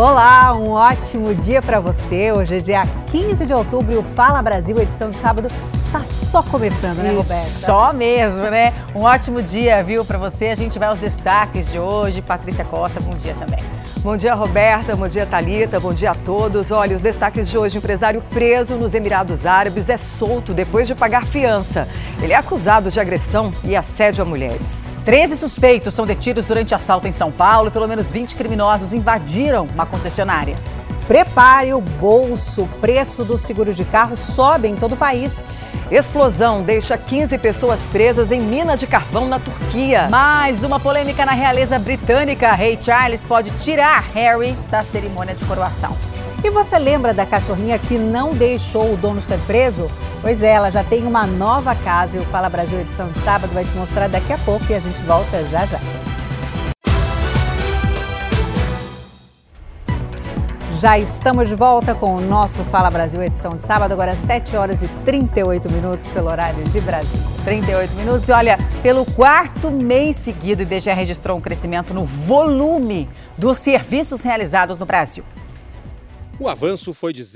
Olá, um ótimo dia para você. Hoje é dia 15 de outubro e o Fala Brasil, edição de sábado, tá só começando, né, Roberta? Só mesmo, né? Um ótimo dia, viu, para você. A gente vai aos destaques de hoje. Patrícia Costa, bom dia também. Bom dia, Roberta. Bom dia, Thalita. Bom dia a todos. Olha, os destaques de hoje. O empresário preso nos Emirados Árabes é solto depois de pagar fiança. Ele é acusado de agressão e assédio a mulheres. 13 suspeitos são detidos durante assalto em São Paulo e pelo menos 20 criminosos invadiram uma concessionária. Prepare o bolso. O preço do seguro de carro sobe em todo o país. Explosão deixa 15 pessoas presas em mina de carvão na Turquia. Mais uma polêmica na realeza britânica. Rei Charles pode tirar Harry da cerimônia de coroação. E você lembra da cachorrinha que não deixou o dono ser preso? Pois é, ela já tem uma nova casa e o Fala Brasil edição de sábado vai te mostrar daqui a pouco e a gente volta já já. Já estamos de volta com o nosso Fala Brasil edição de sábado, agora 7 horas e 38 minutos pelo horário de Brasília. 38 minutos. E olha, pelo quarto mês seguido, o IBGE registrou um crescimento no volume dos serviços realizados no Brasil. O avanço foi de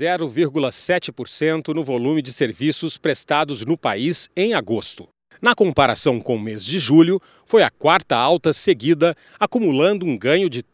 0,7% no volume de serviços prestados no país em agosto. Na comparação com o mês de julho, foi a quarta alta seguida, acumulando um ganho de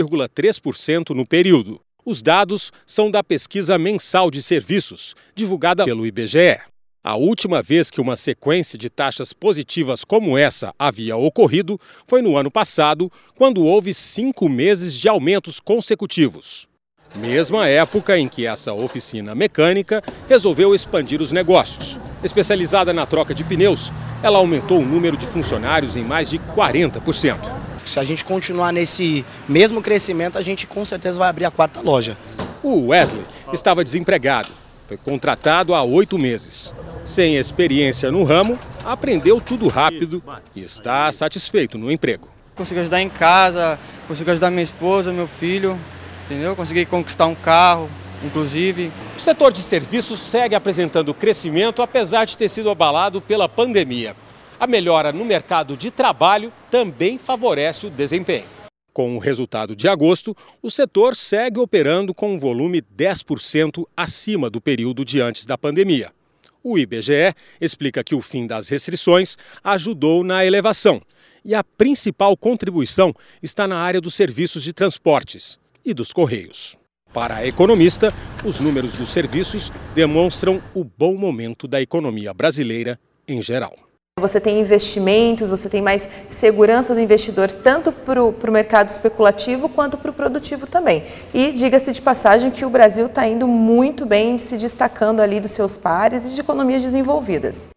3,3% no período. Os dados são da pesquisa mensal de serviços, divulgada pelo IBGE. A última vez que uma sequência de taxas positivas como essa havia ocorrido foi no ano passado, quando houve 5 meses de aumentos consecutivos. Mesma época em que essa oficina mecânica resolveu expandir os negócios. Especializada na troca de pneus, ela aumentou o número de funcionários em mais de 40%. Se a gente continuar nesse mesmo crescimento, a gente com certeza vai abrir a quarta loja. O Wesley estava desempregado. Foi contratado há 8 meses. Sem experiência no ramo, aprendeu tudo rápido e está satisfeito no emprego. Consigo ajudar em casa, consigo ajudar minha esposa, meu filho. Entendeu? Consegui conquistar um carro, inclusive. O setor de serviços segue apresentando crescimento, apesar de ter sido abalado pela pandemia. A melhora no mercado de trabalho também favorece o desempenho. Com o resultado de agosto, o setor segue operando com um volume 10% acima do período de antes da pandemia. O IBGE explica que o fim das restrições ajudou na elevação e a principal contribuição está na área dos serviços de transportes e dos Correios. Para a economista, os números dos serviços demonstram o bom momento da economia brasileira em geral. Você tem investimentos, você tem mais segurança do investidor, tanto para o mercado especulativo quanto para o produtivo também. E diga-se de passagem que o Brasil está indo muito bem, se destacando ali dos seus pares e de economias desenvolvidas.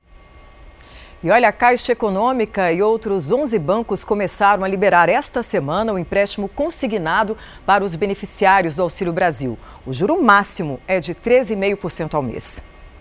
E olha, a Caixa Econômica e outros 11 bancos começaram a liberar esta semana o empréstimo consignado para os beneficiários do Auxílio Brasil. O juro máximo é de 13,5% ao mês.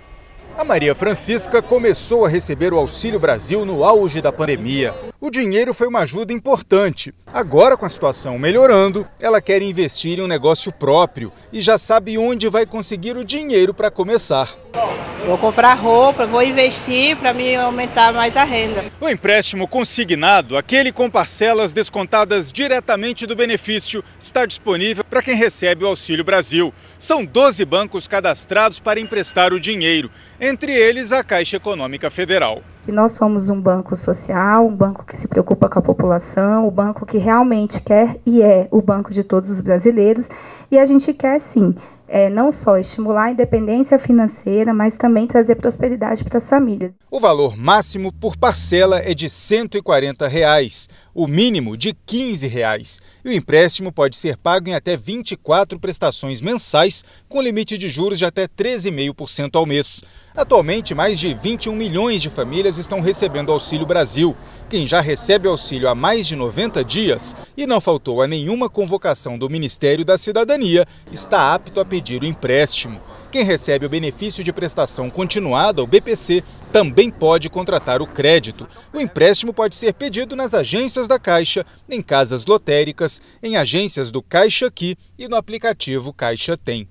A Maria Francisca começou a receber o Auxílio Brasil no auge da pandemia. O dinheiro foi uma ajuda importante. Agora, com a situação melhorando, ela quer investir em um negócio próprio e já sabe onde vai conseguir o dinheiro para começar. Vou comprar roupa, vou investir para me aumentar mais a renda. O empréstimo consignado, aquele com parcelas descontadas diretamente do benefício, está disponível para quem recebe o Auxílio Brasil. São 12 bancos cadastrados para emprestar o dinheiro, entre eles a Caixa Econômica Federal. E nós somos um banco social, um banco que se preocupa com a população, o banco que realmente quer e é o banco de todos os brasileiros. E a gente quer, sim, não só estimular a independência financeira, mas também trazer prosperidade para as famílias. O valor máximo por parcela é de R$ 140, o mínimo de R$ 15. E o empréstimo pode ser pago em até 24 prestações mensais, com limite de juros de até 13,5% ao mês. Atualmente, mais de 21 milhões de famílias estão recebendo Auxílio Brasil. Quem já recebe auxílio há mais de 90 dias e não faltou a nenhuma convocação do Ministério da Cidadania está apto a pedir o empréstimo. Quem recebe o benefício de prestação continuada, o BPC, também pode contratar o crédito. O empréstimo pode ser pedido nas agências da Caixa, em casas lotéricas, em agências do Caixa Aqui e no aplicativo Caixa Tem.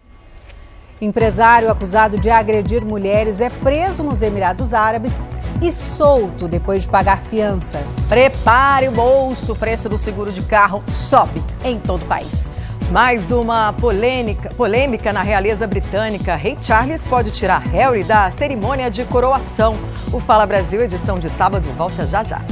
Empresário acusado de agredir mulheres é preso nos Emirados Árabes e solto depois de pagar fiança. Prepare o bolso, o preço do seguro de carro sobe em todo o país. Mais uma polêmica na realeza britânica. Rei Charles pode tirar Harry da cerimônia de coroação. O Fala Brasil, edição de sábado, volta já já.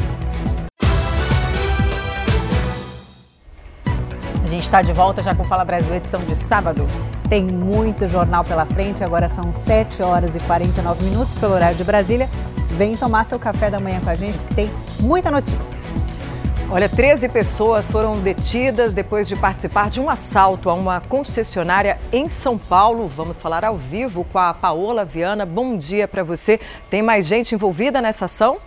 A gente está de volta já com o Fala Brasil, edição de sábado. Tem muito jornal pela frente, agora são 7h49 pelo horário de Brasília. Vem tomar seu café da manhã com a gente, porque tem muita notícia. Olha, 13 pessoas foram detidas depois de participar de um assalto a uma concessionária em São Paulo. Vamos falar ao vivo com a Paola Viana. Bom dia para você. Tem mais gente envolvida nessa ação?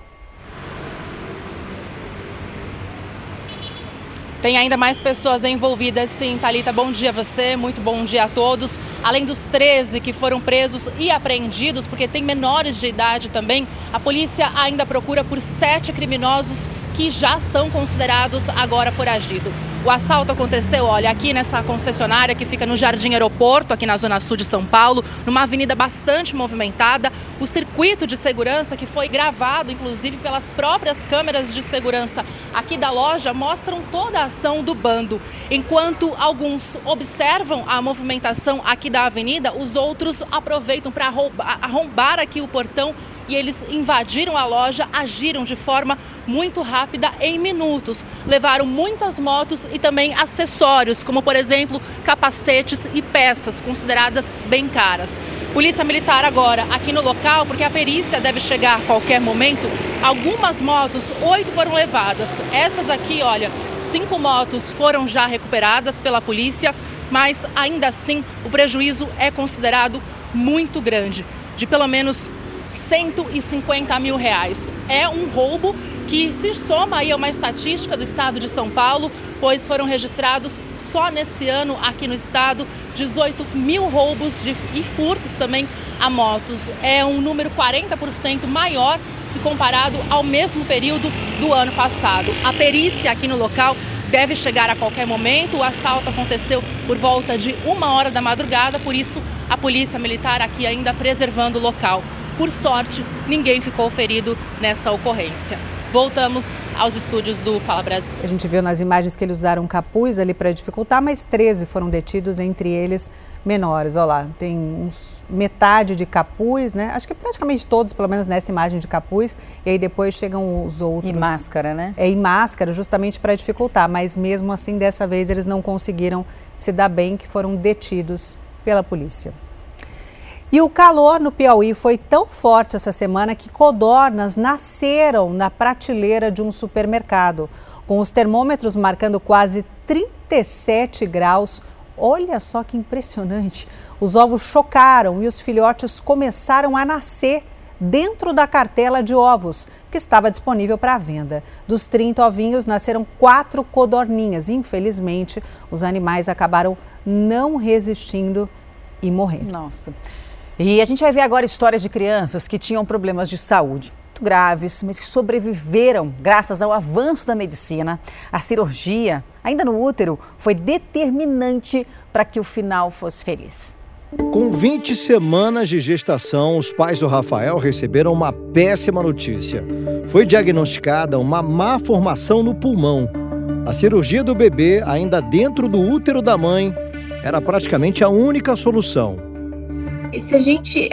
Tem ainda mais pessoas envolvidas, sim, Thalita. Bom dia a você, muito bom dia a todos. Além dos 13 que foram presos e apreendidos, porque tem menores de idade também, a polícia ainda procura por 7 criminosos que já são considerados agora foragidos. O assalto aconteceu, olha, aqui nessa concessionária que fica no Jardim Aeroporto, aqui na Zona Sul de São Paulo, numa avenida bastante movimentada. O circuito de segurança, que foi gravado, inclusive, pelas próprias câmeras de segurança aqui da loja, mostram toda a ação do bando. Enquanto alguns observam a movimentação aqui da avenida, os outros aproveitam para arrombar aqui o portão e eles invadiram a loja, agiram de forma muito rápida em minutos. Levaram muitas motos e também acessórios, como por exemplo capacetes e peças consideradas bem caras. Polícia Militar agora aqui no local, porque a perícia deve chegar a qualquer momento. Algumas motos, 8 foram levadas. Essas aqui, olha, 5 motos foram já recuperadas pela polícia, mas ainda assim o prejuízo é considerado muito grande, de pelo menos R$150 mil. É um roubo que se soma aí a uma estatística do estado de São Paulo, pois foram registrados só nesse ano aqui no estado 18 mil roubos e furtos também a motos. É um número 40% maior se comparado ao mesmo período do ano passado. A perícia aqui no local deve chegar a qualquer momento. O assalto aconteceu por volta de 1h da madrugada, por isso a Polícia Militar aqui ainda preservando o local. Por sorte, ninguém ficou ferido nessa ocorrência. Voltamos aos estúdios do Fala Brasil. A gente viu nas imagens que eles usaram capuz ali para dificultar, mas 13 foram detidos, entre eles menores. Olha lá, tem uns metade de capuz, né? Acho que praticamente todos, pelo menos nessa imagem de capuz. E aí depois chegam os outros. E máscara, né? E máscara, justamente para dificultar. Mas mesmo assim, dessa vez, eles não conseguiram se dar bem, que foram detidos pela polícia. E o calor no Piauí foi tão forte essa semana que codornas nasceram na prateleira de um supermercado, com os termômetros marcando quase 37 graus. Olha só que impressionante. Os ovos chocaram e os filhotes começaram a nascer dentro da cartela de ovos, que estava disponível para venda. Dos 30 ovinhos, nasceram 4 codorninhas. Infelizmente, os animais acabaram não resistindo e morrendo. Nossa. E a gente vai ver agora histórias de crianças que tinham problemas de saúde muito graves, mas que sobreviveram graças ao avanço da medicina. A cirurgia, ainda no útero, foi determinante para que o final fosse feliz. Com 20 semanas de gestação, os pais do Rafael receberam uma péssima notícia. Foi diagnosticada uma má formação no pulmão. A cirurgia do bebê, ainda dentro do útero da mãe, era praticamente a única solução. E se a gente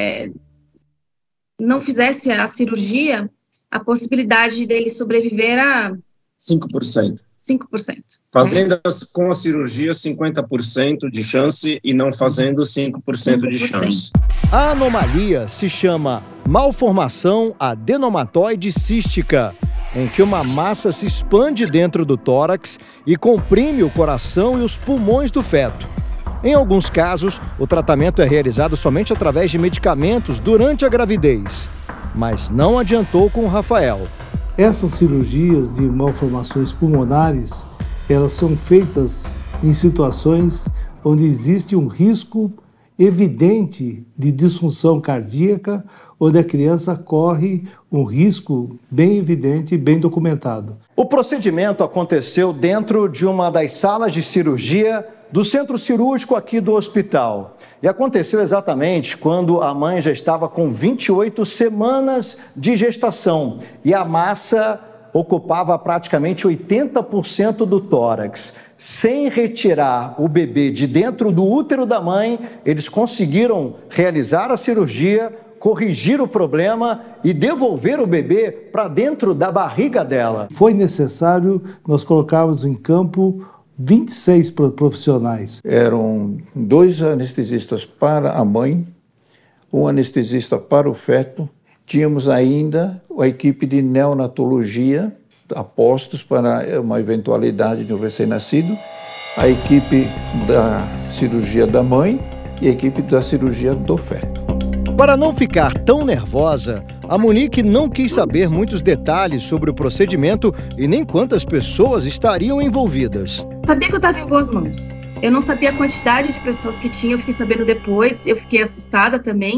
não fizesse a cirurgia, a possibilidade dele sobreviver era 5%. 5%. Fazendo com a cirurgia 50% de chance e não fazendo 5% de chance. A anomalia se chama malformação adenomatoide cística, em que uma massa se expande dentro do tórax e comprime o coração e os pulmões do feto. Em alguns casos, o tratamento é realizado somente através de medicamentos durante a gravidez. Mas não adiantou com o Rafael. Essas cirurgias de malformações pulmonares, elas são feitas em situações onde existe um risco evidente de disfunção cardíaca, onde a criança corre um risco bem evidente e bem documentado. O procedimento aconteceu dentro de uma das salas de cirurgia do centro cirúrgico aqui do hospital. E aconteceu exatamente quando a mãe já estava com 28 semanas de gestação e a massa ocupava praticamente 80% do tórax. Sem retirar o bebê de dentro do útero da mãe, eles conseguiram realizar a cirurgia, corrigir o problema e devolver o bebê para dentro da barriga dela. Foi necessário nós colocarmos em campo 26 profissionais. Eram 2 anestesistas para a mãe, 1 anestesista para o feto. Tínhamos ainda a equipe de neonatologia, apostos para uma eventualidade de um recém-nascido, a equipe da cirurgia da mãe e a equipe da cirurgia do feto. Para não ficar tão nervosa, a Monique não quis saber muitos detalhes sobre o procedimento e nem quantas pessoas estariam envolvidas. Sabia que eu estava em boas mãos. Eu não sabia a quantidade de pessoas que tinha, eu fiquei sabendo depois, eu fiquei assustada também,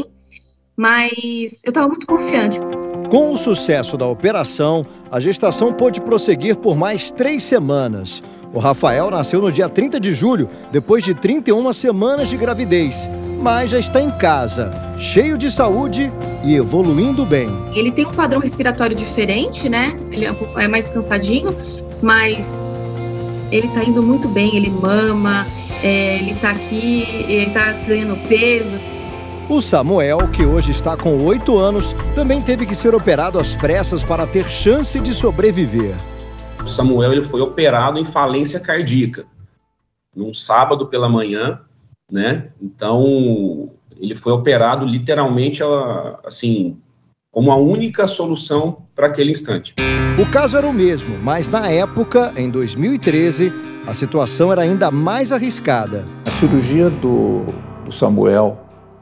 mas eu estava muito confiante. Com o sucesso da operação, a gestação pôde prosseguir por mais 3 semanas. O Rafael nasceu no dia 30 de julho, depois de 31 semanas de gravidez. Mas já está em casa, cheio de saúde e evoluindo bem. Ele tem um padrão respiratório diferente, né? Ele é mais cansadinho, mas ele tá indo muito bem, ele mama, ele tá aqui, ele tá ganhando peso. O Samuel, que hoje está com 8 anos, também teve que ser operado às pressas para ter chance de sobreviver. O Samuel ele foi operado em falência cardíaca, num sábado pela manhã, né? Então, ele foi operado literalmente, assim, como a única solução para aquele instante. O caso era o mesmo, mas na época, em 2013, a situação era ainda mais arriscada. A cirurgia do Samuel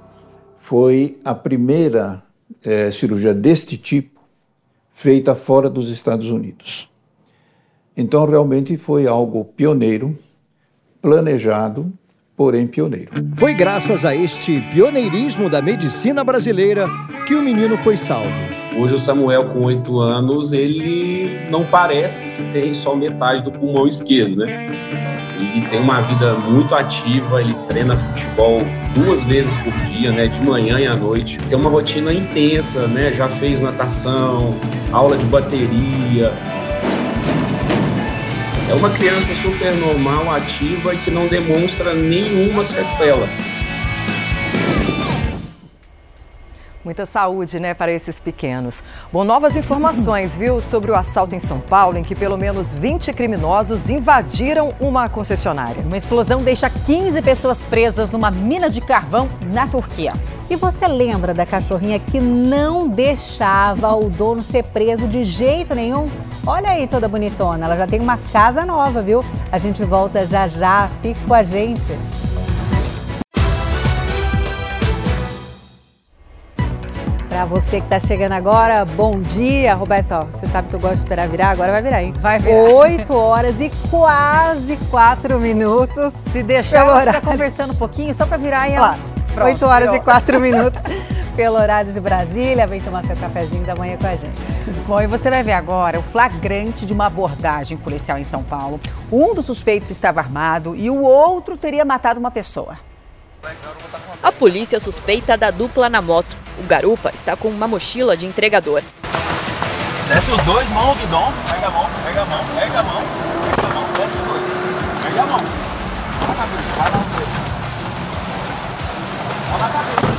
foi a primeira cirurgia deste tipo feita fora dos Estados Unidos. Então, realmente foi algo pioneiro, planejado, porém pioneiro. Foi graças a este pioneirismo da medicina brasileira que o menino foi salvo. Hoje o Samuel, com 8 anos, ele não parece que tem só metade do pulmão esquerdo, né? Ele tem uma vida muito ativa, ele treina futebol 2 vezes por dia, né? De manhã e à noite. Tem uma rotina intensa, né? Já fez natação, aula de bateria. É uma criança super normal, ativa e que não demonstra nenhuma sequela. Muita saúde, né, para esses pequenos. Bom, novas informações, viu, sobre o assalto em São Paulo, em que pelo menos 20 criminosos invadiram uma concessionária. Uma explosão deixa 15 pessoas presas numa mina de carvão na Turquia. E você lembra da cachorrinha que não deixava o dono ser preso de jeito nenhum? Olha aí, toda bonitona, ela já tem uma casa nova, viu? A gente volta já já, fique com a gente. Para você que está chegando agora, bom dia, Roberto. Ó, você sabe que eu gosto de esperar virar, agora vai virar, hein? Vai virar. 8 horas e quase 4 minutos. Se deixar, ficar conversando um pouquinho, só para virar aí. Ó, 8 horas e 4 minutos pelo horário de Brasília. Vem tomar seu cafezinho da manhã com a gente. Bom, e você vai ver agora o flagrante de uma abordagem policial em São Paulo. Um dos suspeitos estava armado e o outro teria matado uma pessoa. A polícia suspeita da dupla na moto. O garupa está com uma mochila de entregador. Desce os dois, mão, Guidon. Pega a mão, pega a mão, pega a mão. Pega a mão, desce os dois. Pega a mão. Vai na cabeça, vai na cabeça. Vai na cabeça.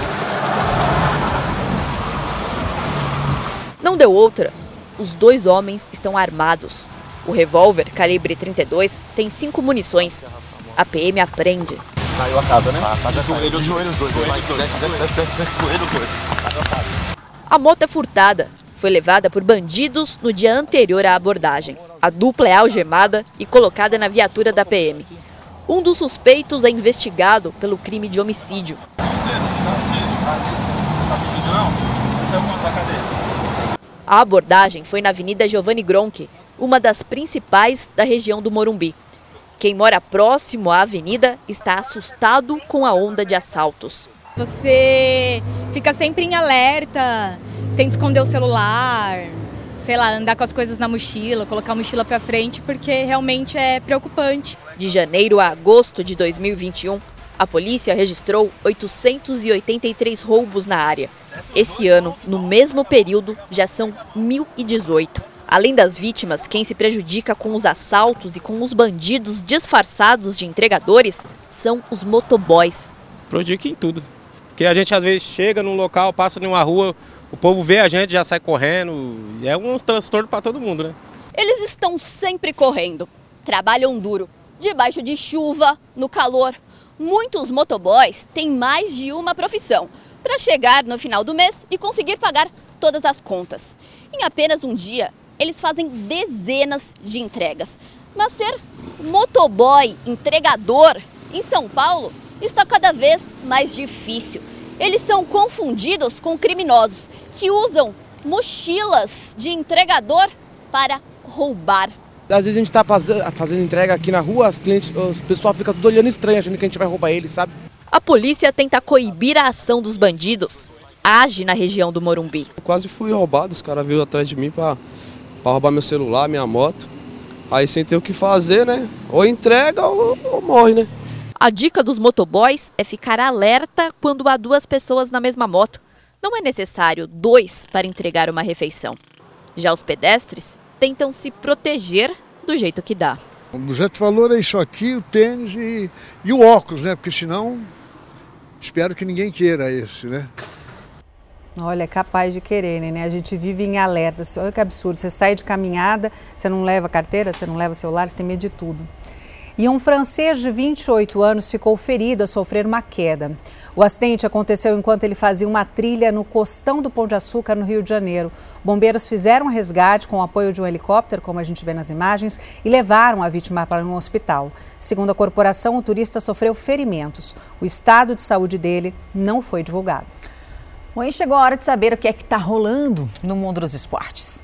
Não deu outra. Os 2 homens estão armados. O revólver calibre 32 tem 5 munições. A PM apreende. Caiu a casa, né? Joelho os dois. Desce joelho os dois. A moto é furtada. Foi levada por bandidos no dia anterior à abordagem. A dupla é algemada e colocada na viatura da PM. Um dos suspeitos é investigado pelo crime de homicídio. A abordagem foi na Avenida Giovanni Gronchi, uma das principais da região do Morumbi. Quem mora próximo à avenida está assustado com a onda de assaltos. Você fica sempre em alerta, tem que esconder o celular, sei lá, andar com as coisas na mochila, colocar a mochila para frente, porque realmente é preocupante. De janeiro a agosto de 2021, a polícia registrou 883 roubos na área. Esse ano, no mesmo período, já são 1.018. Além das vítimas, quem se prejudica com os assaltos e com os bandidos disfarçados de entregadores são os motoboys. Prejudica em tudo, porque a gente às vezes chega num local, passa numa rua, o povo vê a gente, já sai correndo, e é um transtorno para todo mundo, né? Eles estão sempre correndo, trabalham duro, debaixo de chuva, no calor. Muitos motoboys têm mais de uma profissão para chegar no final do mês e conseguir pagar todas as contas. Em apenas um dia, eles fazem dezenas de entregas. Mas ser motoboy entregador em São Paulo está cada vez mais difícil. Eles são confundidos com criminosos que usam mochilas de entregador para roubar. Às vezes a gente está fazendo entrega aqui na rua, o pessoal fica tudo olhando estranho, achando que a gente vai roubar eles, sabe? A polícia tenta coibir a ação dos bandidos. Age na região do Morumbi. Eu quase fui roubado, os caras viram atrás de mim para roubar meu celular, minha moto. Aí sem ter o que fazer, né? Ou entrega ou morre, né? A dica dos motoboys é ficar alerta quando há duas pessoas na mesma moto. Não é necessário dois para entregar uma refeição. Já os pedestres tentam se proteger do jeito que dá. O Zé falou é isso aqui, o tênis e o óculos, né? Porque senão, espero que ninguém queira esse, né? Olha, é capaz de querer, né? A gente vive em alerta. Olha que absurdo, você sai de caminhada, você não leva carteira, você não leva celular, você tem medo de tudo. E um francês de 28 anos ficou ferido a sofrer uma queda. O acidente aconteceu enquanto ele fazia uma trilha no costão do Pão de Açúcar, no Rio de Janeiro. Bombeiros fizeram um resgate com o apoio de um helicóptero, como a gente vê nas imagens, e levaram a vítima para um hospital. Segundo a corporação, o turista sofreu ferimentos. O estado de saúde dele não foi divulgado. Bom, e chegou a hora de saber o que é que está rolando no mundo dos esportes.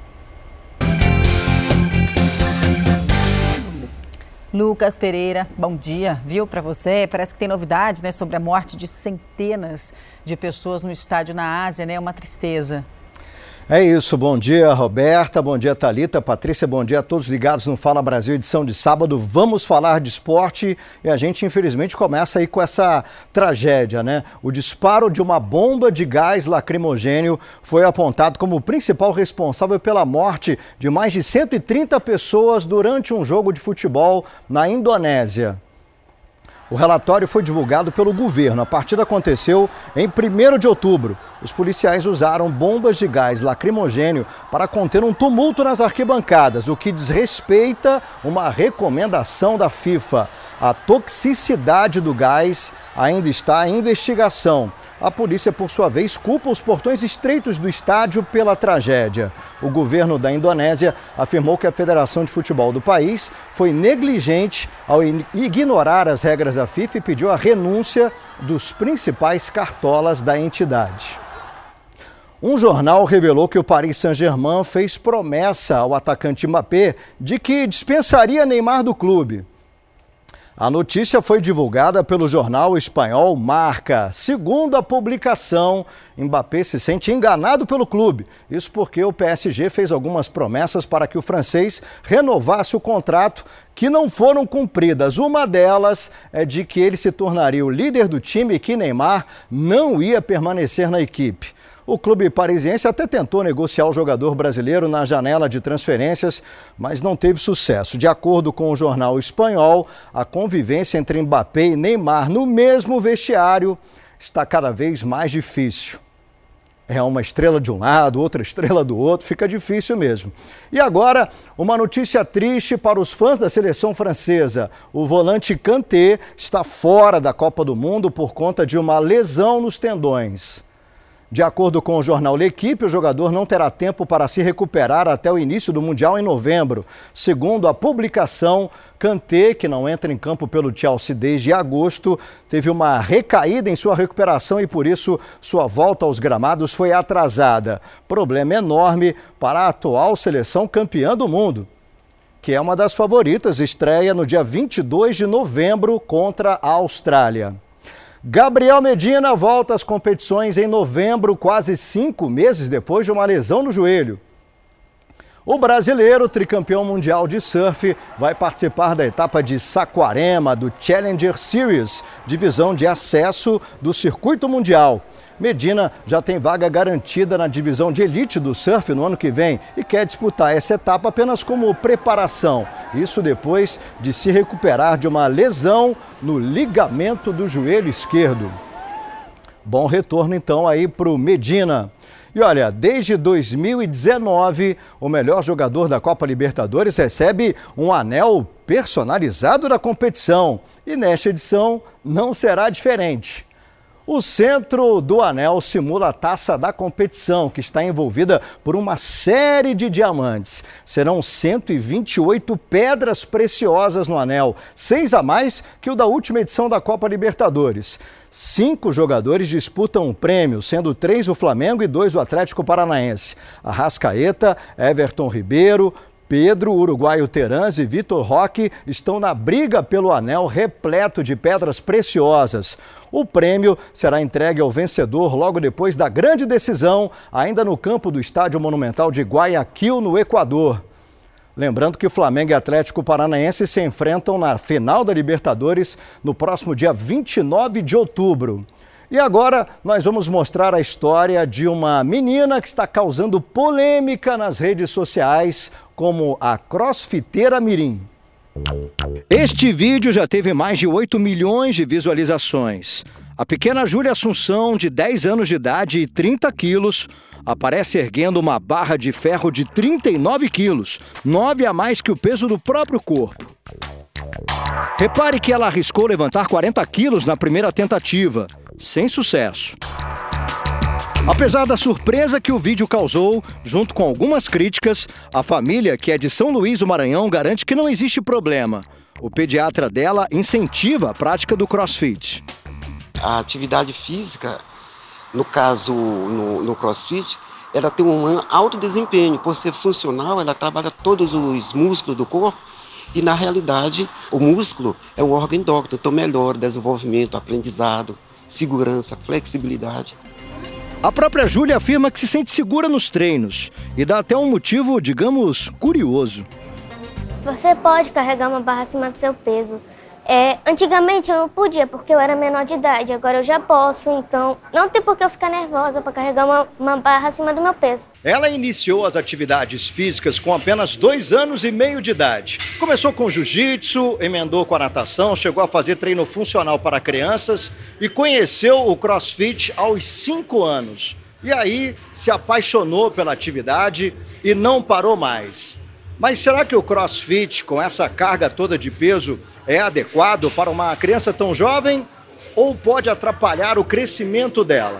Lucas Pereira, bom dia, viu, para você. Parece que tem novidades, né, sobre a morte de centenas de pessoas no estádio na Ásia, né? Uma tristeza. É isso, bom dia Roberta, bom dia Thalita, Patrícia, bom dia a todos ligados no Fala Brasil, edição de sábado. Vamos falar de esporte e a gente infelizmente começa aí com essa tragédia, né? O disparo de uma bomba de gás lacrimogênio foi apontado como o principal responsável pela morte de mais de 130 pessoas durante um jogo de futebol na Indonésia. O relatório foi divulgado pelo governo. A partida aconteceu em 1º de outubro. Os policiais usaram bombas de gás lacrimogênio para conter um tumulto nas arquibancadas, o que desrespeita uma recomendação da FIFA. A toxicidade do gás ainda está em investigação. A polícia, por sua vez, culpa os portões estreitos do estádio pela tragédia. O governo da Indonésia afirmou que a Federação de Futebol do país foi negligente ao ignorar as regras da FIFA e pediu a renúncia dos principais cartolas da entidade. Um jornal revelou que o Paris Saint-Germain fez promessa ao atacante Mbappé de que dispensaria Neymar do clube. A notícia foi divulgada pelo jornal espanhol Marca. Segundo a publicação, Mbappé se sente enganado pelo clube. Isso porque o PSG fez algumas promessas para que o francês renovasse o contrato que não foram cumpridas. Uma delas é de que ele se tornaria o líder do time e que Neymar não ia permanecer na equipe. O clube parisiense até tentou negociar o jogador brasileiro na janela de transferências, mas não teve sucesso. De acordo com o jornal espanhol, a convivência entre Mbappé e Neymar no mesmo vestiário está cada vez mais difícil. É uma estrela de um lado, outra estrela do outro, fica difícil mesmo. E agora, uma notícia triste para os fãs da seleção francesa. O volante Kanté está fora da Copa do Mundo por conta de uma lesão nos tendões. De acordo com o jornal L'Equipe, o jogador não terá tempo para se recuperar até o início do Mundial em novembro. Segundo a publicação, Kanté, que não entra em campo pelo Chelsea desde agosto, teve uma recaída em sua recuperação e por isso sua volta aos gramados foi atrasada. Problema enorme para a atual seleção campeã do mundo, que é uma das favoritas, estreia no dia 22 de novembro contra a Austrália. Gabriel Medina volta às competições em novembro, quase 5 meses depois de uma lesão no joelho. O brasileiro, tricampeão mundial de surf, vai participar da etapa de Saquarema do Challenger Series, divisão de acesso do circuito mundial. Medina já tem vaga garantida na divisão de elite do surf no ano que vem e quer disputar essa etapa apenas como preparação. Isso depois de se recuperar de uma lesão no ligamento do joelho esquerdo. Bom retorno então aí para o Medina. E olha, desde 2019, o melhor jogador da Copa Libertadores recebe um anel personalizado da competição. E nesta edição não será diferente. O centro do anel simula a taça da competição, que está envolvida por uma série de diamantes. Serão 128 pedras preciosas no anel, 6 a mais que o da última edição da Copa Libertadores. 5 jogadores disputam o prêmio, sendo 3 do Flamengo e 2 do Atlético Paranaense. Arrascaeta, Everton Ribeiro, Pedro, Uruguaio Terans e Vitor Roque estão na briga pelo anel repleto de pedras preciosas. O prêmio será entregue ao vencedor logo depois da grande decisão, ainda no campo do Estádio Monumental de Guayaquil, no Equador. Lembrando que Flamengo e Atlético Paranaense se enfrentam na final da Libertadores no próximo dia 29 de outubro. E agora nós vamos mostrar a história de uma menina que está causando polêmica nas redes sociais, como a crossfiteira Mirim. Este vídeo já teve mais de 8 milhões de visualizações. A pequena Júlia Assunção, de 10 anos de idade e 30 quilos, aparece erguendo uma barra de ferro de 39 quilos, 9 a mais que o peso do próprio corpo. Repare que ela arriscou levantar 40 quilos na primeira tentativa, sem sucesso. Apesar da surpresa que o vídeo causou, junto com algumas críticas, a família, que é de São Luís do Maranhão, garante que não existe problema. O pediatra dela incentiva a prática do crossfit. A atividade física, no caso no crossfit, ela tem um alto desempenho. Por ser funcional, ela trabalha todos os músculos do corpo e, na realidade, o músculo é um órgão endócrino, então melhora o desenvolvimento, aprendizado, segurança, flexibilidade. A própria Júlia afirma que se sente segura nos treinos e dá até um motivo, digamos, curioso. Você pode carregar uma barra acima do seu peso. Antigamente eu não podia porque eu era menor de idade, agora eu já posso, então não tem por que eu ficar nervosa para carregar uma barra acima do meu peso. Ela iniciou as atividades físicas com apenas 2 anos e meio de idade. Começou com jiu-jitsu, emendou com a natação, chegou a fazer treino funcional para crianças e conheceu o crossfit aos 5 anos. E aí se apaixonou pela atividade e não parou mais. Mas será que o crossfit, com essa carga toda de peso, é adequado para uma criança tão jovem ou pode atrapalhar o crescimento dela?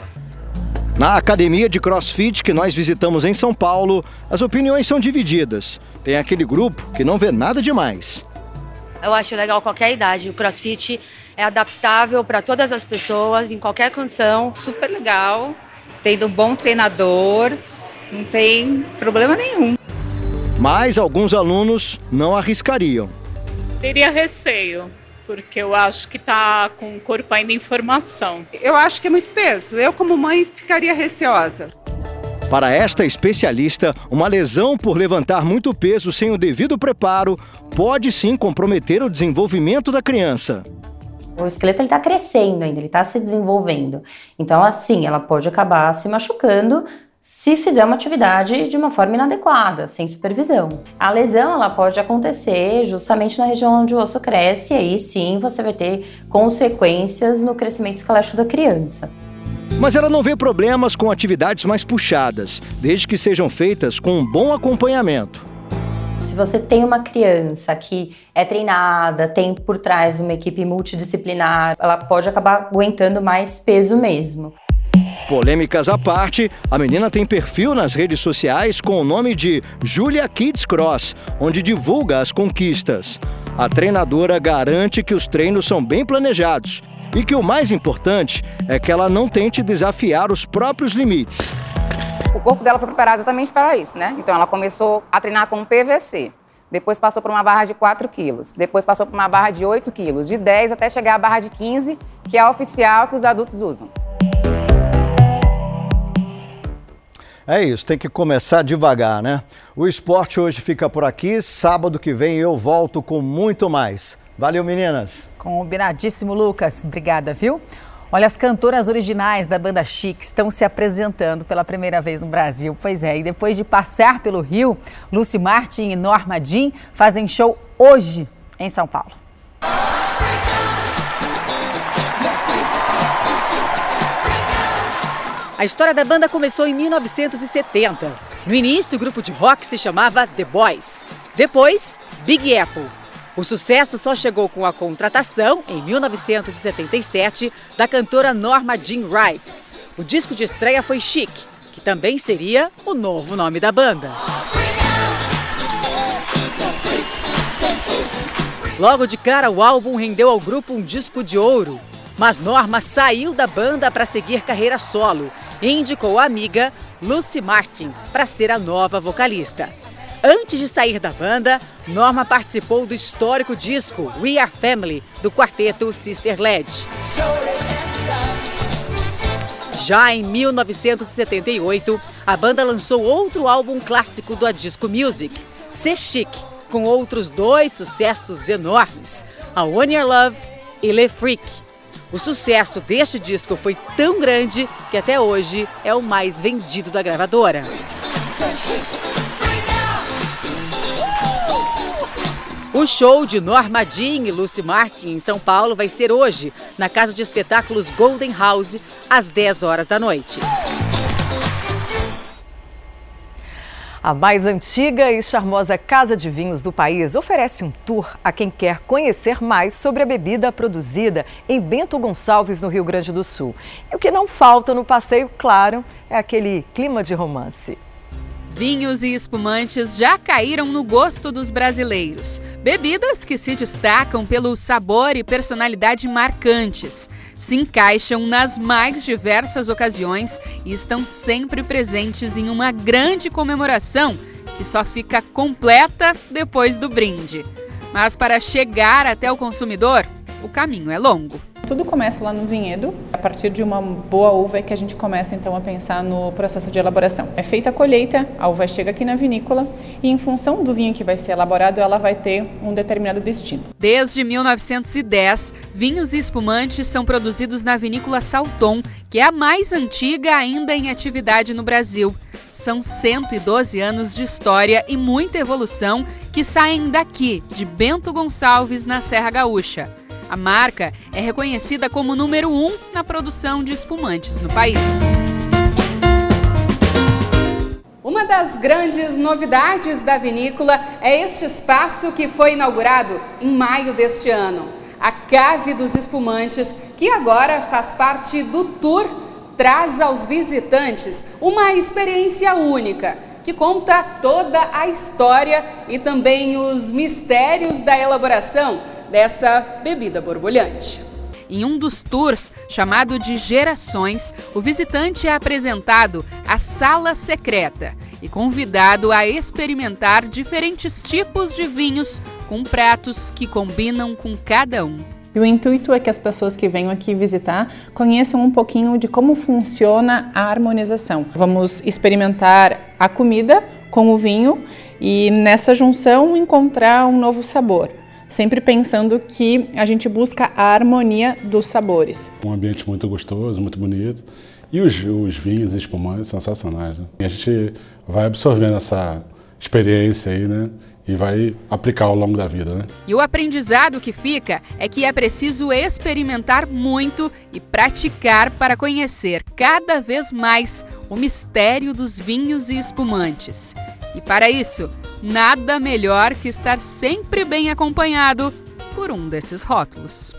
Na academia de crossfit que nós visitamos em São Paulo, as opiniões são divididas. Tem aquele grupo que não vê nada demais. Eu acho legal qualquer idade. O crossfit é adaptável para todas as pessoas, em qualquer condição. Super legal, tendo um bom treinador, não tem problema nenhum. Mas alguns alunos não arriscariam. Teria receio, porque eu acho que está com o corpo ainda em formação. Eu acho que é muito peso. Eu, como mãe, ficaria receosa. Para esta especialista, uma lesão por levantar muito peso sem o devido preparo pode sim comprometer o desenvolvimento da criança. O esqueleto está crescendo ainda, ele está se desenvolvendo. Então, assim, ela pode acabar se machucando se fizer uma atividade de uma forma inadequada, sem supervisão. A lesão ela pode acontecer justamente na região onde o osso cresce, e aí sim você vai ter consequências no crescimento esquelético da criança. Mas ela não vê problemas com atividades mais puxadas, desde que sejam feitas com um bom acompanhamento. Se você tem uma criança que é treinada, tem por trás uma equipe multidisciplinar, ela pode acabar aguentando mais peso mesmo. Polêmicas à parte, a menina tem perfil nas redes sociais com o nome de Julia Kids Cross, onde divulga as conquistas. A treinadora garante que os treinos são bem planejados e que o mais importante é que ela não tente desafiar os próprios limites. O corpo dela foi preparado exatamente para isso, né? Então ela começou a treinar com PVC, depois passou por uma barra de 4 quilos, depois passou por uma barra de 8 quilos, de 10 até chegar à barra de 15, que é a oficial que os adultos usam. É isso, tem que começar devagar, né? O esporte hoje fica por aqui. Sábado que vem eu volto com muito mais. Valeu, meninas. Combinadíssimo, Lucas. Obrigada, viu? Olha, as cantoras originais da banda Chic estão se apresentando pela primeira vez no Brasil. Pois é, e depois de passar pelo Rio, Lucy Martin e Norma Jean fazem show hoje em São Paulo. A história da banda começou em 1970. No início, o grupo de rock se chamava The Boys. Depois, Big Apple. O sucesso só chegou com a contratação, em 1977, da cantora Norma Jean Wright. O disco de estreia foi Chic, que também seria o novo nome da banda. Logo de cara, o álbum rendeu ao grupo um disco de ouro. Mas Norma saiu da banda para seguir carreira solo e indicou a amiga Lucy Martin para ser a nova vocalista. Antes de sair da banda, Norma participou do histórico disco We Are Family, do quarteto Sister Sledge. Já em 1978, a banda lançou outro álbum clássico do Disco Music, C'est Chic, com outros 2 sucessos enormes, a On Your Love e Le Freak. O sucesso deste disco foi tão grande que até hoje é o mais vendido da gravadora. O show de Norma Jean e Lucy Martin em São Paulo vai ser hoje, na Casa de Espetáculos Golden House, às 10 horas da noite. A mais antiga e charmosa casa de vinhos do país oferece um tour a quem quer conhecer mais sobre a bebida produzida em Bento Gonçalves, no Rio Grande do Sul. E o que não falta no passeio, claro, é aquele clima de romance. Vinhos e espumantes já caíram no gosto dos brasileiros. Bebidas que se destacam pelo sabor e personalidade marcantes. Se encaixam nas mais diversas ocasiões e estão sempre presentes em uma grande comemoração que só fica completa depois do brinde. Mas para chegar até o consumidor, o caminho é longo. Tudo começa lá no vinhedo. A partir de uma boa uva é que a gente começa então a pensar no processo de elaboração. É feita a colheita, a uva chega aqui na vinícola e em função do vinho que vai ser elaborado, ela vai ter um determinado destino. Desde 1910, vinhos e espumantes são produzidos na vinícola Salton, que é a mais antiga ainda em atividade no Brasil. São 112 anos de história e muita evolução que saem daqui, de Bento Gonçalves, na Serra Gaúcha. A marca é reconhecida como número 1 na produção de espumantes no país. Uma das grandes novidades da vinícola é este espaço que foi inaugurado em maio deste ano. A Cave dos Espumantes, que agora faz parte do tour, traz aos visitantes uma experiência única, que conta toda a história e também os mistérios da elaboração dessa bebida borbulhante. Em um dos tours, chamado de Gerações, o visitante é apresentado à Sala Secreta e convidado a experimentar diferentes tipos de vinhos com pratos que combinam com cada um. E o intuito é que as pessoas que venham aqui visitar conheçam um pouquinho de como funciona a harmonização. Vamos experimentar a comida com o vinho e nessa junção encontrar um novo sabor. Sempre pensando que a gente busca a harmonia dos sabores. Um ambiente muito gostoso, muito bonito. E os vinhos e espumantes sensacionais, né? E a gente vai absorvendo essa experiência aí, né? E vai aplicar ao longo da vida, né? E o aprendizado que fica é que é preciso experimentar muito e praticar para conhecer cada vez mais o mistério dos vinhos e espumantes. E para isso, nada melhor que estar sempre bem acompanhado por um desses rótulos.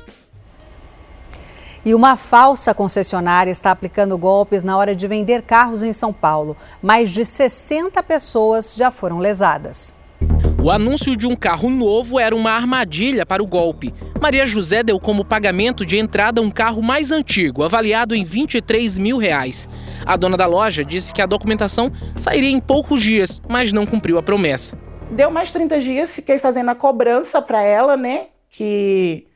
E uma falsa concessionária está aplicando golpes na hora de vender carros em São Paulo. Mais de 60 pessoas já foram lesadas. O anúncio de um carro novo era uma armadilha para o golpe. Maria José deu como pagamento de entrada um carro mais antigo, avaliado em R$ 23 mil. A dona da loja disse que a documentação sairia em poucos dias, mas não cumpriu a promessa. Deu mais 30 dias, fiquei fazendo a cobrança para ela, né? Que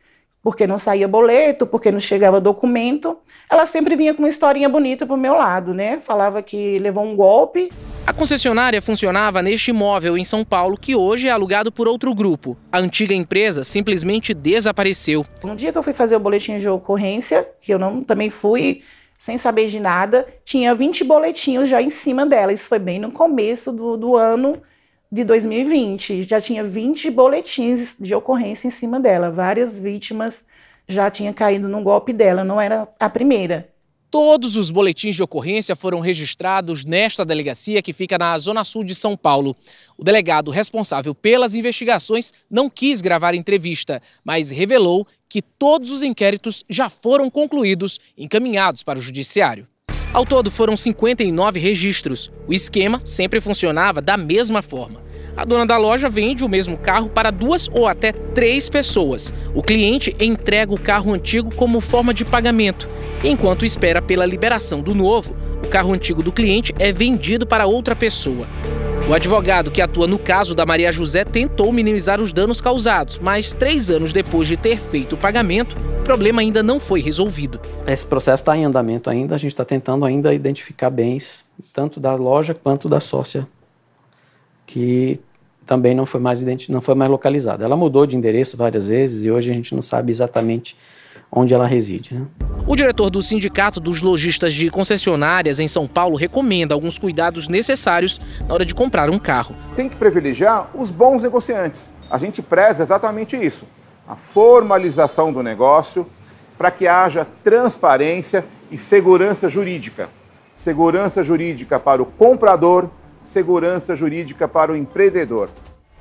porque não saía boleto, porque não chegava documento. Ela sempre vinha com uma historinha bonita pro meu lado, né? Falava que levou um golpe. A concessionária funcionava neste imóvel em São Paulo, que hoje é alugado por outro grupo. A antiga empresa simplesmente desapareceu. No dia que eu fui fazer o boletim de ocorrência, que eu também fui sem saber de nada, tinha 20 boletinhos já em cima dela. Isso foi bem no começo do ano de 2020. Já tinha 20 boletins de ocorrência em cima dela. Várias vítimas já tinham caído no golpe dela, não era a primeira. Todos os boletins de ocorrência foram registrados nesta delegacia que fica na Zona Sul de São Paulo. O delegado responsável pelas investigações não quis gravar entrevista, mas revelou que todos os inquéritos já foram concluídos e encaminhados para o judiciário. Ao todo foram 59 registros. O esquema sempre funcionava da mesma forma. A dona da loja vende o mesmo carro para 2 ou até 3 pessoas. O cliente entrega o carro antigo como forma de pagamento. Enquanto espera pela liberação do novo, o carro antigo do cliente é vendido para outra pessoa. O advogado que atua no caso da Maria José tentou minimizar os danos causados, mas 3 anos depois de ter feito o pagamento, o problema ainda não foi resolvido. Esse processo está em andamento ainda, a gente está tentando ainda identificar bens, tanto da loja quanto da sócia, que também não foi mais localizada. Ela mudou de endereço várias vezes e hoje a gente não sabe exatamente onde ela reside, né? O diretor do Sindicato dos Lojistas de Concessionárias em São Paulo recomenda alguns cuidados necessários na hora de comprar um carro. Tem que privilegiar os bons negociantes. A gente preza exatamente isso, a formalização do negócio para que haja transparência e segurança jurídica. Segurança jurídica para o comprador, segurança jurídica para o empreendedor.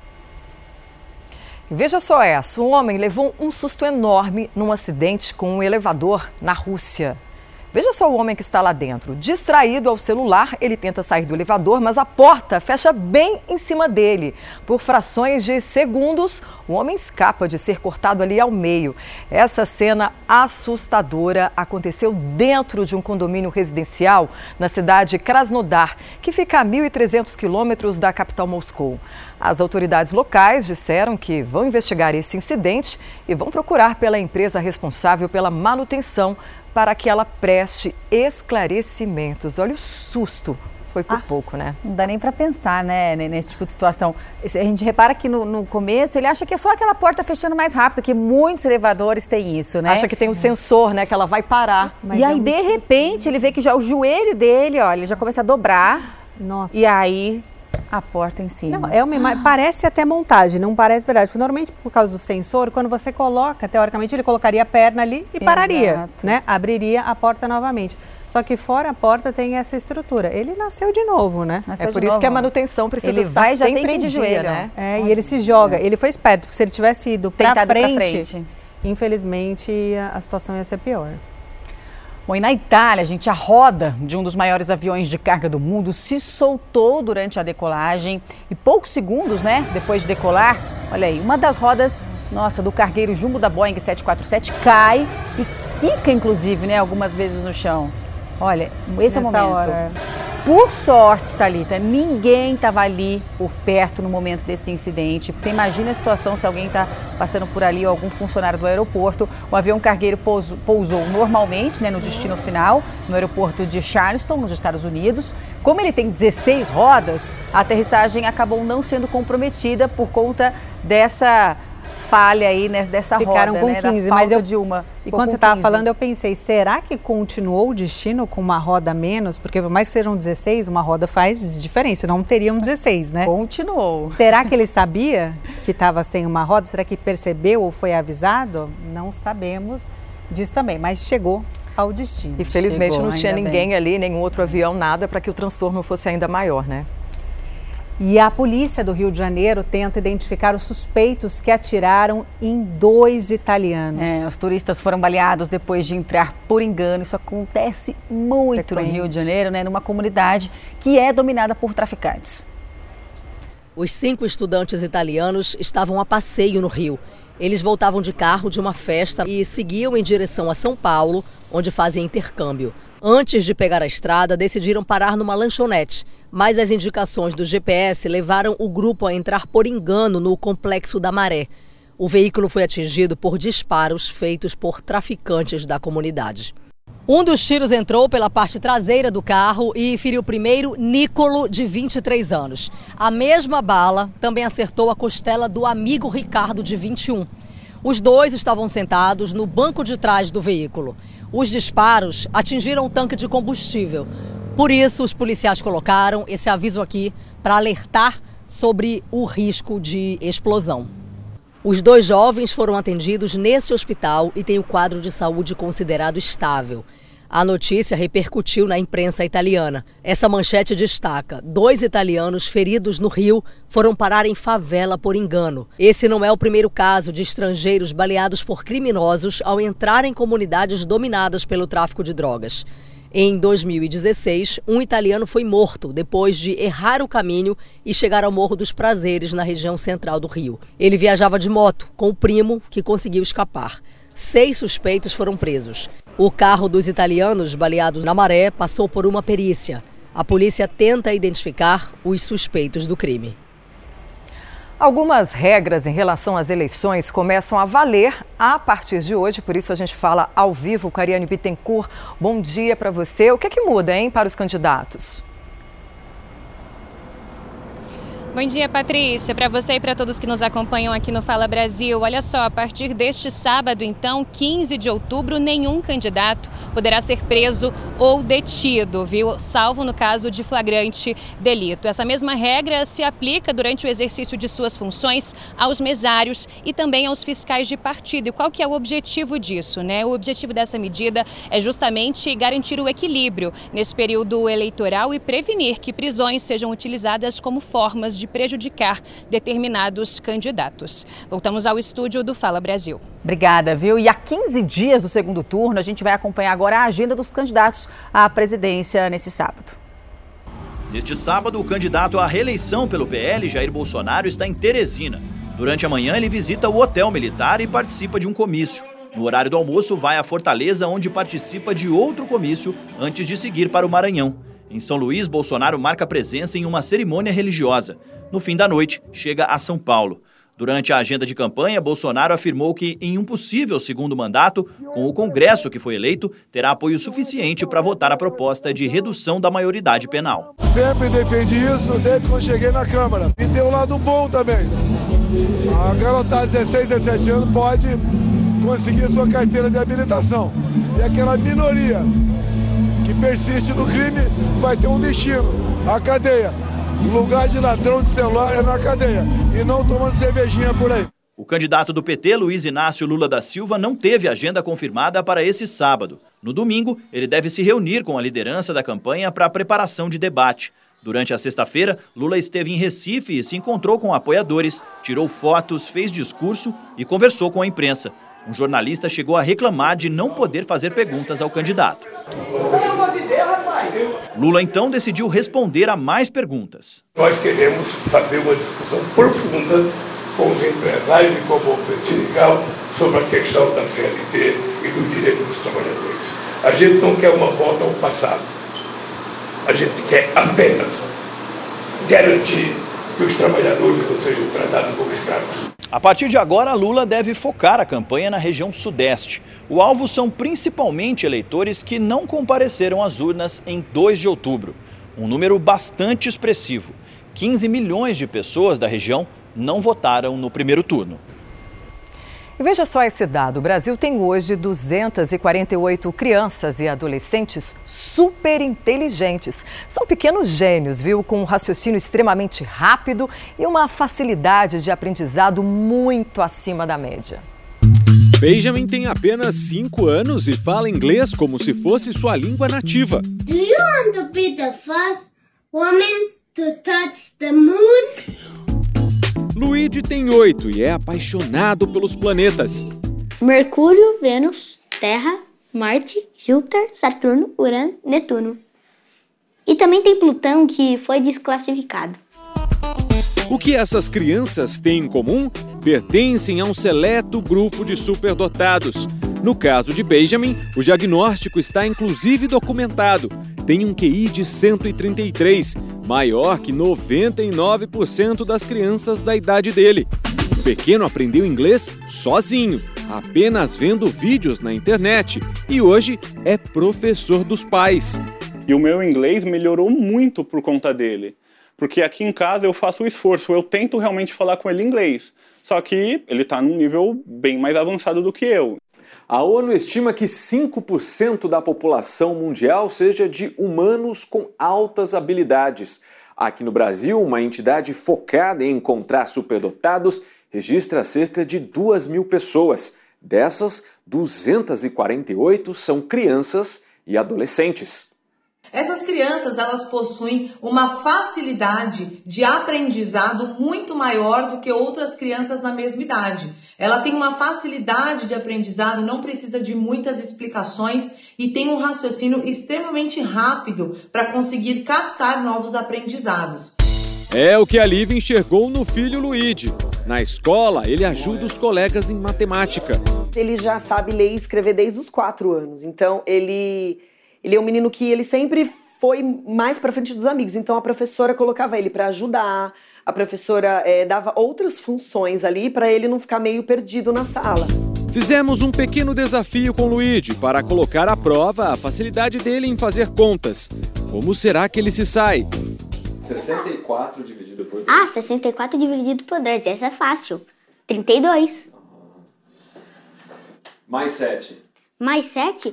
Veja só essa, um homem levou um susto enorme num acidente com um elevador na Rússia. Veja só o homem que está lá dentro. Distraído ao celular, ele tenta sair do elevador, mas a porta fecha bem em cima dele. Por frações de segundos, o homem escapa de ser cortado ali ao meio. Essa cena assustadora aconteceu dentro de um condomínio residencial na cidade de Krasnodar, que fica a 1.300 quilômetros da capital Moscou. As autoridades locais disseram que vão investigar esse incidente e vão procurar pela empresa responsável pela manutenção para que ela preste esclarecimentos. Olha o susto. Foi por pouco, né? Não dá nem para pensar, né, nesse tipo de situação. A gente repara que no começo ele acha que é só aquela porta fechando mais rápido, que muitos elevadores têm isso, né? Acha que tem um sensor, né, que ela vai parar. Mas e aí, de repente, ele vê que já o joelho dele, ó, ele já começa a dobrar. Nossa. E aí a porta em cima. Não, é uma imagem, parece até montagem, não parece verdade. Porque normalmente, por causa do sensor, quando você coloca, teoricamente, ele colocaria a perna ali e pararia, né? Abriria a porta novamente. Só que fora a porta tem essa estrutura. Ele nasceu de novo, né? É por isso que a manutenção precisa ele estar vai, já sempre tem que ir de joelho, né? É, e ele se joga. Ele foi esperto, porque se ele tivesse ido pra frente, infelizmente, a situação ia ser pior. Bom, e na Itália, gente, a roda de um dos maiores aviões de carga do mundo se soltou durante a decolagem e poucos segundos, né, depois de decolar, olha aí, uma das rodas, nossa, do cargueiro jumbo da Boeing 747 cai e quica, inclusive, né, algumas vezes no chão. Olha, esse é o momento. Hora. Por sorte, Thalita, ninguém estava ali por perto no momento desse incidente. Você imagina a situação se alguém está passando por ali ou algum funcionário do aeroporto. O avião cargueiro pousou normalmente, né, no destino final, no aeroporto de Charleston, nos Estados Unidos. Como ele tem 16 rodas, a aterrissagem acabou não sendo comprometida por conta dessa falha aí, né, dessa Ficaram roda, com né, 15, da mas falta de uma. E quando você estava falando, eu pensei, será que continuou o destino com uma roda a menos? Porque por mais que sejam 16, uma roda faz diferença, não teriam 16, né? Continuou. Será que ele sabia que estava sem uma roda? Será que percebeu ou foi avisado? Não sabemos disso também, mas chegou ao destino. E felizmente Chegou, não tinha ninguém bem. ali, nenhum outro avião, nada, para que o transtorno fosse ainda maior, né? E a polícia do Rio de Janeiro tenta identificar os suspeitos que atiraram em 2 italianos. Os turistas foram baleados depois de entrar por engano. Isso acontece muito no Rio de Janeiro, né, numa comunidade que é dominada por traficantes. Os 5 estudantes italianos estavam a passeio no Rio. Eles voltavam de carro de uma festa e seguiam em direção a São Paulo, onde fazem intercâmbio. Antes de pegar a estrada, decidiram parar numa lanchonete, mas as indicações do GPS levaram o grupo a entrar por engano no Complexo da Maré. O veículo foi atingido por disparos feitos por traficantes da comunidade. Um dos tiros entrou pela parte traseira do carro e feriu primeiro Nicolo, de 23 anos. A mesma bala também acertou a costela do amigo Ricardo, de 21. Os dois estavam sentados no banco de trás do veículo. Os disparos atingiram o tanque de combustível. Por isso, os policiais colocaram esse aviso aqui para alertar sobre o risco de explosão. Os dois jovens foram atendidos nesse hospital e têm o quadro de saúde considerado estável. A notícia repercutiu na imprensa italiana. Essa manchete destaca: 2 italianos feridos no Rio foram parar em favela por engano. Esse não é o primeiro caso de estrangeiros baleados por criminosos ao entrar em comunidades dominadas pelo tráfico de drogas. Em 2016, um italiano foi morto depois de errar o caminho e chegar ao Morro dos Prazeres, na região central do Rio. Ele viajava de moto com o primo, que conseguiu escapar. 6 suspeitos foram presos. O carro dos italianos baleados na Maré passou por uma perícia. A polícia tenta identificar os suspeitos do crime. Algumas regras em relação às eleições começam a valer a partir de hoje, por isso a gente fala ao vivo com a Ariane Bittencourt. Bom dia para você. O que é que muda, hein, para os candidatos? Bom dia, Patrícia, para você e para todos que nos acompanham aqui no Fala Brasil. Olha só, a partir deste sábado, então, 15 de outubro, nenhum candidato poderá ser preso ou detido, viu? Salvo no caso de flagrante delito. Essa mesma regra se aplica durante o exercício de suas funções aos mesários e também aos fiscais de partido. E qual que é o objetivo disso, né? O objetivo dessa medida é justamente garantir o equilíbrio nesse período eleitoral e prevenir que prisões sejam utilizadas como formas de prejudicar determinados candidatos. Voltamos ao estúdio do Fala Brasil. Obrigada, viu? E há 15 dias do segundo turno, a gente vai acompanhar agora a agenda dos candidatos à presidência nesse sábado. Neste sábado, o candidato à reeleição pelo PL, Jair Bolsonaro, está em Teresina. Durante a manhã, ele visita o Hotel Militar e participa de um comício. No horário do almoço, vai a Fortaleza, onde participa de outro comício antes de seguir para o Maranhão. Em São Luís, Bolsonaro marca presença em uma cerimônia religiosa. No fim da noite, chega a São Paulo. Durante a agenda de campanha, Bolsonaro afirmou que, em um possível segundo mandato, com o Congresso que foi eleito, terá apoio suficiente para votar a proposta de redução da maioridade penal. Sempre defendi isso desde quando cheguei na Câmara. E tem um lado bom também. A garotada de 16, 17 anos pode conseguir sua carteira de habilitação. E aquela minoria que persiste no crime vai ter um destino, a cadeia. O lugar de ladrão de celular é na cadeia e não tomando cervejinha por aí. O candidato do PT, Luiz Inácio Lula da Silva, não teve agenda confirmada para esse sábado. No domingo, ele deve se reunir com a liderança da campanha para a preparação de debate. Durante a sexta-feira, Lula esteve em Recife e se encontrou com apoiadores, tirou fotos, fez discurso e conversou com a imprensa. Um jornalista chegou a reclamar de não poder fazer perguntas ao candidato. Lula, então, decidiu responder a mais perguntas. Nós queremos fazer uma discussão profunda com os empresários e com o movimento sindical sobre a questão da CLT e dos direitos dos trabalhadores. A gente não quer uma volta ao passado. A gente quer apenas garantir que os trabalhadores não sejam tratados como escravos. A partir de agora, Lula deve focar a campanha na região sudeste. O alvo são principalmente eleitores que não compareceram às urnas em 2 de outubro. Um número bastante expressivo. 15 milhões de pessoas da região não votaram no primeiro turno. E veja só esse dado, o Brasil tem hoje 248 crianças e adolescentes super inteligentes. São pequenos gênios, viu? Com um raciocínio extremamente rápido e uma facilidade de aprendizado muito acima da média. Benjamin tem apenas 5 anos e fala inglês como se fosse sua língua nativa. Do you want to be the first woman to touch the moon? Luigi tem 8 e é apaixonado pelos planetas. Mercúrio, Vênus, Terra, Marte, Júpiter, Saturno, Urano, Netuno. E também tem Plutão, que foi desclassificado. O que essas crianças têm em comum? Pertencem a um seleto grupo de superdotados. No caso de Benjamin, o diagnóstico está inclusive documentado. Tem um QI de 133, maior que 99% das crianças da idade dele. pequeno aprendeu inglês sozinho, apenas vendo vídeos na internet, e hoje é professor dos pais. E o meu inglês melhorou muito por conta dele, porque aqui em casa eu faço o esforço, eu tento realmente falar com ele em inglês, só que ele está num nível bem mais avançado do que eu. A ONU estima que 5% da população mundial seja de humanos com altas habilidades. Aqui no Brasil, uma entidade focada em encontrar superdotados registra cerca de 2.000 pessoas. Dessas, 248 são crianças e adolescentes. Essas crianças, elas possuem uma facilidade de aprendizado muito maior do que outras crianças na mesma idade. Ela tem uma facilidade de aprendizado, não precisa de muitas explicações e tem um raciocínio extremamente rápido para conseguir captar novos aprendizados. É o que a Lívia enxergou no filho Luigi. Na escola, ele ajuda os colegas em matemática. Ele já sabe ler e escrever desde os 4 anos, então ele é um menino que ele sempre foi mais para frente dos amigos, então a professora colocava ele para ajudar, a professora dava outras funções ali para ele não ficar meio perdido na sala. Fizemos um pequeno desafio com o Luigi para colocar à prova a facilidade dele em fazer contas. Como será que ele se sai? 64 dividido por 2. Ah, 64 dividido por 2, essa é fácil. 32. Mais 7. Mais 7?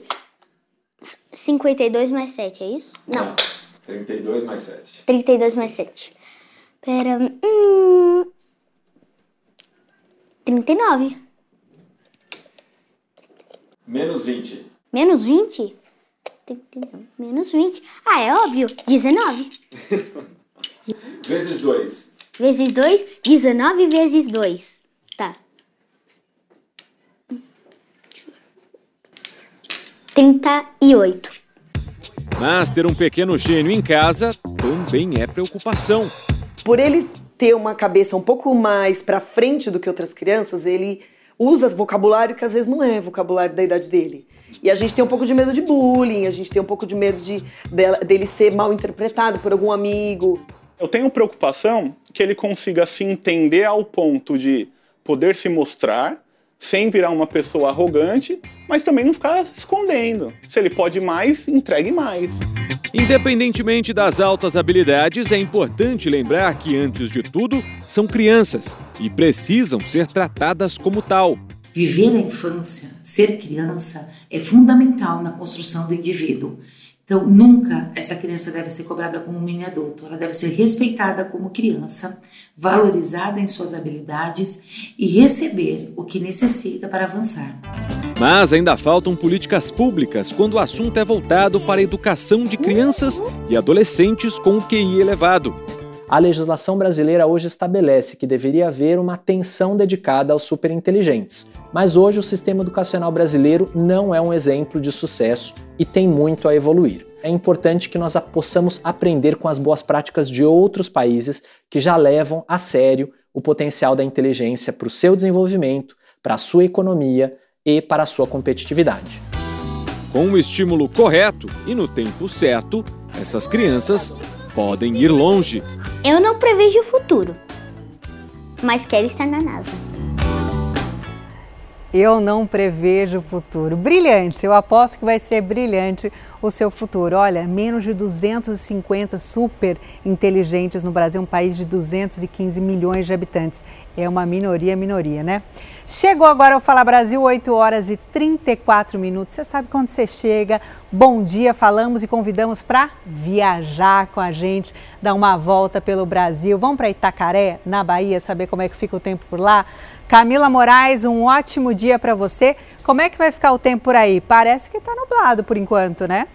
52 mais 7, é isso? Não. 32 mais 7. 32 mais 7. Pera. 39. Menos 20. Menos 20? Menos 20. Ah, é óbvio. 19. Vezes 2. Vezes 2? 19 vezes 2. Tá. 38. Mas ter um pequeno gênio em casa também é preocupação. Por ele ter uma cabeça um pouco mais pra frente do que outras crianças, ele usa vocabulário que às vezes não é vocabulário da idade dele. E a gente tem um pouco de medo de bullying, a gente tem um pouco de medo dele ser mal interpretado por algum amigo. Eu tenho preocupação que ele consiga se entender ao ponto de poder se mostrar, sem virar uma pessoa arrogante, mas também não ficar escondendo. Se ele pode mais, entregue mais. Independentemente das altas habilidades, é importante lembrar que, antes de tudo, são crianças e precisam ser tratadas como tal. Viver a infância, ser criança, é fundamental na construção do indivíduo. Então, nunca essa criança deve ser cobrada como um mini adulto. Ela deve ser respeitada como criança, valorizada em suas habilidades e receber o que necessita para avançar. Mas ainda faltam políticas públicas quando o assunto é voltado para a educação de crianças e adolescentes com o QI elevado. A legislação brasileira hoje estabelece que deveria haver uma atenção dedicada aos superinteligentes. Mas hoje o sistema educacional brasileiro não é um exemplo de sucesso e tem muito a evoluir. É importante que nós possamos aprender com as boas práticas de outros países que já levam a sério o potencial da inteligência para o seu desenvolvimento, para a sua economia e para a sua competitividade. Com o estímulo correto e no tempo certo, essas crianças podem ir longe. Eu não prevejo o futuro, mas quero estar na NASA. Eu não prevejo o futuro. Brilhante, eu aposto que vai ser brilhante o seu futuro. Olha, menos de 250 super inteligentes no Brasil, um país de 215 milhões de habitantes. É uma minoria, né? Chegou agora o Fala Brasil, 8h34. Você sabe quando você chega. Bom dia, falamos e convidamos para viajar com a gente, dar uma volta pelo Brasil. Vamos para Itacaré, na Bahia, saber como é que fica o tempo por lá? Camila Moraes, um ótimo dia para você. Como é que vai ficar o tempo por aí? Parece que está nublado por enquanto, né?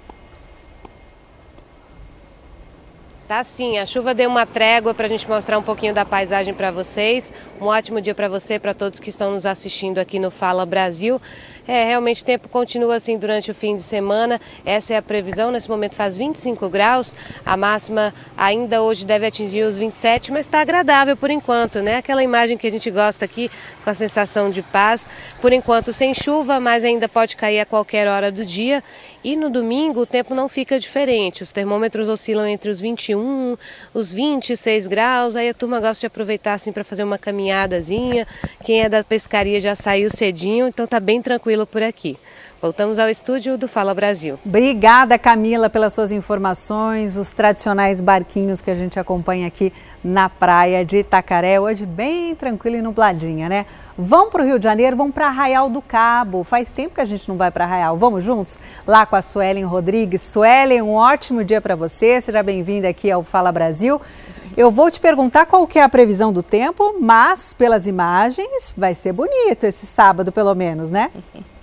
Tá sim, a chuva deu uma trégua para a gente mostrar um pouquinho da paisagem para vocês. Um ótimo dia para você, para todos que estão nos assistindo aqui no Fala Brasil. Realmente o tempo continua assim durante o fim de semana. Essa é a previsão. Nesse momento faz 25 graus. A máxima ainda hoje deve atingir os 27, mas está agradável por enquanto, né? Aquela imagem que a gente gosta aqui, com a sensação de paz. Por enquanto sem chuva, mas ainda pode cair a qualquer hora do dia. E no domingo o tempo não fica diferente. Os termômetros oscilam entre os 21, os 26 graus. Aí a turma gosta de aproveitar assim para fazer uma caminhadazinha. Quem é da pescaria já saiu cedinho, então tá bem tranquilo por aqui. Voltamos ao estúdio do Fala Brasil. Obrigada, Camila, pelas suas informações, os tradicionais barquinhos que a gente acompanha aqui na praia de Itacaré, hoje bem tranquila e nubladinha, né? Vamos para o Rio de Janeiro, vamos para Arraial do Cabo. Faz tempo que a gente não vai para Arraial. Vamos juntos? Lá com a Suelen Rodrigues. Suelen, um ótimo dia para você. Seja bem-vinda aqui ao Fala Brasil. Eu vou te perguntar qual que é a previsão do tempo, mas pelas imagens vai ser bonito esse sábado, pelo menos, né?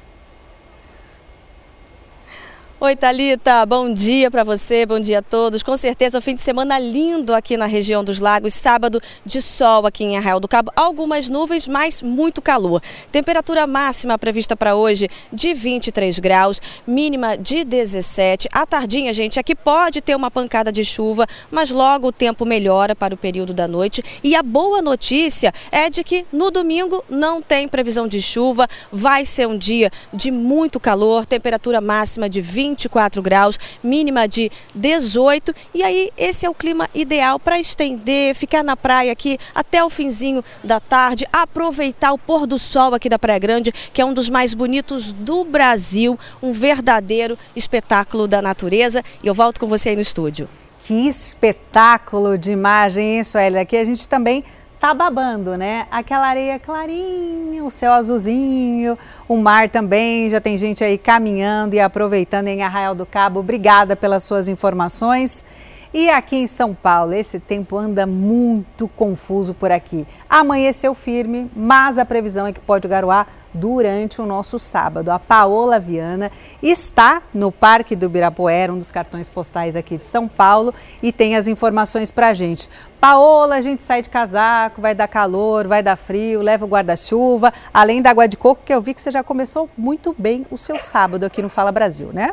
Oi, Thalita, bom dia para você, bom dia a todos. Com certeza, um fim de semana lindo aqui na região dos lagos, sábado de sol aqui em Arraial do Cabo. Algumas nuvens, mas muito calor. Temperatura máxima prevista para hoje de 23 graus, mínima de 17. À tardinha, gente, aqui pode ter uma pancada de chuva, mas logo o tempo melhora para o período da noite. E a boa notícia é de que no domingo não tem previsão de chuva, vai ser um dia de muito calor, temperatura máxima de 24 graus, mínima de 18, e aí esse é o clima ideal para estender, ficar na praia aqui até o finzinho da tarde, aproveitar o pôr do sol aqui da Praia Grande, que é um dos mais bonitos do Brasil, um verdadeiro espetáculo da natureza. E eu volto com você aí no estúdio. Que espetáculo de imagem, hein, Sueli? Aqui a gente também tá babando, né? Aquela areia clarinha, o céu azulzinho, o mar também, já tem gente aí caminhando e aproveitando em Arraial do Cabo. Obrigada pelas suas informações. E aqui em São Paulo, esse tempo anda muito confuso por aqui. Amanheceu firme, mas a previsão é que pode garoar durante o nosso sábado. A Paola Viana está no Parque do Ibirapuera, um dos cartões postais aqui de São Paulo, e tem as informações pra gente. Paola, a gente sai de casaco, vai dar calor, vai dar frio, leva o guarda-chuva, além da água de coco, que eu vi que você já começou muito bem o seu sábado aqui no Fala Brasil, né?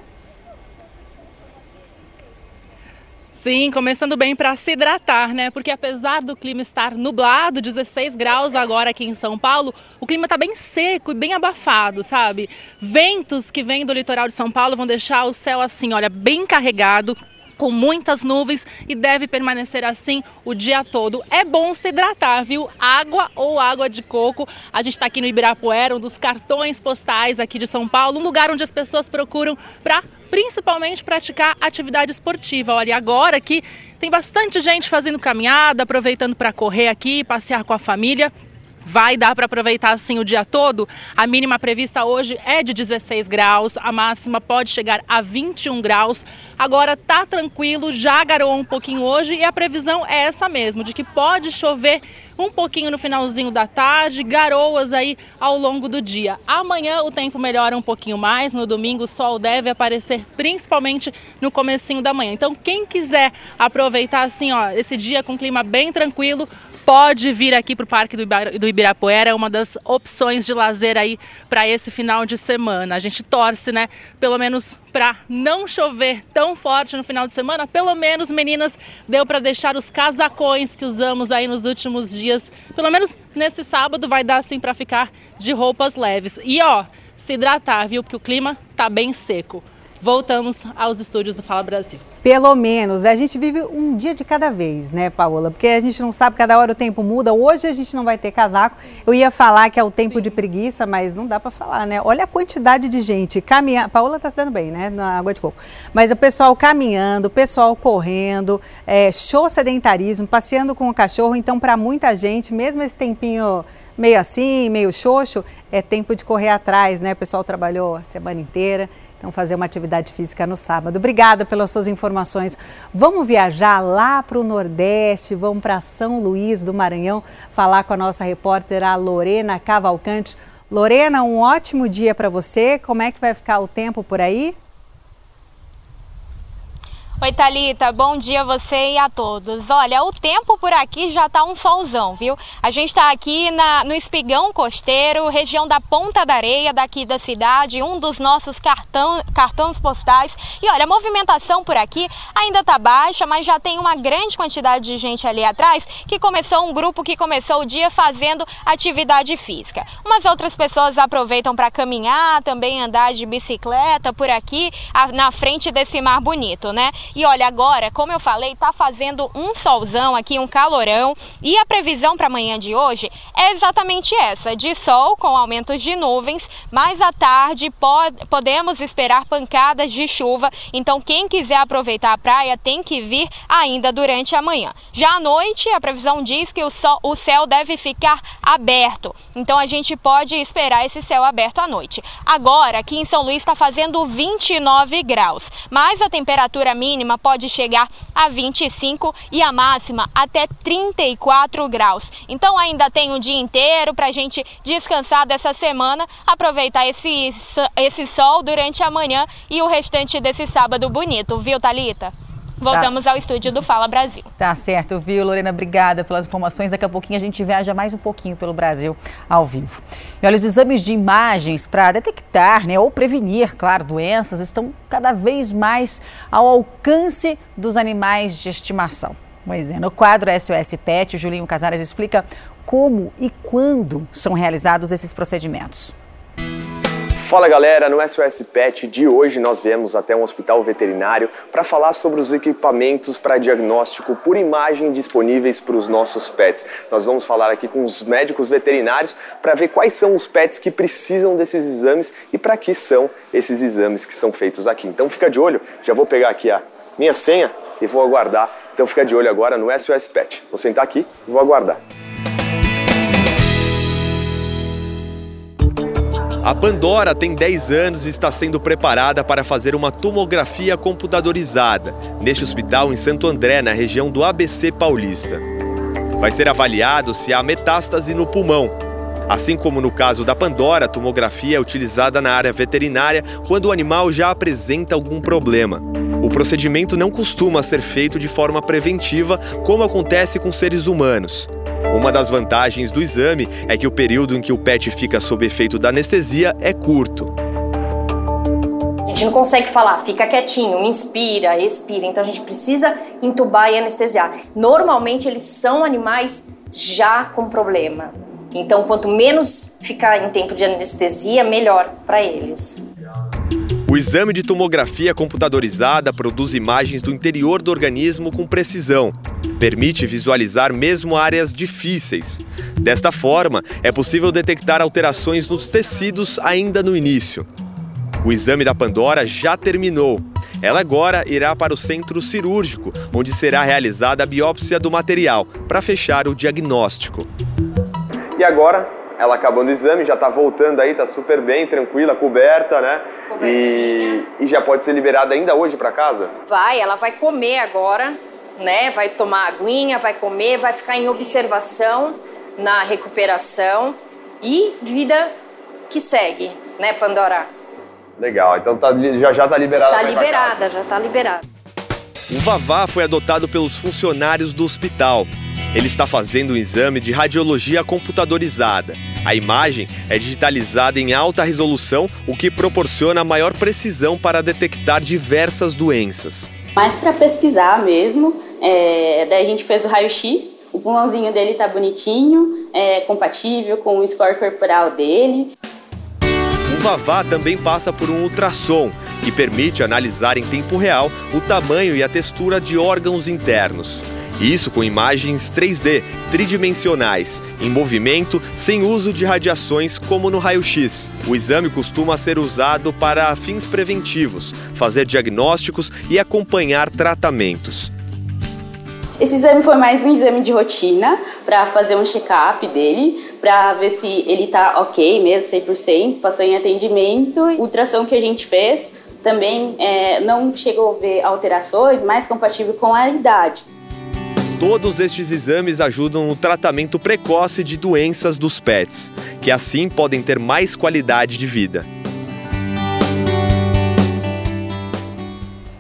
Sim, começando bem para se hidratar, né? Porque apesar do clima estar nublado, 16 graus agora aqui em São Paulo, o clima está bem seco e bem abafado, sabe? Ventos que vêm do litoral de São Paulo vão deixar o céu assim, olha, bem carregado, com muitas nuvens, e deve permanecer assim o dia todo. É bom se hidratar, viu? Água ou água de coco. A gente está aqui no Ibirapuera, um dos cartões postais aqui de São Paulo, um lugar onde as pessoas procuram para principalmente praticar atividade esportiva. Olha, agora aqui tem bastante gente fazendo caminhada, aproveitando para correr aqui, passear com a família. Vai dar para aproveitar assim o dia todo. A mínima prevista hoje é de 16 graus, a máxima pode chegar a 21 graus. Agora tá tranquilo, já garoou um pouquinho hoje e a previsão é essa mesmo, de que pode chover um pouquinho no finalzinho da tarde, garoas aí ao longo do dia. Amanhã o tempo melhora um pouquinho mais, no domingo o sol deve aparecer principalmente no comecinho da manhã. Então quem quiser aproveitar assim, ó, esse dia com clima bem tranquilo, pode vir aqui para o Parque do Ibirapuera, é uma das opções de lazer aí para esse final de semana. A gente torce, né, pelo menos para não chover tão forte no final de semana. Pelo menos, meninas, deu para deixar os casacões que usamos aí nos últimos dias. Pelo menos nesse sábado vai dar assim para ficar de roupas leves. E ó, se hidratar, viu, porque o clima tá bem seco. Voltamos aos estúdios do Fala Brasil. Pelo menos, a gente vive um dia de cada vez, né, Paola? Porque a gente não sabe, cada hora o tempo muda. Hoje a gente não vai ter casaco. Eu ia falar que é o tempo de preguiça, mas não dá para falar, né? Olha a quantidade de gente caminhando. Paola tá se dando bem, né, na água de coco. Mas o pessoal caminhando, o pessoal correndo, show sedentarismo, passeando com o cachorro. Então, para muita gente, mesmo esse tempinho meio assim, meio xoxo, é tempo de correr atrás, né? O pessoal trabalhou a semana inteira. Então, fazer uma atividade física no sábado. Obrigada pelas suas informações. Vamos viajar lá para o Nordeste, vamos para São Luís do Maranhão, falar com a nossa repórter, a Lorena Cavalcante. Lorena, um ótimo dia para você. Como é que vai ficar o tempo por aí? Oi, Thalita, bom dia a você e a todos. Olha, o tempo por aqui já tá um solzão, viu? A gente tá aqui no Espigão Costeiro, região da Ponta da Areia, daqui da cidade, um dos nossos cartões postais. E olha, a movimentação por aqui ainda tá baixa, mas já tem uma grande quantidade de gente ali atrás um grupo que começou o dia fazendo atividade física. Umas outras pessoas aproveitam para caminhar, também andar de bicicleta por aqui, na frente desse mar bonito, né? E olha, agora, como eu falei, tá fazendo um solzão aqui, um calorão, e a previsão para amanhã de hoje é exatamente essa, de sol com aumentos de nuvens, mas à tarde podemos esperar pancadas de chuva, então quem quiser aproveitar a praia tem que vir ainda durante a manhã. Já à noite, a previsão diz que o céu deve ficar aberto, então a gente pode esperar esse céu aberto à noite. Agora, aqui em São Luís está fazendo 29 graus, mas a temperatura mínima pode chegar a 25 e a máxima até 34 graus. Então ainda tem o dia inteiro para a gente descansar dessa semana, aproveitar esse sol durante a manhã e o restante desse sábado bonito, viu, Thalita? Voltamos ao estúdio do Fala Brasil. Tá certo, viu, Lorena? Obrigada pelas informações. Daqui a pouquinho a gente viaja mais um pouquinho pelo Brasil ao vivo. E olha, os exames de imagens para detectar, ou prevenir, claro, doenças estão cada vez mais ao alcance dos animais de estimação. Pois é, no quadro SOS Pet, o Julinho Casares explica como e quando são realizados esses procedimentos. Fala galera, no SOS Pet de hoje nós viemos até um hospital veterinário para falar sobre os equipamentos para diagnóstico por imagem disponíveis para os nossos pets. Nós vamos falar aqui com os médicos veterinários para ver quais são os pets que precisam desses exames e para que são esses exames que são feitos aqui. Então fica de olho, já vou pegar aqui a minha senha e vou aguardar. Então fica de olho agora no SOS Pet. Vou sentar aqui e vou aguardar. A Pandora tem 10 anos e está sendo preparada para fazer uma tomografia computadorizada neste hospital em Santo André, na região do ABC Paulista. Vai ser avaliado se há metástase no pulmão. Assim como no caso da Pandora, a tomografia é utilizada na área veterinária quando o animal já apresenta algum problema. O procedimento não costuma ser feito de forma preventiva, como acontece com seres humanos. Uma das vantagens do exame é que o período em que o pet fica sob efeito da anestesia é curto. A gente não consegue falar, fica quietinho, inspira, expira, então a gente precisa entubar e anestesiar. Normalmente eles são animais já com problema, então quanto menos ficar em tempo de anestesia, melhor para eles. O exame de tomografia computadorizada produz imagens do interior do organismo com precisão. Permite visualizar mesmo áreas difíceis. Desta forma, é possível detectar alterações nos tecidos ainda no início. O exame da Pandora já terminou. Ela agora irá para o centro cirúrgico, onde será realizada a biópsia do material, para fechar o diagnóstico. E agora, ela acabando o exame, já está voltando aí, está super bem, tranquila, coberta, né? E já pode ser liberada ainda hoje para casa? Ela vai comer agora, né? Vai tomar aguinha, vai comer, vai ficar em observação na recuperação e vida que segue, né, Pandora? Legal, então já está liberada. Já está liberada. O Vavá foi adotado pelos funcionários do hospital. Ele está fazendo um exame de radiologia computadorizada. A imagem é digitalizada em alta resolução, o que proporciona maior precisão para detectar diversas doenças. Mais para pesquisar mesmo, daí a gente fez o raio-x, o pulmãozinho dele está bonitinho, compatível com o score corporal dele. O Vavá também passa por um ultrassom, que permite analisar em tempo real o tamanho e a textura de órgãos internos. Isso com imagens 3D, tridimensionais, em movimento, sem uso de radiações como no raio-x. O exame costuma ser usado para fins preventivos, fazer diagnósticos e acompanhar tratamentos. Esse exame foi mais um exame de rotina para fazer um check-up dele, para ver se ele está ok mesmo, 100%, passou em atendimento. O ultrassom que a gente fez também não chegou a ver alterações, mais compatível com a idade. Todos estes exames ajudam no tratamento precoce de doenças dos pets, que assim podem ter mais qualidade de vida.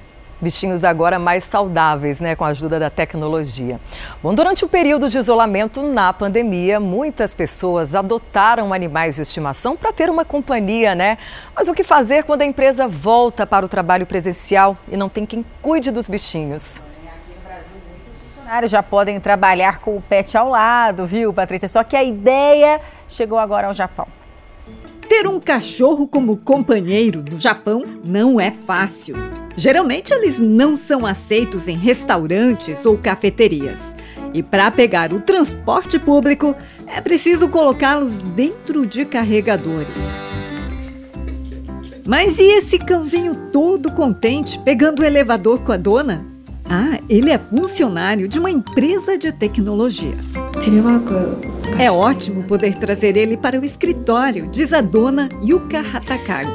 Bichinhos agora mais saudáveis, né, com a ajuda da tecnologia. Bom, durante o período de isolamento na pandemia, muitas pessoas adotaram animais de estimação para ter uma companhia, né? Mas o que fazer quando a empresa volta para o trabalho presencial e não tem quem cuide dos bichinhos? Funcionários já podem trabalhar com o pet ao lado, viu, Patrícia? Só que a ideia chegou agora ao Japão. Ter um cachorro como companheiro no Japão não é fácil. Geralmente eles não são aceitos em restaurantes ou cafeterias. E para pegar o transporte público, é preciso colocá-los dentro de carregadores. Mas e esse cãozinho todo contente pegando o elevador com a dona? Ah, ele é funcionário de uma empresa de tecnologia. É ótimo poder trazer ele para o escritório, diz a dona Yuka Hatakagi.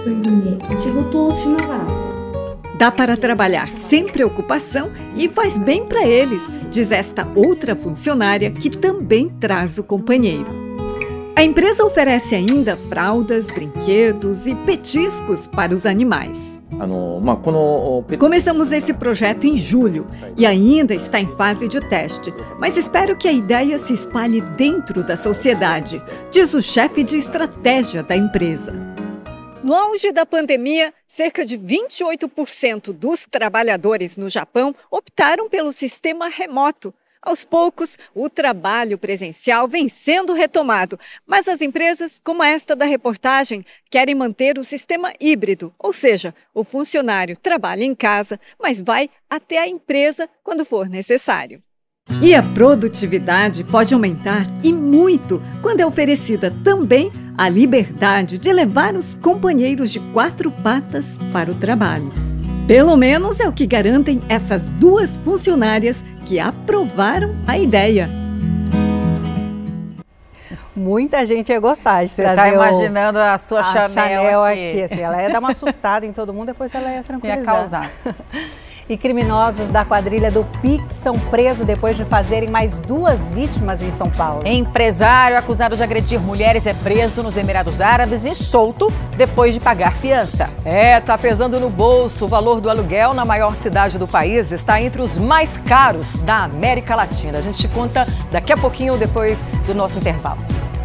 Dá para trabalhar sem preocupação e faz bem para eles, diz esta outra funcionária que também traz o companheiro. A empresa oferece ainda fraldas, brinquedos e petiscos para os animais. Começamos esse projeto em julho e ainda está em fase de teste, mas espero que a ideia se espalhe dentro da sociedade, diz o chefe de estratégia da empresa. No auge da pandemia, cerca de 28% dos trabalhadores no Japão optaram pelo sistema remoto. Aos poucos, o trabalho presencial vem sendo retomado, mas as empresas, como esta da reportagem, querem manter o sistema híbrido, ou seja, o funcionário trabalha em casa, mas vai até a empresa quando for necessário. E a produtividade pode aumentar e muito quando é oferecida também a liberdade de levar os companheiros de 4 patas para o trabalho. Pelo menos é o que garantem essas 2 funcionárias que aprovaram a ideia. Muita gente ia gostar de trazer. Você está imaginando a sua Chanel aqui. Assim, ela ia dar uma assustada em todo mundo, depois ela ia tranquilizar. Ia causar. E criminosos da quadrilha do Pix são presos depois de fazerem mais 2 vítimas em São Paulo. Empresário acusado de agredir mulheres é preso nos Emirados Árabes e solto depois de pagar fiança. Tá pesando no bolso. O valor do aluguel na maior cidade do país está entre os mais caros da América Latina. A gente te conta daqui a pouquinho, depois do nosso intervalo.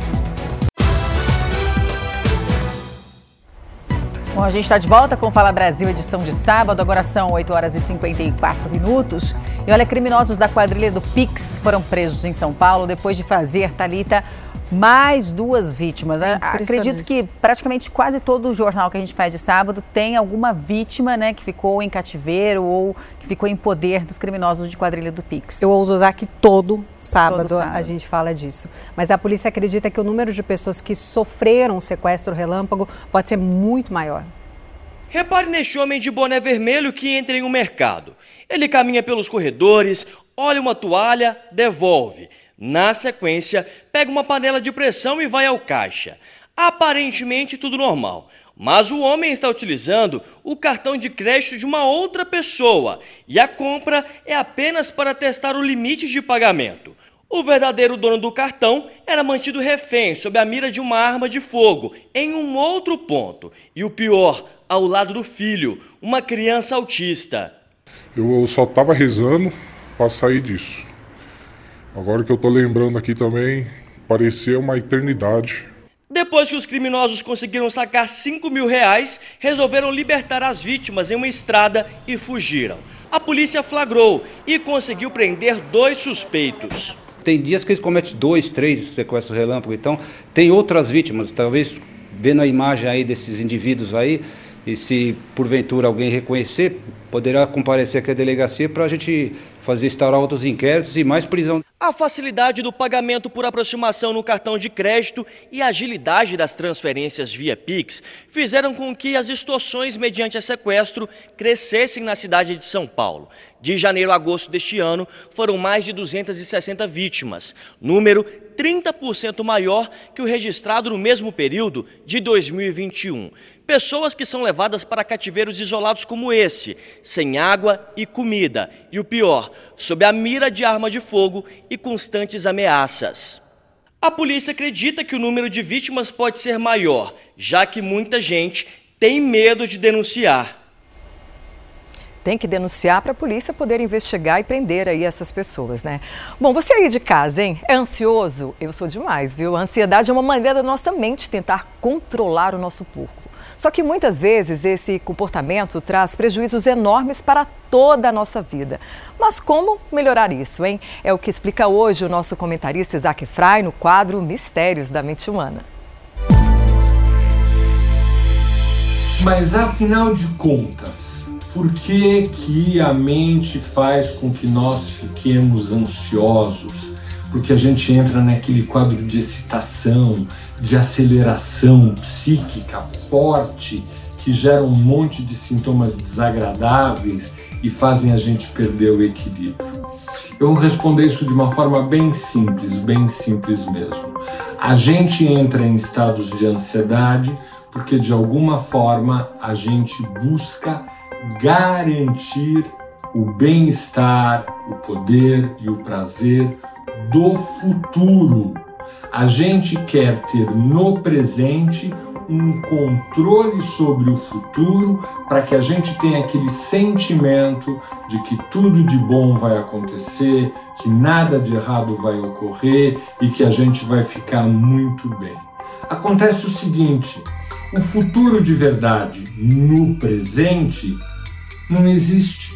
Bom, a gente está de volta com o Fala Brasil, edição de sábado. Agora são 8h54. E olha, criminosos da quadrilha do Pix foram presos em São Paulo depois de fazer, Thalita, mais 2 vítimas. Acredito que praticamente quase todo o jornal que a gente faz de sábado tem alguma vítima, né, que ficou em cativeiro ou que ficou em poder dos criminosos de quadrilha do Pix. Eu ouso usar que todo sábado a gente fala disso. Mas a polícia acredita que o número de pessoas que sofreram sequestro relâmpago pode ser muito maior. Repare neste homem de boné vermelho que entra em um mercado. Ele caminha pelos corredores, olha uma toalha, devolve. Na sequência, pega uma panela de pressão e vai ao caixa. Aparentemente tudo normal, mas o homem está utilizando o cartão de crédito de uma outra pessoa e a compra é apenas para testar o limite de pagamento. O verdadeiro dono do cartão era mantido refém sob a mira de uma arma de fogo em um outro ponto. E o pior, ao lado do filho, uma criança autista. Eu só estava rezando para sair disso. Agora que eu tô lembrando aqui também, parecia uma eternidade. Depois que os criminosos conseguiram sacar R$5.000, resolveram libertar as vítimas em uma estrada e fugiram. A polícia flagrou e conseguiu prender 2 suspeitos. Tem dias que eles cometem 2, 3 sequestros relâmpago, então tem outras vítimas, talvez vendo a imagem aí desses indivíduos aí, e se porventura alguém reconhecer, poderá comparecer aqui à delegacia para a gente instaurar outros inquéritos e mais prisão. A facilidade do pagamento por aproximação no cartão de crédito e a agilidade das transferências via Pix fizeram com que as extorsões mediante sequestro crescessem na cidade de São Paulo. De janeiro a agosto deste ano, foram mais de 260 vítimas, número 30% maior que o registrado no mesmo período de 2021. Pessoas que são levadas para cativeiros isolados como esse, sem água e comida, e o pior, sob a mira de arma de fogo e constantes ameaças. A polícia acredita que o número de vítimas pode ser maior, já que muita gente tem medo de denunciar. tem que denunciar para a polícia poder investigar e prender aí essas pessoas, né? Bom, você aí de casa, hein? É ansioso? Eu sou demais, viu? A ansiedade é uma maneira da nossa mente tentar controlar o nosso corpo. Só que muitas vezes esse comportamento traz prejuízos enormes para toda a nossa vida. Mas como melhorar isso, hein? É o que explica hoje o nosso comentarista Isaac Frei no quadro Mistérios da Mente Humana. Mas afinal de contas, por que a mente faz com que nós fiquemos ansiosos? Porque a gente entra naquele quadro de excitação, de aceleração psíquica forte, que gera um monte de sintomas desagradáveis e fazem a gente perder o equilíbrio. Eu vou responder isso de uma forma bem simples mesmo. A gente entra em estados de ansiedade porque de alguma forma a gente busca garantir o bem-estar, o poder e o prazer do futuro. A gente quer ter no presente um controle sobre o futuro para que a gente tenha aquele sentimento de que tudo de bom vai acontecer, que nada de errado vai ocorrer e que a gente vai ficar muito bem. Acontece o seguinte, o futuro de verdade no presente não existe.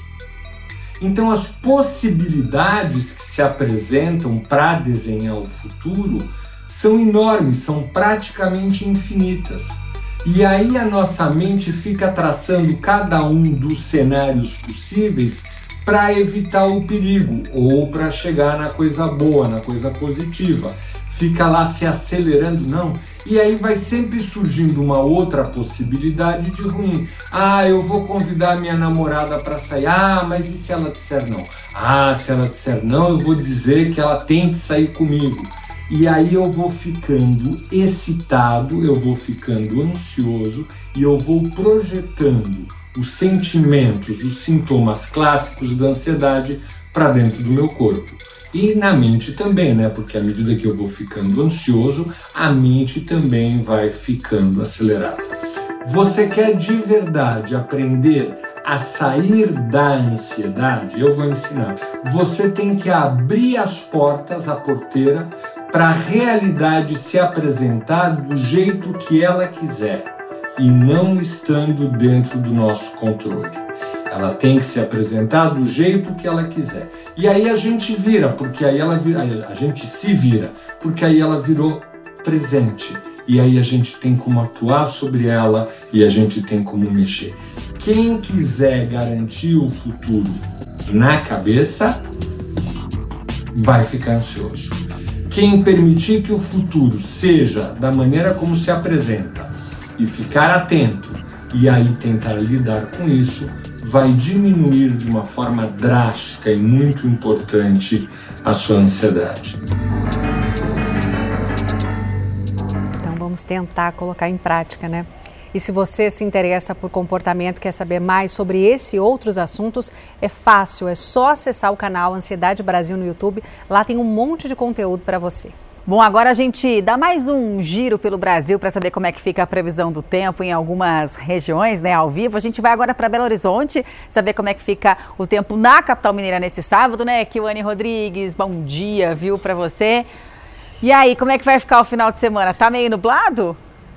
Então as possibilidades que se apresentam para desenhar o futuro são enormes, são praticamente infinitas. E aí a nossa mente fica traçando cada um dos cenários possíveis para evitar o perigo ou para chegar na coisa boa, na coisa positiva. Fica lá se acelerando, não. E aí vai sempre surgindo uma outra possibilidade de ruim. Ah, eu vou convidar minha namorada para sair. Ah, mas e se ela disser não? Ah, se ela disser não, eu vou dizer que ela tem que sair comigo. E aí eu vou ficando excitado, eu vou ficando ansioso e eu vou projetando os sentimentos, os sintomas clássicos da ansiedade para dentro do meu corpo. E na mente também, né? Porque à medida que eu vou ficando ansioso, a mente também vai ficando acelerada. Você quer de verdade aprender a sair da ansiedade? Eu vou ensinar. Você tem que abrir as portas, a porteira, para a realidade se apresentar do jeito que ela quiser e não estando dentro do nosso controle. Ela tem que se apresentar do jeito que ela quiser. E aí a gente vira, porque aí ela vira, a gente se vira, porque aí ela virou presente. E aí a gente tem como atuar sobre ela e a gente tem como mexer. Quem quiser garantir o futuro na cabeça, vai ficar ansioso. Quem permitir que o futuro seja da maneira como se apresenta e ficar atento e aí tentar lidar com isso, vai diminuir de uma forma drástica e muito importante a sua ansiedade. Então vamos tentar colocar em prática, né? E se você se interessa por comportamento, quer saber mais sobre esse e outros assuntos, é fácil, é só acessar o canal Ansiedade Brasil no YouTube. Lá tem um monte de conteúdo para você. Bom, agora a gente dá mais um giro pelo Brasil para saber como é que fica a previsão do tempo em algumas regiões, né, ao vivo. A gente vai agora para Belo Horizonte, saber como é que fica o tempo na capital mineira nesse sábado, né, Kiwane Rodrigues? Bom dia, viu, para você. E aí, como é que vai ficar o final de semana? Tá meio nublado?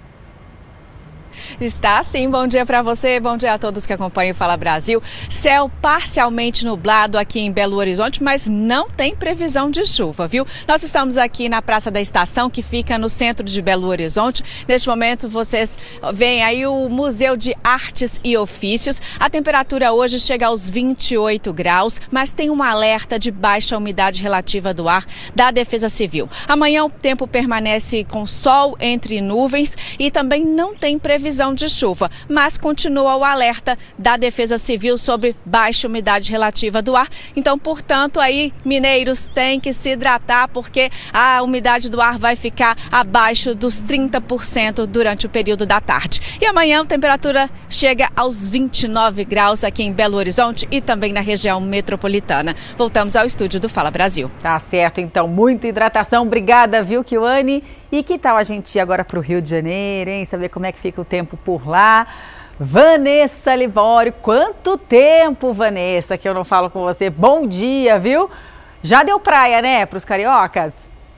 Está sim, bom dia para você, bom dia a todos que acompanham o Fala Brasil. Céu parcialmente nublado aqui em Belo Horizonte, mas não tem previsão de chuva, viu? Nós estamos aqui na Praça da Estação, que fica no centro de Belo Horizonte. Neste momento vocês veem aí o Museu de Artes e Ofícios. A temperatura hoje chega aos 28 graus, mas tem um alerta de baixa umidade relativa do ar da Defesa Civil. Amanhã o tempo permanece com sol entre nuvens e também não tem previsão de chuva, mas continua o alerta da Defesa Civil sobre baixa umidade relativa do ar. Então, portanto, aí mineiros têm que se hidratar porque a umidade do ar vai ficar abaixo dos 30% durante o período da tarde. E amanhã a temperatura chega aos 29 graus aqui em Belo Horizonte e também na região metropolitana. Voltamos ao estúdio do Fala Brasil. Tá certo, então, muita hidratação. Obrigada, viu, Kiwane? E que tal a gente ir agora para o Rio de Janeiro, hein? Saber como é que fica o tempo por lá. Vanessa Libório, quanto tempo, Vanessa, que eu não falo com você. Bom dia, viu? Já deu praia, né, para os cariocas?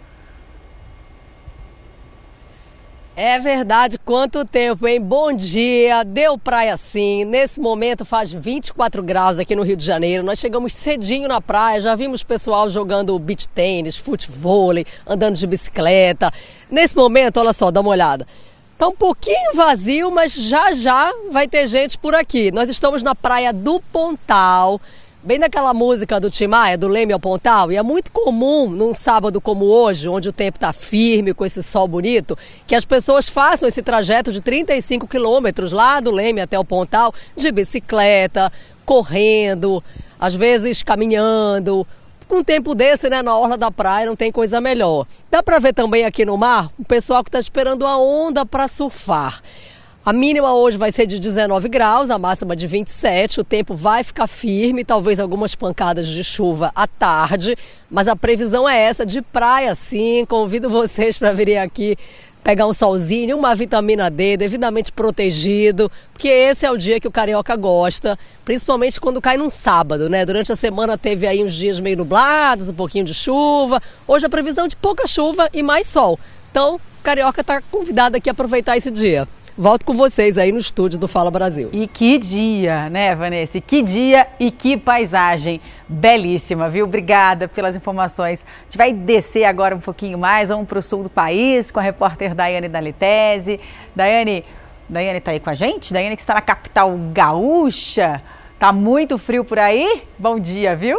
É verdade, quanto tempo, hein? Bom dia, deu praia sim. Nesse momento faz 24 graus aqui no Rio de Janeiro. Nós chegamos cedinho na praia, já vimos pessoal jogando beach tênis, futevôlei, andando de bicicleta. Nesse momento, olha só, dá uma olhada. Tá um pouquinho vazio, mas já vai ter gente por aqui. Nós estamos na praia do Pontal, bem naquela música do Tim Maia, do Leme ao Pontal, e é muito comum num sábado como hoje, onde o tempo está firme, com esse sol bonito, que as pessoas façam esse trajeto de 35 quilômetros lá do Leme até o Pontal, de bicicleta, correndo, às vezes caminhando. Com um tempo desse, né, na orla da praia, não tem coisa melhor. Dá para ver também aqui no mar o pessoal que está esperando a onda para surfar. A mínima hoje vai ser de 19 graus, a máxima de 27, o tempo vai ficar firme, talvez algumas pancadas de chuva à tarde, mas a previsão é essa, de praia sim. Convido vocês para virem aqui pegar um solzinho, uma vitamina D, devidamente protegido, porque esse é o dia que o carioca gosta, principalmente quando cai num sábado, né? Durante a semana teve aí uns dias meio nublados, um pouquinho de chuva, hoje a previsão de pouca chuva e mais sol. Então, o carioca está convidado aqui a aproveitar esse dia. Volto com vocês aí no estúdio do Fala Brasil. E que dia, né, Vanessa? Que dia e que paisagem belíssima, viu? Obrigada pelas informações. A gente vai descer agora um pouquinho mais, vamos para o sul do país com a repórter Daiane Dalitese. Daiane tá aí com a gente? Daiane que está na capital gaúcha. Tá muito frio por aí? Bom dia, viu?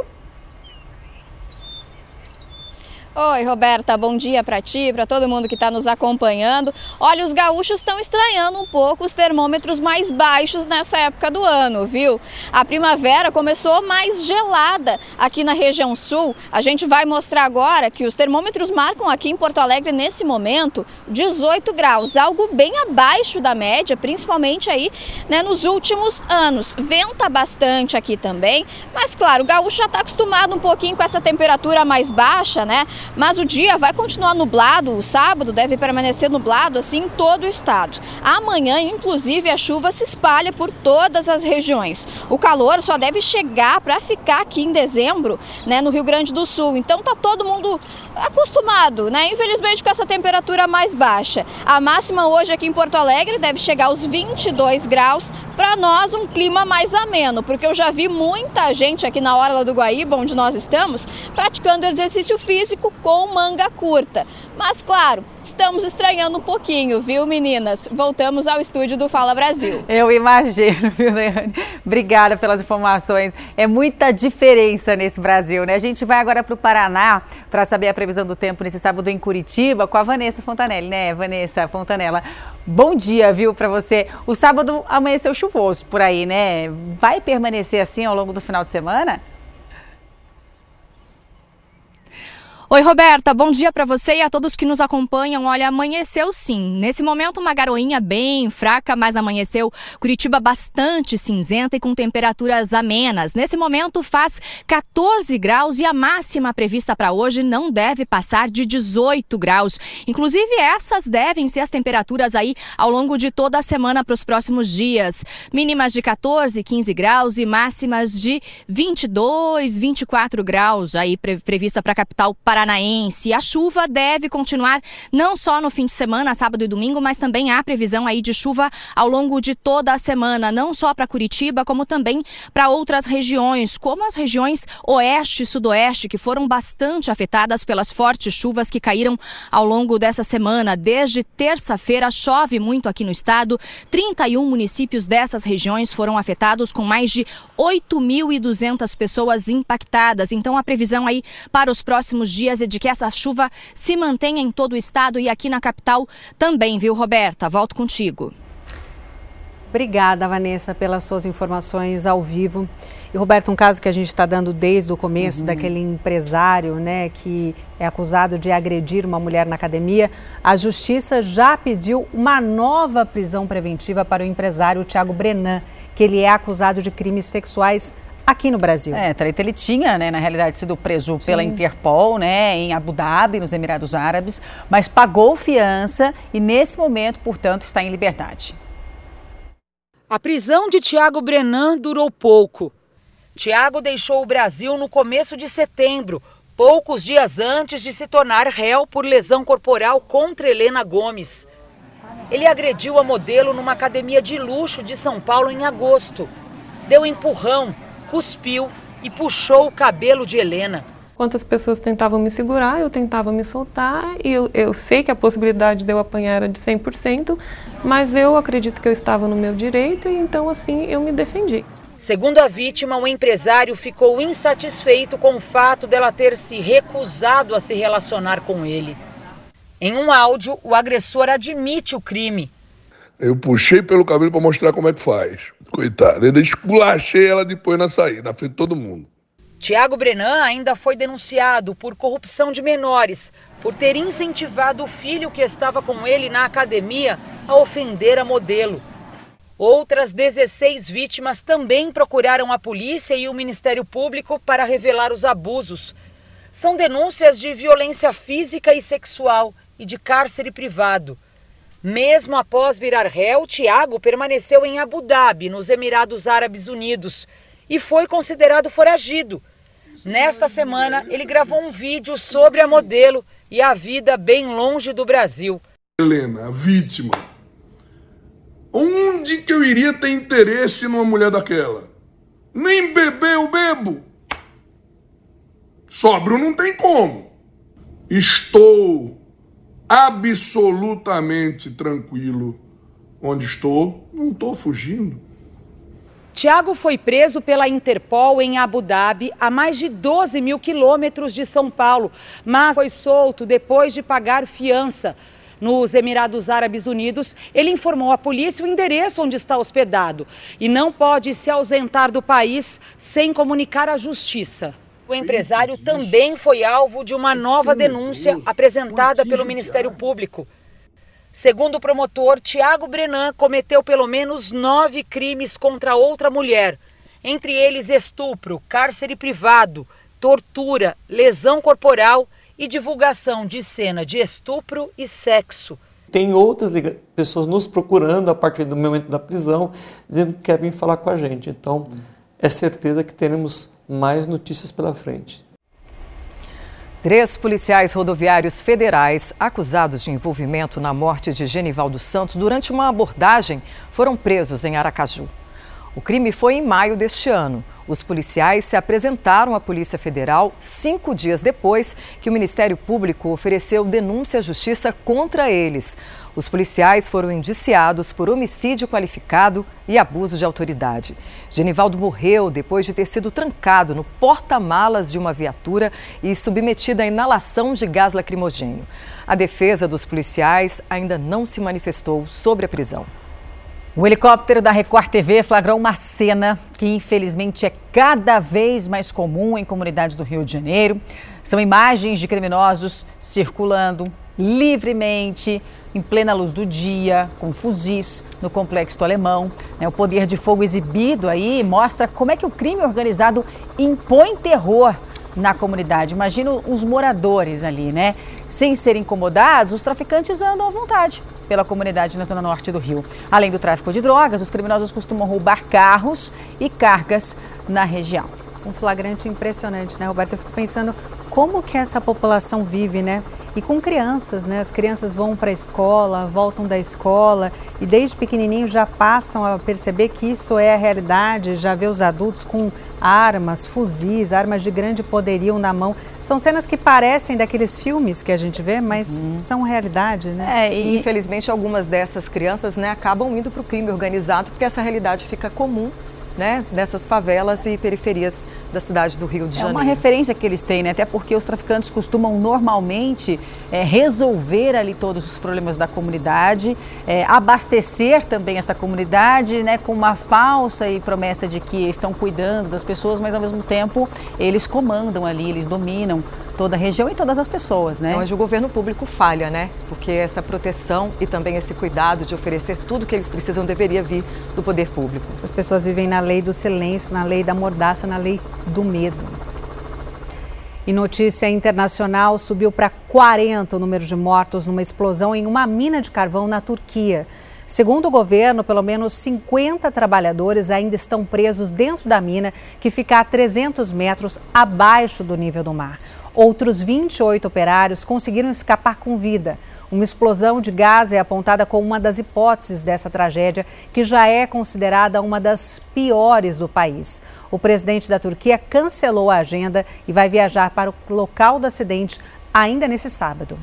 Oi, Roberta, bom dia para ti, para todo mundo que está nos acompanhando. Olha, os gaúchos estão estranhando um pouco os termômetros mais baixos nessa época do ano, viu? A primavera começou mais gelada aqui na região sul. A gente vai mostrar agora que os termômetros marcam aqui em Porto Alegre, nesse momento, 18 graus, algo bem abaixo da média, principalmente aí, né, nos últimos anos. Venta bastante aqui também, mas claro, o gaúcho já está acostumado um pouquinho com essa temperatura mais baixa, né? Mas o dia vai continuar nublado, o sábado deve permanecer nublado assim em todo o estado. Amanhã, inclusive, a chuva se espalha por todas as regiões. O calor só deve chegar para ficar aqui em dezembro, né, no Rio Grande do Sul. Então tá todo mundo acostumado, né, infelizmente, com essa temperatura mais baixa. A máxima hoje aqui em Porto Alegre deve chegar aos 22 graus. Para nós, um clima mais ameno, porque eu já vi muita gente aqui na Orla do Guaíba, onde nós estamos, praticando exercício físico com manga curta. Mas, claro, estamos estranhando um pouquinho, viu, meninas? Voltamos ao estúdio do Fala Brasil. Eu imagino, viu, Leane? Obrigada pelas informações. É muita diferença nesse Brasil, né? A gente vai agora para o Paraná para saber a previsão do tempo nesse sábado em Curitiba com a Vanessa Fontanelli, né? Vanessa Fontanella, bom dia, viu, para você. O sábado amanheceu chuvoso por aí, né? Vai permanecer assim ao longo do final de semana? Oi, Roberta, bom dia para você e a todos que nos acompanham. Olha, amanheceu sim. Nesse momento uma garoinha bem fraca, mas amanheceu. Curitiba bastante cinzenta e com temperaturas amenas. Nesse momento faz 14 graus e a máxima prevista para hoje não deve passar de 18 graus. Inclusive essas devem ser as temperaturas aí ao longo de toda a semana para os próximos dias. Mínimas de 14, 15 graus e máximas de 22, 24 graus aí prevista para a capital paranaense. A chuva deve continuar não só no fim de semana, sábado e domingo, mas também há previsão aí de chuva ao longo de toda a semana, não só para Curitiba, como também para outras regiões, como as regiões oeste e sudoeste, que foram bastante afetadas pelas fortes chuvas que caíram ao longo dessa semana. Desde terça-feira chove muito aqui no estado. 31 municípios dessas regiões foram afetados, com mais de 8.200 pessoas impactadas. Então a previsão aí para os próximos dias é de que essa chuva se mantenha em todo o estado e aqui na capital também, viu, Roberta? Volto contigo. Obrigada, Vanessa, pelas suas informações ao vivo. E, Roberto, um caso que a gente está dando desde o começo, daquele empresário, né, que é acusado de agredir uma mulher na academia, a Justiça já pediu uma nova prisão preventiva para o empresário Thiago Brenan, que ele é acusado de crimes sexuais aqui no Brasil. Treta, ele tinha, né, na realidade, sido preso pela Interpol, né, em Abu Dhabi, nos Emirados Árabes, mas pagou fiança e, nesse momento, portanto, está em liberdade. A prisão de Thiago Brenan durou pouco. Thiago deixou o Brasil no começo de setembro, poucos dias antes de se tornar réu por lesão corporal contra Helena Gomes. Ele agrediu a modelo numa academia de luxo de São Paulo em agosto. Deu empurrão, cuspiu e puxou o cabelo de Helena. Quantas pessoas tentavam me segurar, eu tentava me soltar e eu sei que a possibilidade de eu apanhar era de 100%, mas eu acredito que eu estava no meu direito e então assim eu me defendi. Segundo a vítima, o empresário ficou insatisfeito com o fato dela ter se recusado a se relacionar com ele. Em um áudio, o agressor admite o crime. Eu puxei pelo cabelo para mostrar como é que faz. Coitada, ainda esculachei ela depois na saída, na frente de todo mundo. Thiago Brenan ainda foi denunciado por corrupção de menores, por ter incentivado o filho que estava com ele na academia a ofender a modelo. Outras 16 vítimas também procuraram a polícia e o Ministério Público para revelar os abusos. São denúncias de violência física e sexual e de cárcere privado. Mesmo após virar réu, Thiago permaneceu em Abu Dhabi, nos Emirados Árabes Unidos, e foi considerado foragido. Nesta semana, ele gravou um vídeo sobre a modelo e a vida bem longe do Brasil. Helena, a vítima. Onde que eu iria ter interesse numa mulher daquela? Nem beber eu bebo. Sóbrio não tem como. Estou absolutamente tranquilo onde estou. Não estou fugindo. Thiago foi preso pela Interpol em Abu Dhabi, a mais de 12 mil quilômetros de São Paulo, mas foi solto depois de pagar fiança. Nos Emirados Árabes Unidos, ele informou à polícia o endereço onde está hospedado e não pode se ausentar do país sem comunicar à justiça. O empresário também foi alvo de uma nova denúncia apresentada pelo Ministério Público. Segundo o promotor, Thiago Brenan cometeu pelo menos 9 crimes contra outra mulher, entre eles estupro, cárcere privado, tortura, lesão corporal e divulgação de cena de estupro e sexo. Tem outras pessoas nos procurando a partir do momento da prisão, dizendo que querem vir falar com a gente. Então, é certeza que teremos mais notícias pela frente. 3 policiais rodoviários federais acusados de envolvimento na morte de Genivaldo Santos durante uma abordagem foram presos em Aracaju. O crime foi em maio deste ano. Os policiais se apresentaram à Polícia Federal 5 dias depois que o Ministério Público ofereceu denúncia à Justiça contra eles. Os policiais foram indiciados por homicídio qualificado e abuso de autoridade. Genivaldo morreu depois de ter sido trancado no porta-malas de uma viatura e submetido à inalação de gás lacrimogêneo. A defesa dos policiais ainda não se manifestou sobre a prisão. O helicóptero da Record TV flagrou uma cena que, infelizmente, é cada vez mais comum em comunidades do Rio de Janeiro. São imagens de criminosos circulando livremente, em plena luz do dia, com fuzis no Complexo Alemão. O poder de fogo exibido aí mostra como é que o crime organizado impõe terror na comunidade. Imagina os moradores ali, né? Sem serem incomodados, os traficantes andam à vontade pela comunidade na zona norte do Rio. Além do tráfico de drogas, os criminosos costumam roubar carros e cargas na região. Um flagrante impressionante, né, Roberto? Eu fico pensando como que essa população vive, né? E com crianças, né? As crianças vão para a escola, voltam da escola e desde pequenininho já passam a perceber que isso é a realidade, já vê os adultos com armas, fuzis, armas de grande poderio na mão. São cenas que parecem daqueles filmes que a gente vê, mas são realidade, né? E infelizmente algumas dessas crianças, né, acabam indo para o crime organizado porque essa realidade fica comum, né, nessas favelas e periferias da cidade do Rio de Janeiro. É uma referência que eles têm, né? Até porque os traficantes costumam normalmente resolver ali todos os problemas da comunidade, abastecer também essa comunidade, né, com uma falsa promessa de que estão cuidando das pessoas, mas ao mesmo tempo eles comandam ali, eles dominam toda a região e todas as pessoas, né? Onde o governo público falha, né? Porque essa proteção e também esse cuidado de oferecer tudo que eles precisam deveria vir do poder público. Essas pessoas vivem na lei do silêncio, na lei da mordaça, na lei do medo. E notícia internacional, subiu para 40 o número de mortos numa explosão em uma mina de carvão na Turquia. Segundo o governo, pelo menos 50 trabalhadores ainda estão presos dentro da mina, que fica a 300 metros abaixo do nível do mar. Outros 28 operários conseguiram escapar com vida. Uma explosão de gás é apontada como uma das hipóteses dessa tragédia, que já é considerada uma das piores do país. O presidente da Turquia cancelou a agenda e vai viajar para o local do acidente ainda nesse sábado.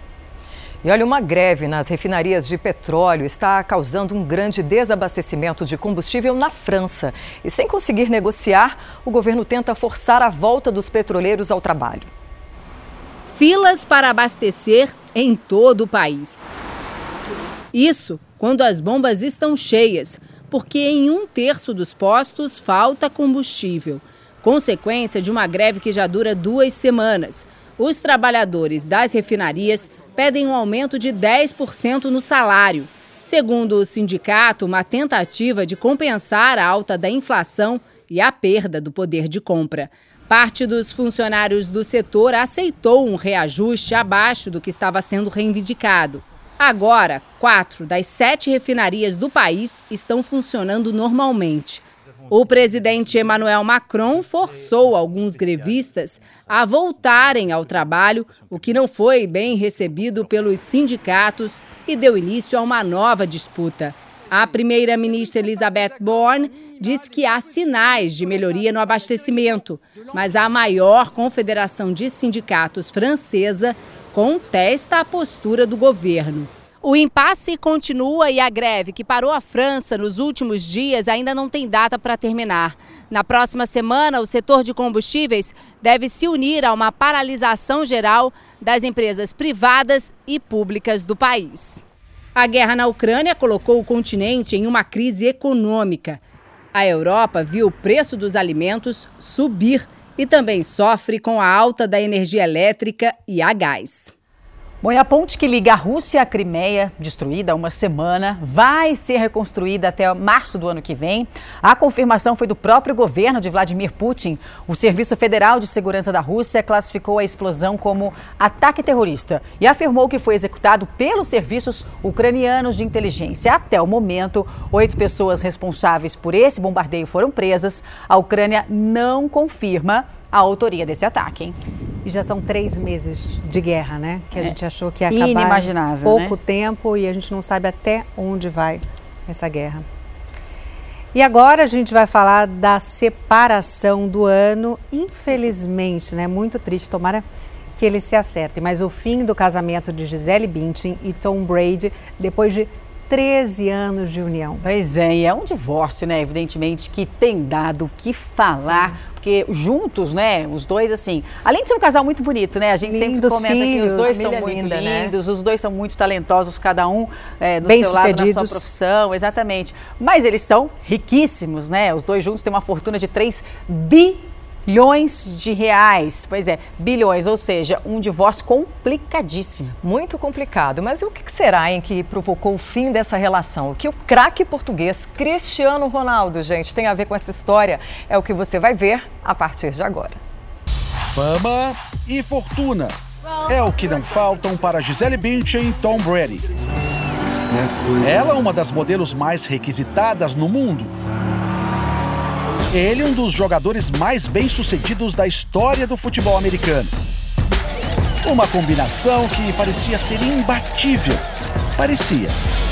E olha, uma greve nas refinarias de petróleo está causando um grande desabastecimento de combustível na França. E sem conseguir negociar, o governo tenta forçar a volta dos petroleiros ao trabalho. Filas para abastecer em todo o país. Isso quando as bombas estão cheias, porque em 1/3 dos postos falta combustível. Consequência de uma greve que já dura 2 semanas. Os trabalhadores das refinarias pedem um aumento de 10% no salário. Segundo o sindicato, uma tentativa de compensar a alta da inflação e a perda do poder de compra. Parte dos funcionários do setor aceitou um reajuste abaixo do que estava sendo reivindicado. Agora, 4 das 7 refinarias do país estão funcionando normalmente. O presidente Emmanuel Macron forçou alguns grevistas a voltarem ao trabalho, o que não foi bem recebido pelos sindicatos e deu início a uma nova disputa. A primeira-ministra Elisabeth Borne disse que há sinais de melhoria no abastecimento, mas a maior confederação de sindicatos francesa contesta a postura do governo. O impasse continua e a greve, que parou a França nos últimos dias, ainda não tem data para terminar. Na próxima semana, o setor de combustíveis deve se unir a uma paralisação geral das empresas privadas e públicas do país. A guerra na Ucrânia colocou o continente em uma crise econômica. A Europa viu o preço dos alimentos subir e também sofre com a alta da energia elétrica e a gás. Bom, e a ponte que liga a Rússia à Crimeia, destruída há uma semana, vai ser reconstruída até março do ano que vem. A confirmação foi do próprio governo de Vladimir Putin. O Serviço Federal de Segurança da Rússia classificou a explosão como ataque terrorista e afirmou que foi executado pelos serviços ucranianos de inteligência. Até o momento, 8 pessoas responsáveis por esse bombardeio foram presas. A Ucrânia não confirma a autoria desse ataque, hein? E já são 3 meses de guerra, né? Que a gente achou que ia acabar inimaginável, em pouco né? tempo e a gente não sabe até onde vai essa guerra. E agora a gente vai falar da separação do ano, infelizmente, né? Muito triste, tomara que eles se acertem. Mas o fim do casamento de Gisele Bündchen e Tom Brady, depois de 13 anos de união. Pois é, e é um divórcio, né? Evidentemente que tem dado o que falar. Sim. Porque juntos, né, os dois, assim, além de ser um casal muito bonito, né, a gente sempre comenta que os dois são muito lindos, né? Os dois são muito talentosos, cada um do seu lado na sua profissão, exatamente. Mas eles são riquíssimos, né, os dois juntos têm uma fortuna de 3 bilhões de reais. Pois é, bilhões, ou seja, um divórcio complicadíssimo. Muito complicado. Mas o que será, hein, que provocou o fim dessa relação? O que o craque português Cristiano Ronaldo, gente, tem a ver com essa história? É o que você vai ver a partir de agora. Fama e fortuna é o que não faltam para Gisele Bündchen e Tom Brady. Ela é uma das modelos mais requisitadas no mundo. Ele é um dos jogadores mais bem-sucedidos da história do futebol americano. Uma combinação que parecia ser imbatível. Parecia.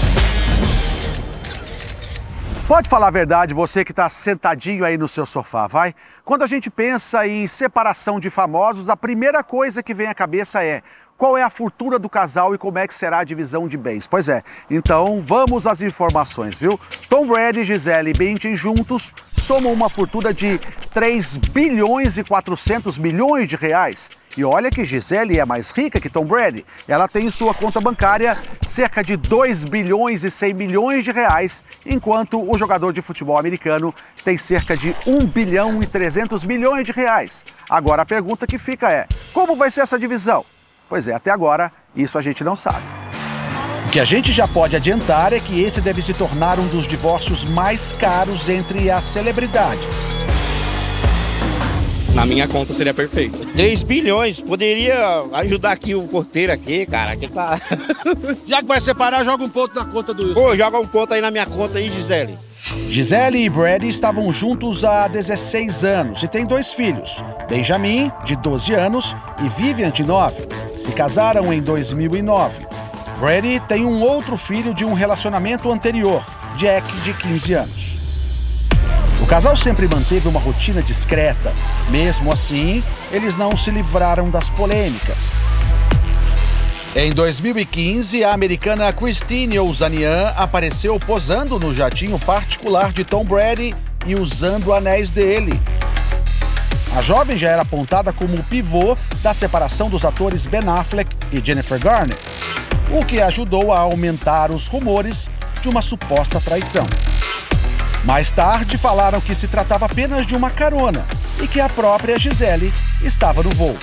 Pode falar a verdade, você que está sentadinho aí no seu sofá, vai? Quando a gente pensa em separação de famosos, a primeira coisa que vem à cabeça é: qual é a fortuna do casal e como é que será a divisão de bens? Pois é, então vamos às informações, viu? Tom Brady e Gisele Bündchen juntos somam uma fortuna de 3 bilhões e 400 milhões de reais. E olha que Gisele é mais rica que Tom Brady. Ela tem em sua conta bancária cerca de 2 bilhões e 100 milhões de reais, enquanto o jogador de futebol americano tem cerca de 1 bilhão e 300 milhões de reais. Agora a pergunta que fica é: como vai ser essa divisão? Pois é, até agora, isso a gente não sabe. O que a gente já pode adiantar é que esse deve se tornar um dos divórcios mais caros entre as celebridades. Na minha conta seria perfeito. 3 bilhões, poderia ajudar aqui o porteiro aqui, cara, que tá... Já que vai separar, joga um ponto na conta do Wilson. Pô, joga um ponto aí na minha conta aí, Gisele. Gisele e Brady estavam juntos há 16 anos e têm 2 filhos, Benjamin, de 12 anos, e Vivian, de 9. Se casaram em 2009. Brady tem um outro filho de um relacionamento anterior, Jack, de 15 anos. O casal sempre manteve uma rotina discreta. Mesmo assim, eles não se livraram das polêmicas. Em 2015, a americana Christine Ousanian apareceu posando no jatinho particular de Tom Brady e usando anéis dele. A jovem já era apontada como o pivô da separação dos atores Ben Affleck e Jennifer Garner, o que ajudou a aumentar os rumores de uma suposta traição. Mais tarde, falaram que se tratava apenas de uma carona e que a própria Gisele estava no voo.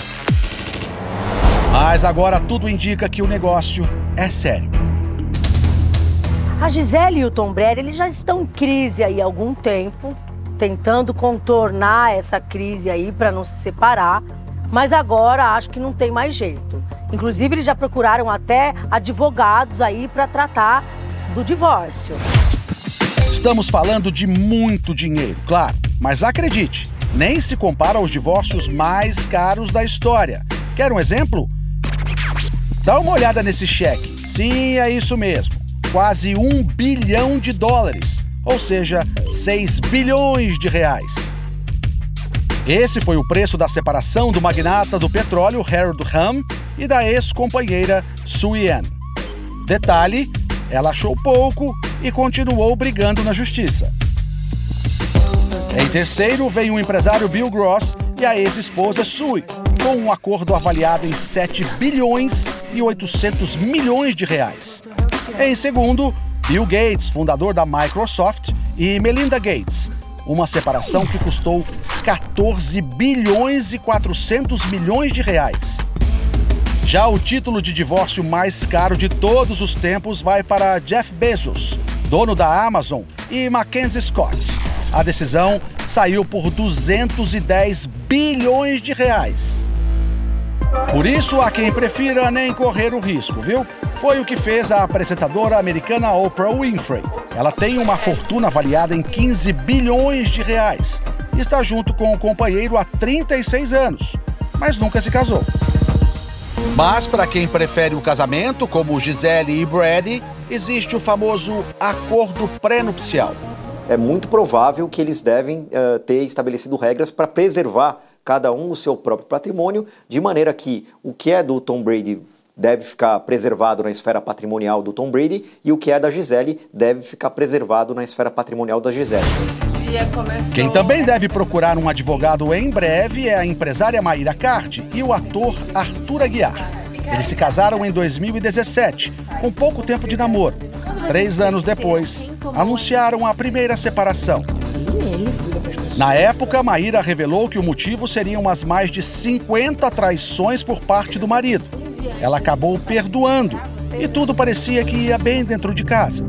Mas agora tudo indica que o negócio é sério. A Gisele e o Tom Brady, eles já estão em crise aí há algum tempo, tentando contornar essa crise aí para não se separar, mas agora acho que não tem mais jeito. Inclusive, eles já procuraram até advogados aí para tratar do divórcio. Estamos falando de muito dinheiro, claro, mas acredite, nem se compara aos divórcios mais caros da história. Quer um exemplo? Dá uma olhada nesse cheque. Sim, é isso mesmo. Quase $1 bilhão, ou seja, 6 bilhões de reais. Esse foi o preço da separação do magnata do petróleo Harold Hamm e da ex-companheira Sue Ann. Detalhe, ela achou pouco e continuou brigando na justiça. Em terceiro, veio o empresário Bill Gross e a ex-esposa Sue, com um acordo avaliado em 7 bilhões e 800 milhões de reais. Em segundo, Bill Gates, fundador da Microsoft, e Melinda Gates, uma separação que custou 14 bilhões e 400 milhões de reais. Já o título de divórcio mais caro de todos os tempos vai para Jeff Bezos, dono da Amazon, e Mackenzie Scott. A decisão saiu por 210 bilhões de reais. Por isso, há quem prefira nem correr o risco, viu? Foi o que fez a apresentadora americana Oprah Winfrey. Ela tem uma fortuna avaliada em 15 bilhões de reais. Está junto com o companheiro há 36 anos, mas nunca se casou. Mas para quem prefere o casamento, como Gisele e Brady, existe o famoso acordo pré-nupcial. É muito provável que eles devem ter estabelecido regras para preservar cada um o seu próprio patrimônio, de maneira que o que é do Tom Brady deve ficar preservado na esfera patrimonial do Tom Brady e o que é da Gisele deve ficar preservado na esfera patrimonial da Gisele. Quem também deve procurar um advogado em breve é a empresária Mayra Card e o ator Arthur Aguiar. Eles se casaram em 2017, com pouco tempo de namoro. 3 anos depois, anunciaram a primeira separação. Na época, Mayra revelou que o motivo seriam as mais de 50 traições por parte do marido. Ela acabou perdoando e tudo parecia que ia bem dentro de casa.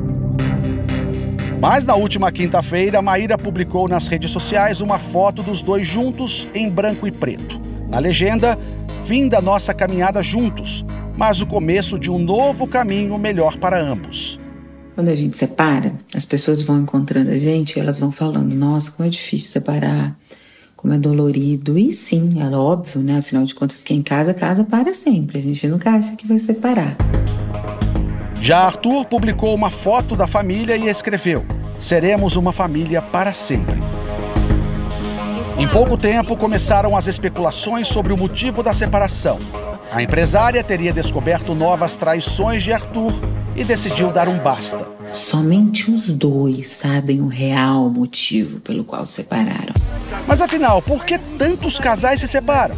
Mas na última quinta-feira, Mayra publicou nas redes sociais uma foto dos dois juntos em branco e preto. Na legenda, fim da nossa caminhada juntos, mas o começo de um novo caminho melhor para ambos. Quando a gente separa, as pessoas vão encontrando a gente e elas vão falando, nossa, como é difícil separar, como é dolorido. E sim, é óbvio, né? Afinal de contas, quem casa, casa para sempre. A gente nunca acha que vai separar. Já Arthur publicou uma foto da família e escreveu: seremos uma família para sempre. Em pouco tempo, começaram as especulações sobre o motivo da separação. A empresária teria descoberto novas traições de Arthur e decidiu dar um basta. Somente os dois sabem o real motivo pelo qual separaram. Mas afinal, por que tantos casais se separam?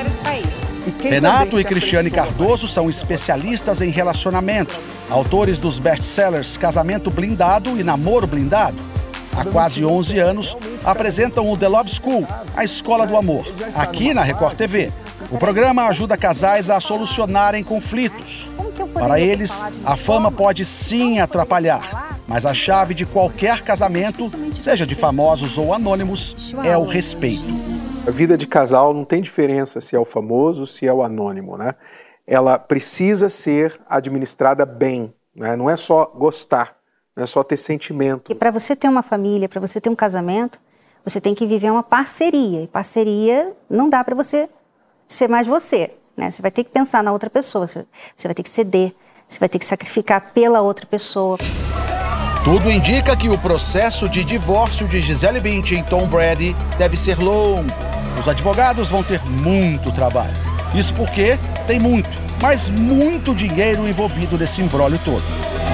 Renato e Cristiane Cardoso são especialistas em relacionamento, autores dos best-sellers Casamento Blindado e Namoro Blindado. Há quase 11 anos, apresentam o The Love School, a Escola do Amor, aqui na Record TV. O programa ajuda casais a solucionarem conflitos. Para eles, a fama pode sim atrapalhar, mas a chave de qualquer casamento, seja de famosos ou anônimos, é o respeito. A vida de casal não tem diferença se é o famoso, se é o anônimo, né? Ela precisa ser administrada bem, né? Não é só gostar, não é só ter sentimento. E para você ter uma família, para você ter um casamento, você tem que viver uma parceria. E parceria não dá para você ser mais você, né? Você vai ter que pensar na outra pessoa, você vai ter que ceder, você vai ter que sacrificar pela outra pessoa. Tudo indica que o processo de divórcio de Gisele Bündchen e Tom Brady deve ser longo. Os advogados vão ter muito trabalho. Isso porque tem muito, mas muito dinheiro envolvido nesse imbróglio todo.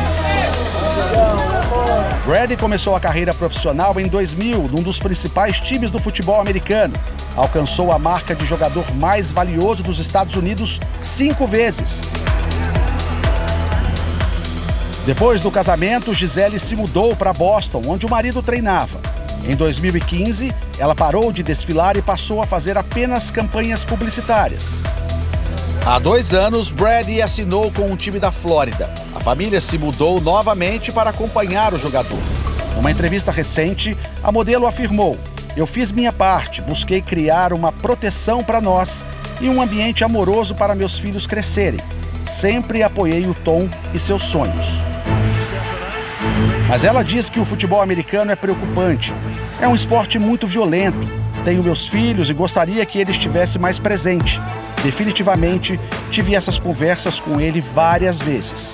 Brady começou a carreira profissional em 2000, num dos principais times do futebol americano. Alcançou a marca de jogador mais valioso dos Estados Unidos 5 vezes. Depois do casamento, Gisele se mudou para Boston, onde o marido treinava. Em 2015, ela parou de desfilar e passou a fazer apenas campanhas publicitárias. Há 2 anos, Brady assinou com um time da Flórida. A família se mudou novamente para acompanhar o jogador. Numa entrevista recente, a modelo afirmou: "Eu fiz minha parte, busquei criar uma proteção para nós e um ambiente amoroso para meus filhos crescerem. Sempre apoiei o Tom e seus sonhos." Mas ela diz que o futebol americano é preocupante. É um esporte muito violento. Tenho meus filhos e gostaria que ele estivesse mais presente. Definitivamente, tive essas conversas com ele várias vezes.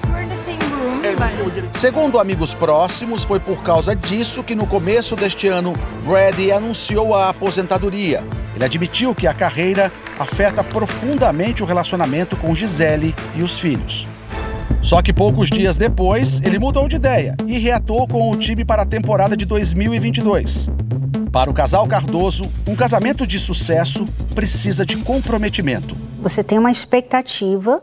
Segundo amigos próximos, foi por causa disso que no começo deste ano, Brady anunciou a aposentadoria. Ele admitiu que a carreira afeta profundamente o relacionamento com Gisele e os filhos. Só que poucos dias depois, ele mudou de ideia e reatou com o time para a temporada de 2022. Para o casal Cardoso, um casamento de sucesso precisa de comprometimento. Você tem uma expectativa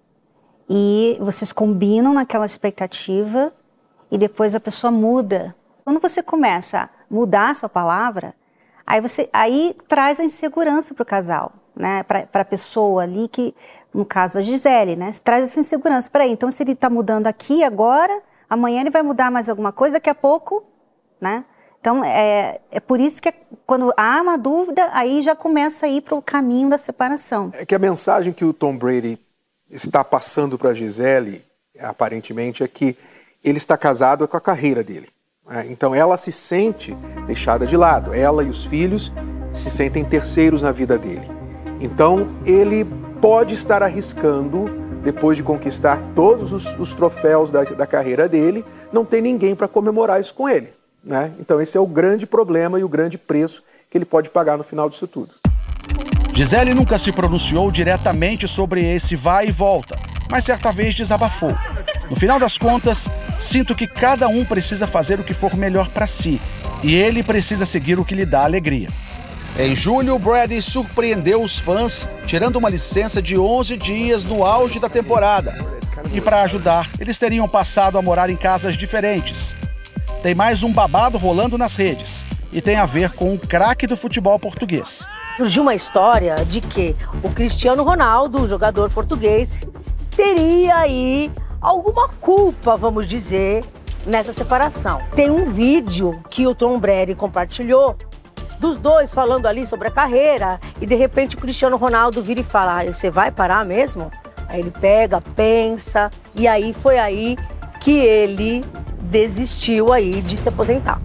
e vocês combinam naquela expectativa e depois a pessoa muda. Quando você começa a mudar a sua palavra, aí traz a insegurança para o casal, né? Para a pessoa ali que, no caso a Gisele, né? Traz essa insegurança. Peraí, então se ele está mudando aqui agora, amanhã ele vai mudar mais alguma coisa, daqui a pouco, né? Então, é por isso que quando há uma dúvida, aí já começa a ir para o caminho da separação. É que a mensagem que o Tom Brady está passando para a Gisele, aparentemente, é que ele está casado com a carreira dele. Né? Então, ela se sente deixada de lado. Ela e os filhos se sentem terceiros na vida dele. Então, ele pode estar arriscando, depois de conquistar todos os troféus da carreira dele, não ter ninguém para comemorar isso com ele. Né? Então esse é o grande problema e o grande preço que ele pode pagar no final disso tudo. Gisele nunca se pronunciou diretamente sobre esse vai e volta, mas certa vez desabafou. No final das contas, sinto que cada um precisa fazer o que for melhor para si e ele precisa seguir o que lhe dá alegria. Em julho, Brady surpreendeu os fãs, tirando uma licença de 11 dias no auge da temporada. E para ajudar, eles teriam passado a morar em casas diferentes. Tem mais um babado rolando nas redes e tem a ver com um craque do futebol português. Surgiu uma história de que o Cristiano Ronaldo, o jogador português, teria aí alguma culpa, vamos dizer, nessa separação. Tem um vídeo que o Tom Brady compartilhou dos dois falando ali sobre a carreira e de repente o Cristiano Ronaldo vira e fala: "Você vai parar mesmo?" Aí ele pega, pensa e aí foi aí que ele desistiu aí de se aposentar.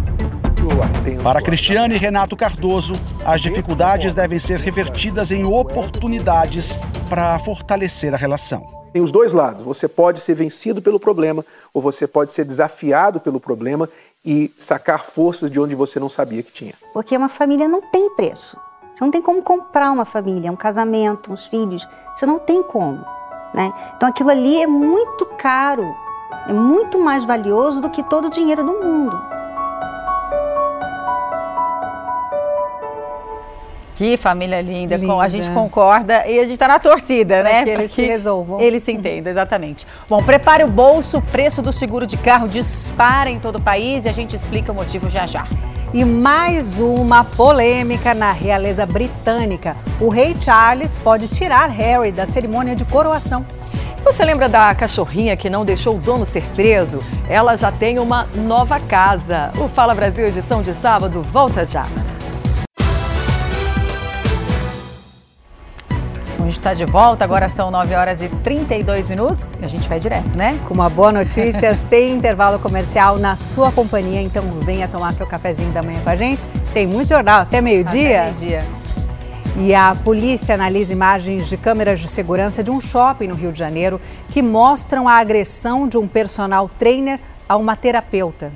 Para Cristiane e Renato Cardoso, as dificuldades devem ser revertidas em oportunidades para fortalecer a relação. Tem os dois lados. Você pode ser vencido pelo problema ou você pode ser desafiado pelo problema e sacar forças de onde você não sabia que tinha. Porque uma família não tem preço. Você não tem como comprar uma família, um casamento, uns filhos. Você não tem como, né? Então aquilo ali é muito caro. É muito mais valioso do que todo o dinheiro do mundo. Que família linda. A gente concorda e a gente está na torcida, né? Que eles se resolvam. Eles se entendam, exatamente. Bom, prepare o bolso, o preço do seguro de carro dispara em todo o país e a gente explica o motivo já já. E mais uma polêmica na realeza britânica. O rei Charles pode tirar Harry da cerimônia de coroação. Você lembra da cachorrinha que não deixou o dono ser preso? Ela já tem uma nova casa. O Fala Brasil, edição de sábado, volta já. gente está de volta, agora são 9h32 e a gente vai direto, né? Com uma boa notícia, sem intervalo comercial, na sua companhia. Então venha tomar seu cafezinho da manhã com a gente. Tem muito jornal, até meio-dia. Até meio-dia. E a polícia analisa imagens de câmeras de segurança de um shopping no Rio de Janeiro que mostram a agressão de um personal trainer a uma terapeuta.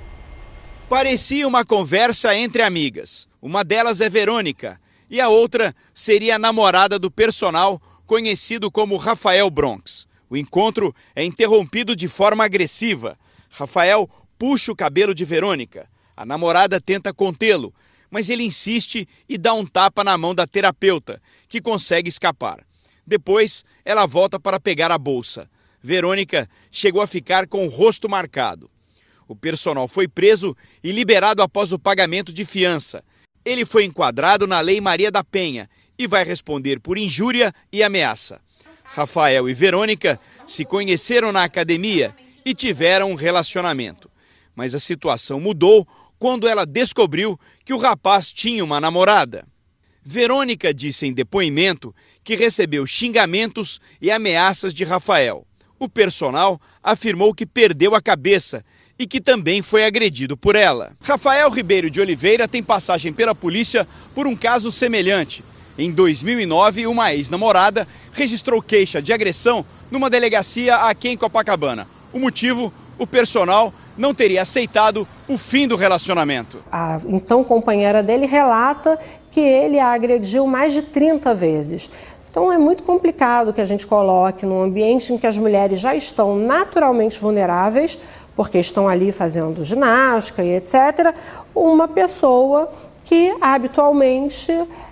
Parecia uma conversa entre amigas. Uma delas é Verônica e a outra seria a namorada do personal conhecido como Rafael Bronx. O encontro é interrompido de forma agressiva. Rafael puxa o cabelo de Verônica. A namorada tenta contê-lo, mas ele insiste e dá um tapa na mão da terapeuta, que consegue escapar. Depois, ela volta para pegar a bolsa. Verônica chegou a ficar com o rosto marcado. O personal foi preso e liberado após o pagamento de fiança. Ele foi enquadrado na Lei Maria da Penha e vai responder por injúria e ameaça. Rafael e Verônica se conheceram na academia e tiveram um relacionamento. Mas a situação mudou quando ela descobriu que o rapaz tinha uma namorada. Verônica disse em depoimento que recebeu xingamentos e ameaças de Rafael. O personal afirmou que perdeu a cabeça e que também foi agredido por ela. Rafael Ribeiro de Oliveira tem passagem pela polícia por um caso semelhante. Em 2009, uma ex-namorada registrou queixa de agressão numa delegacia aqui em Copacabana. O motivo? O personal não teria aceitado o fim do relacionamento. A então companheira dele relata que ele a agrediu mais de 30 vezes. Então é muito complicado que a gente coloque num ambiente em que as mulheres já estão naturalmente vulneráveis, porque estão ali fazendo ginástica e etc., uma pessoa que habitualmente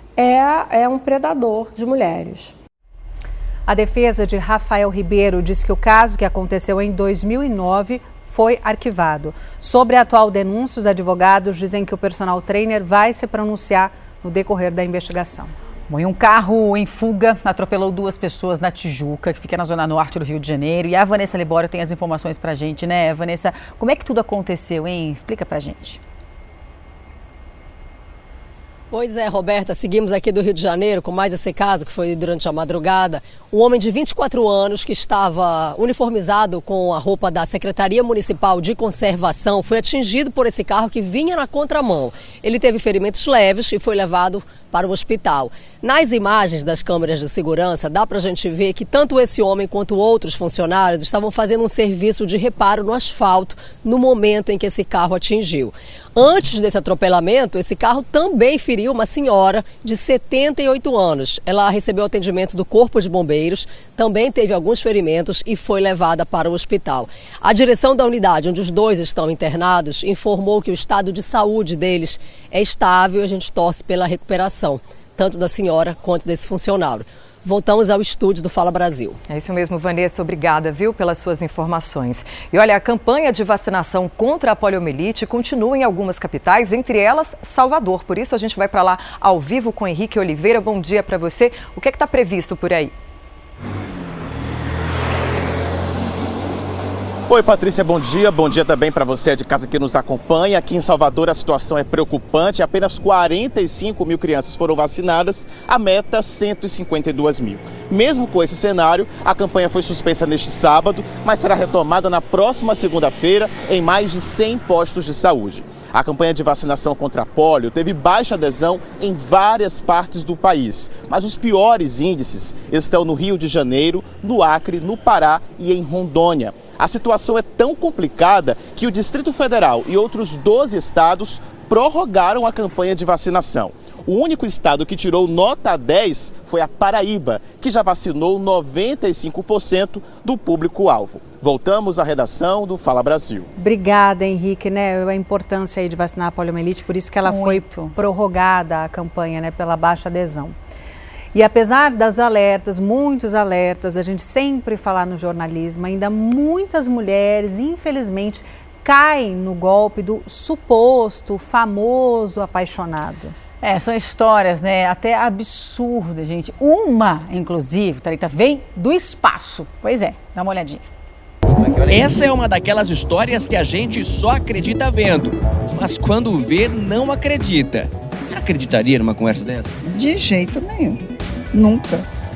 é um predador de mulheres. A defesa de Rafael Ribeiro diz que o caso, que aconteceu em 2009, foi arquivado. Sobre a atual denúncia, os advogados dizem que o personal trainer vai se pronunciar no decorrer da investigação. Bom, e um carro em fuga atropelou 2 pessoas na Tijuca, que fica na zona norte do Rio de Janeiro. E a Vanessa Libório tem as informações pra gente, né, Vanessa? Como é que tudo aconteceu, hein? Explica pra gente. Pois é, Roberta, seguimos aqui do Rio de Janeiro com mais esse caso que foi durante a madrugada. Um homem de 24 anos que estava uniformizado com a roupa da Secretaria Municipal de Conservação foi atingido por esse carro que vinha na contramão. Ele teve ferimentos leves e foi levado para o hospital. Nas imagens das câmeras de segurança, dá pra gente ver que tanto esse homem quanto outros funcionários estavam fazendo um serviço de reparo no asfalto no momento em que esse carro atingiu. Antes desse atropelamento, esse carro também feriu uma senhora de 78 anos. Ela recebeu atendimento do Corpo de Bombeiros, também teve alguns ferimentos e foi levada para o hospital. A direção da unidade onde os 2 estão internados informou que o estado de saúde deles é estável e a gente torce pela recuperação, tanto da senhora quanto desse funcionário. Voltamos ao estúdio do Fala Brasil. É isso mesmo, Vanessa. Obrigada, viu, pelas suas informações. E olha, a campanha de vacinação contra a poliomielite continua em algumas capitais, entre elas Salvador. Por isso a gente vai para lá ao vivo com Henrique Oliveira. Bom dia para você. O que é que está previsto por aí? Oi, Patrícia, bom dia. Bom dia também para você de casa que nos acompanha. Aqui em Salvador a situação é preocupante. Apenas 45 mil crianças foram vacinadas, a meta 152 mil. Mesmo com esse cenário, a campanha foi suspensa neste sábado, mas será retomada na próxima segunda-feira em mais de 100 postos de saúde. A campanha de vacinação contra a polio teve baixa adesão em várias partes do país, mas os piores índices estão no Rio de Janeiro, no Acre, no Pará e em Rondônia. A situação é tão complicada que o Distrito Federal e outros 12 estados prorrogaram a campanha de vacinação. O único estado que tirou nota 10 foi a Paraíba, que já vacinou 95% do público-alvo. Voltamos à redação do Fala Brasil. Obrigada, Henrique, né? A importância aí de vacinar a poliomielite, por isso que ela foi prorrogada a campanha, né, pela baixa adesão. E apesar das alertas, muitos alertas, a gente sempre fala no jornalismo, ainda muitas mulheres, infelizmente, caem no golpe do suposto, famoso apaixonado. São histórias, né, até absurdas, gente. Uma, inclusive, Thalita, vem do espaço. Pois é, dá uma olhadinha. Essa é uma daquelas histórias que a gente só acredita vendo, mas quando vê, não acredita. Acreditaria numa conversa dessa? De jeito nenhum. Nunca.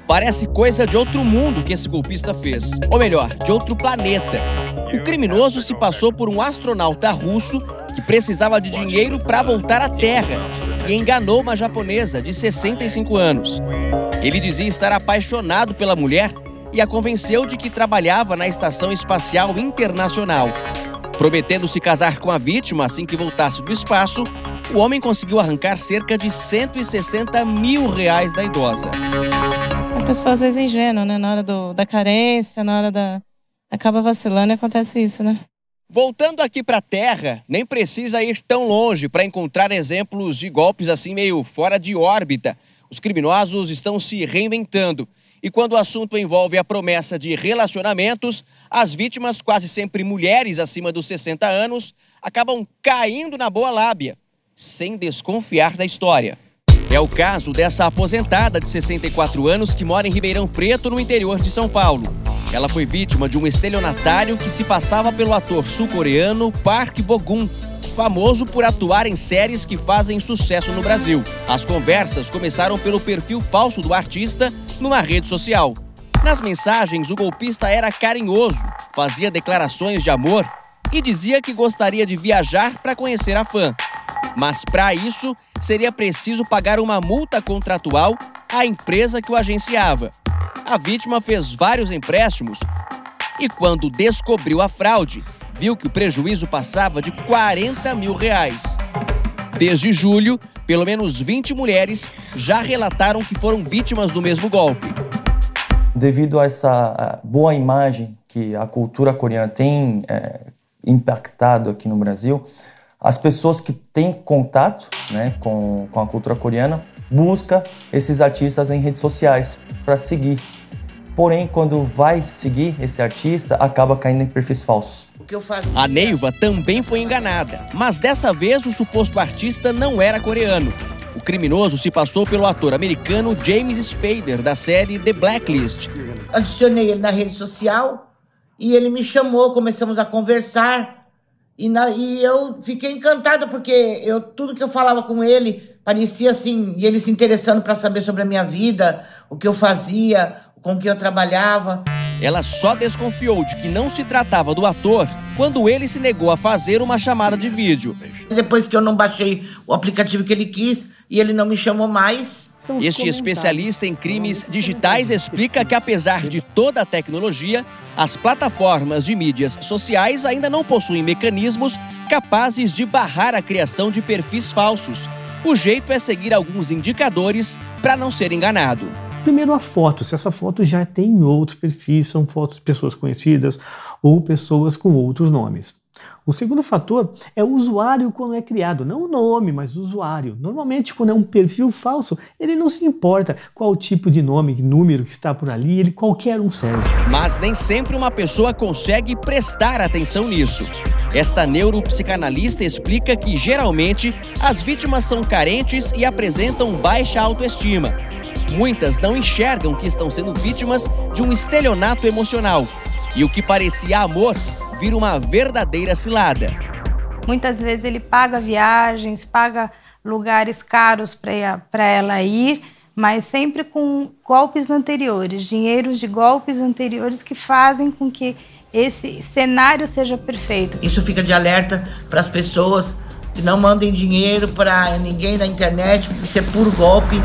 Parece coisa de outro mundo que esse golpista fez. Ou melhor, de outro planeta. O criminoso se passou por um astronauta russo que precisava de dinheiro para voltar à Terra e enganou uma japonesa de 65 anos. Ele dizia estar apaixonado pela mulher e a convenceu de que trabalhava na Estação Espacial Internacional. Prometendo se casar com a vítima assim que voltasse do espaço, o homem conseguiu arrancar cerca de R$160 mil da idosa. A pessoa às vezes é ingênua, né? Na hora da carência, na hora acaba vacilando e acontece isso, né? Voltando aqui para a Terra, nem precisa ir tão longe para encontrar exemplos de golpes assim meio fora de órbita. Os criminosos estão se reinventando. E quando o assunto envolve a promessa de relacionamentos, as vítimas, quase sempre mulheres acima dos 60 anos, acabam caindo na boa lábia, sem desconfiar da história. É o caso dessa aposentada de 64 anos que mora em Ribeirão Preto, no interior de São Paulo. Ela foi vítima de um estelionatário que se passava pelo ator sul-coreano Park Bo-gum, famoso por atuar em séries que fazem sucesso no Brasil. As conversas começaram pelo perfil falso do artista numa rede social. Nas mensagens, o golpista era carinhoso, fazia declarações de amor e dizia que gostaria de viajar para conhecer a fã. Mas para isso, seria preciso pagar uma multa contratual à empresa que o agenciava. A vítima fez vários empréstimos e, quando descobriu a fraude, viu que o prejuízo passava de R$40 mil. Desde julho, pelo menos 20 mulheres já relataram que foram vítimas do mesmo golpe. Devido a essa boa imagem que a cultura coreana tem impactado aqui no Brasil, as pessoas que têm contato, né, com a cultura coreana buscam esses artistas em redes sociais para seguir. Porém, quando vai seguir esse artista, acaba caindo em perfis falsos. A Neiva também foi enganada, mas dessa vez o suposto artista não era coreano. O criminoso se passou pelo ator americano James Spader, da série The Blacklist. Adicionei ele na rede social e ele me chamou, começamos a conversar. E eu fiquei encantada porque tudo que eu falava com ele parecia assim, e ele se interessando para saber sobre a minha vida, o que eu fazia, com que eu trabalhava. Ela só desconfiou de que não se tratava do ator quando ele se negou a fazer uma chamada de vídeo. Depois que eu não baixei o aplicativo que ele quis e ele não me chamou mais. Este especialista em crimes digitais explica que, apesar de toda a tecnologia, as plataformas de mídias sociais ainda não possuem mecanismos capazes de barrar a criação de perfis falsos. O jeito é seguir alguns indicadores para não ser enganado. Primeiro, a foto. Se essa foto já tem outros perfis, são fotos de pessoas conhecidas ou pessoas com outros nomes. O segundo fator é o usuário quando é criado, não o nome, mas o usuário. Normalmente, quando é um perfil falso, ele não se importa qual tipo de nome, número que está por ali, ele qualquer um serve. Mas nem sempre uma pessoa consegue prestar atenção nisso. Esta neuropsicanalista explica que, geralmente, as vítimas são carentes e apresentam baixa autoestima. Muitas não enxergam que estão sendo vítimas de um estelionato emocional. E o que parecia amor vira uma verdadeira cilada. Muitas vezes ele paga viagens, paga lugares caros para ela ir, mas sempre com golpes anteriores, dinheiros de golpes anteriores que fazem com que esse cenário seja perfeito. Isso fica de alerta para as pessoas que não mandem dinheiro para ninguém na internet, isso é puro golpe.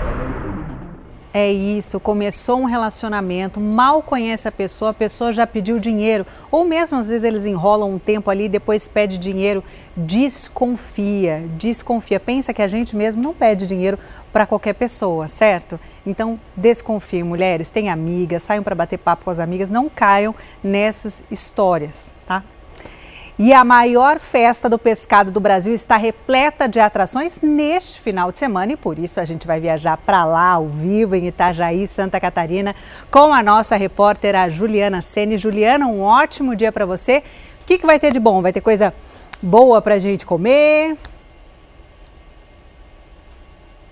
É isso, começou um relacionamento, mal conhece a pessoa já pediu dinheiro. Ou mesmo às vezes eles enrolam um tempo ali e depois pede dinheiro. Desconfia. Pensa que a gente mesmo não pede dinheiro para qualquer pessoa, certo? Então desconfie, mulheres, tenham amigas, saiam para bater papo com as amigas, não caiam nessas histórias, tá? E a maior festa do pescado do Brasil está repleta de atrações neste final de semana e por isso a gente vai viajar para lá, ao vivo, em Itajaí, Santa Catarina, com a nossa repórter, a Juliana Sene. Juliana, um ótimo dia para você. O que vai ter de bom? Vai ter coisa boa para a gente comer?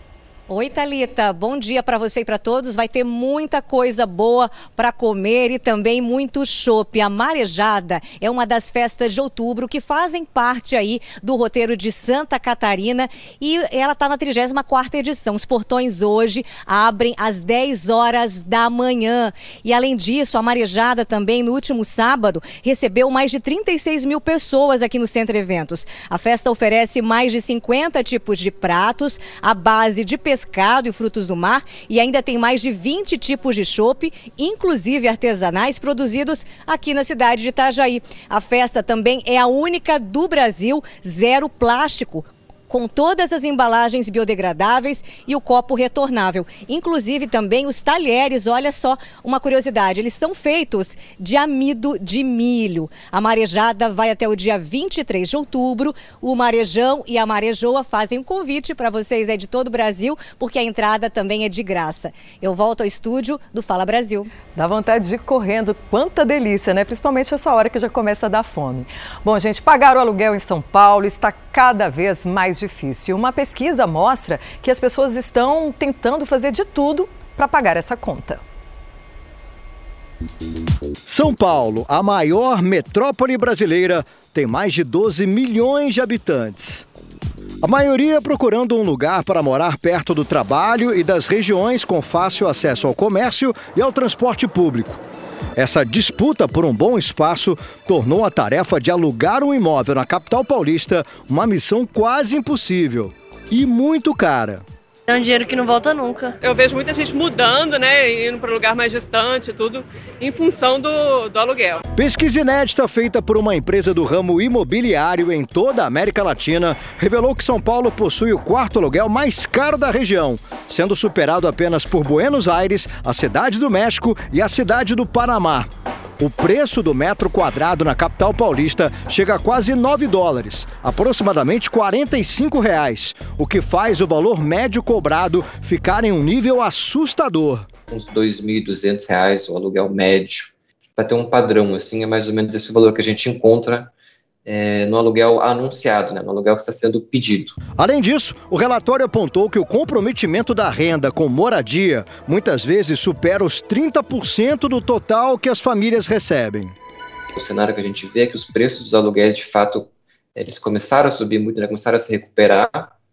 Oi, Thalita, bom dia para você e para todos. Vai ter muita coisa boa para comer e também muito chopp. A Marejada é uma das festas de outubro que fazem parte aí do roteiro de Santa Catarina e ela está na 34ª edição. Os portões hoje abrem às 10 horas da manhã. E além disso, a Marejada também no último sábado recebeu mais de 36 mil pessoas aqui no Centro Eventos. A festa oferece mais de 50 tipos de pratos à base de pescado e frutos do mar e ainda tem mais de 20 tipos de chopp, inclusive artesanais, produzidos aqui na cidade de Itajaí. A festa também é a única do Brasil zero plástico, com todas as embalagens biodegradáveis e o copo retornável. Inclusive também os talheres, olha só uma curiosidade, eles são feitos de amido de milho. A Marejada vai até o dia 23 de outubro. O Marejão e a Marejoa fazem um convite para vocês de todo o Brasil, porque a entrada também é de graça. Eu volto ao estúdio do Fala Brasil. Dá vontade de ir correndo, quanta delícia, né? Principalmente essa hora que já começa a dar fome. Bom, gente, pagar o aluguel em São Paulo está cada vez mais difícil. Uma pesquisa mostra que as pessoas estão tentando fazer de tudo para pagar essa conta. São Paulo, a maior metrópole brasileira, tem mais de 12 milhões de habitantes. A maioria procurando um lugar para morar perto do trabalho e das regiões com fácil acesso ao comércio e ao transporte público. Essa disputa por um bom espaço tornou a tarefa de alugar um imóvel na capital paulista uma missão quase impossível e muito cara. É um dinheiro que não volta nunca. Eu vejo muita gente mudando, né, indo para um lugar mais distante, tudo em função do aluguel. Pesquisa inédita feita por uma empresa do ramo imobiliário em toda a América Latina revelou que São Paulo possui o quarto aluguel mais caro da região, sendo superado apenas por Buenos Aires, a Cidade do México e a Cidade do Panamá. O preço do metro quadrado na capital paulista chega a quase $9, aproximadamente R$45, o que faz o valor médio cobrado ficar em um nível assustador. Uns R$2.200 o aluguel médio. Para ter um padrão, assim, é mais ou menos esse valor que a gente encontra no aluguel anunciado, né, no aluguel que está sendo pedido. Além disso, o relatório apontou que o comprometimento da renda com moradia muitas vezes supera os 30% do total que as famílias recebem. O cenário que a gente vê é que os preços dos aluguéis, de fato, eles começaram a subir muito, né, começaram a se recuperar,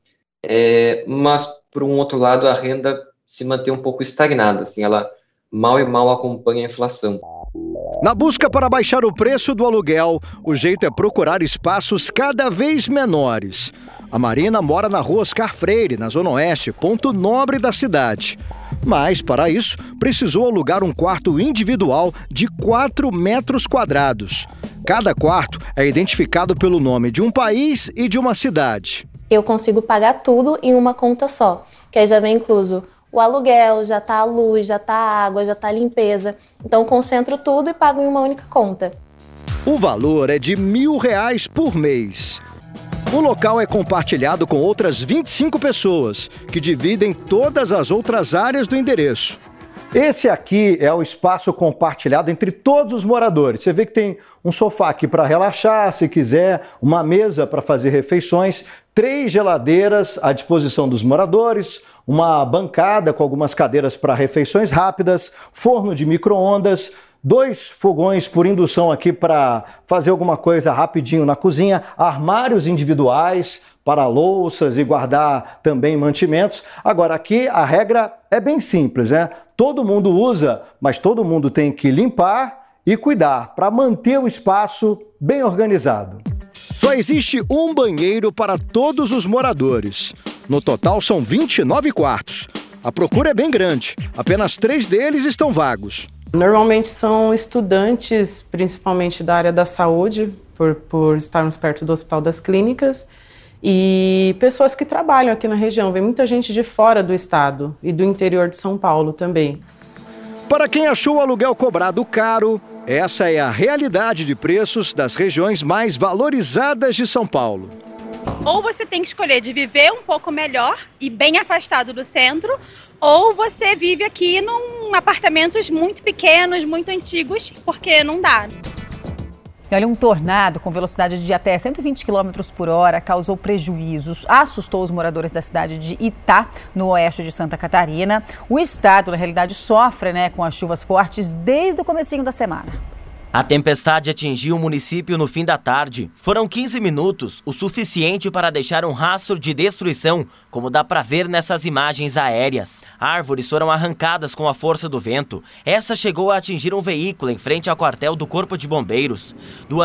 mas, por um outro lado, a renda se mantém um pouco estagnada, assim, ela mal e mal acompanha a inflação. Na busca para baixar o preço do aluguel, o jeito é procurar espaços cada vez menores. A Marina mora na Rua Oscar Freire, na Zona Oeste, ponto nobre da cidade. Mas, para isso, precisou alugar um quarto individual de 4 metros quadrados. Cada quarto é identificado pelo nome de um país e de uma cidade. Eu consigo pagar tudo em uma conta só, que aí já vem incluso o aluguel, já está a luz, já está a água, já está a limpeza. Então concentro tudo e pago em uma única conta. O valor é de R$1.000 por mês. O local é compartilhado com outras 25 pessoas, que dividem todas as outras áreas do endereço. Esse aqui é o espaço compartilhado entre todos os moradores. Você vê que tem um sofá aqui para relaxar, se quiser, uma mesa para fazer refeições, 3 geladeiras à disposição dos moradores, uma bancada com algumas cadeiras para refeições rápidas, forno de micro-ondas, 2 fogões por indução aqui para fazer alguma coisa rapidinho na cozinha, armários individuais para louças e guardar também mantimentos. Agora, aqui a regra é bem simples, né? Todo mundo usa, mas todo mundo tem que limpar e cuidar para manter o espaço bem organizado. Só existe um banheiro para todos os moradores. No total são 29 quartos. A procura é bem grande, apenas 3 deles estão vagos. Normalmente são estudantes, principalmente da área da saúde, por estarmos perto do Hospital das Clínicas, e pessoas que trabalham aqui na região. Vem muita gente de fora do estado e do interior de São Paulo também. Para quem achou o aluguel cobrado caro, essa é a realidade de preços das regiões mais valorizadas de São Paulo. Ou você tem que escolher de viver um pouco melhor e bem afastado do centro, ou você vive aqui num apartamentos muito pequenos, muito antigos, porque não dá. E olha, um tornado com velocidade de até 120 km por hora causou prejuízos, assustou os moradores da cidade de Itá, no oeste de Santa Catarina. O estado, na realidade, sofre, com as chuvas fortes desde o comecinho da semana. A tempestade atingiu o município no fim da tarde. Foram 15 minutos, o suficiente para deixar um rastro de destruição, como dá para ver nessas imagens aéreas. Árvores foram arrancadas com a força do vento. Essa chegou a atingir um veículo em frente ao quartel do Corpo de Bombeiros.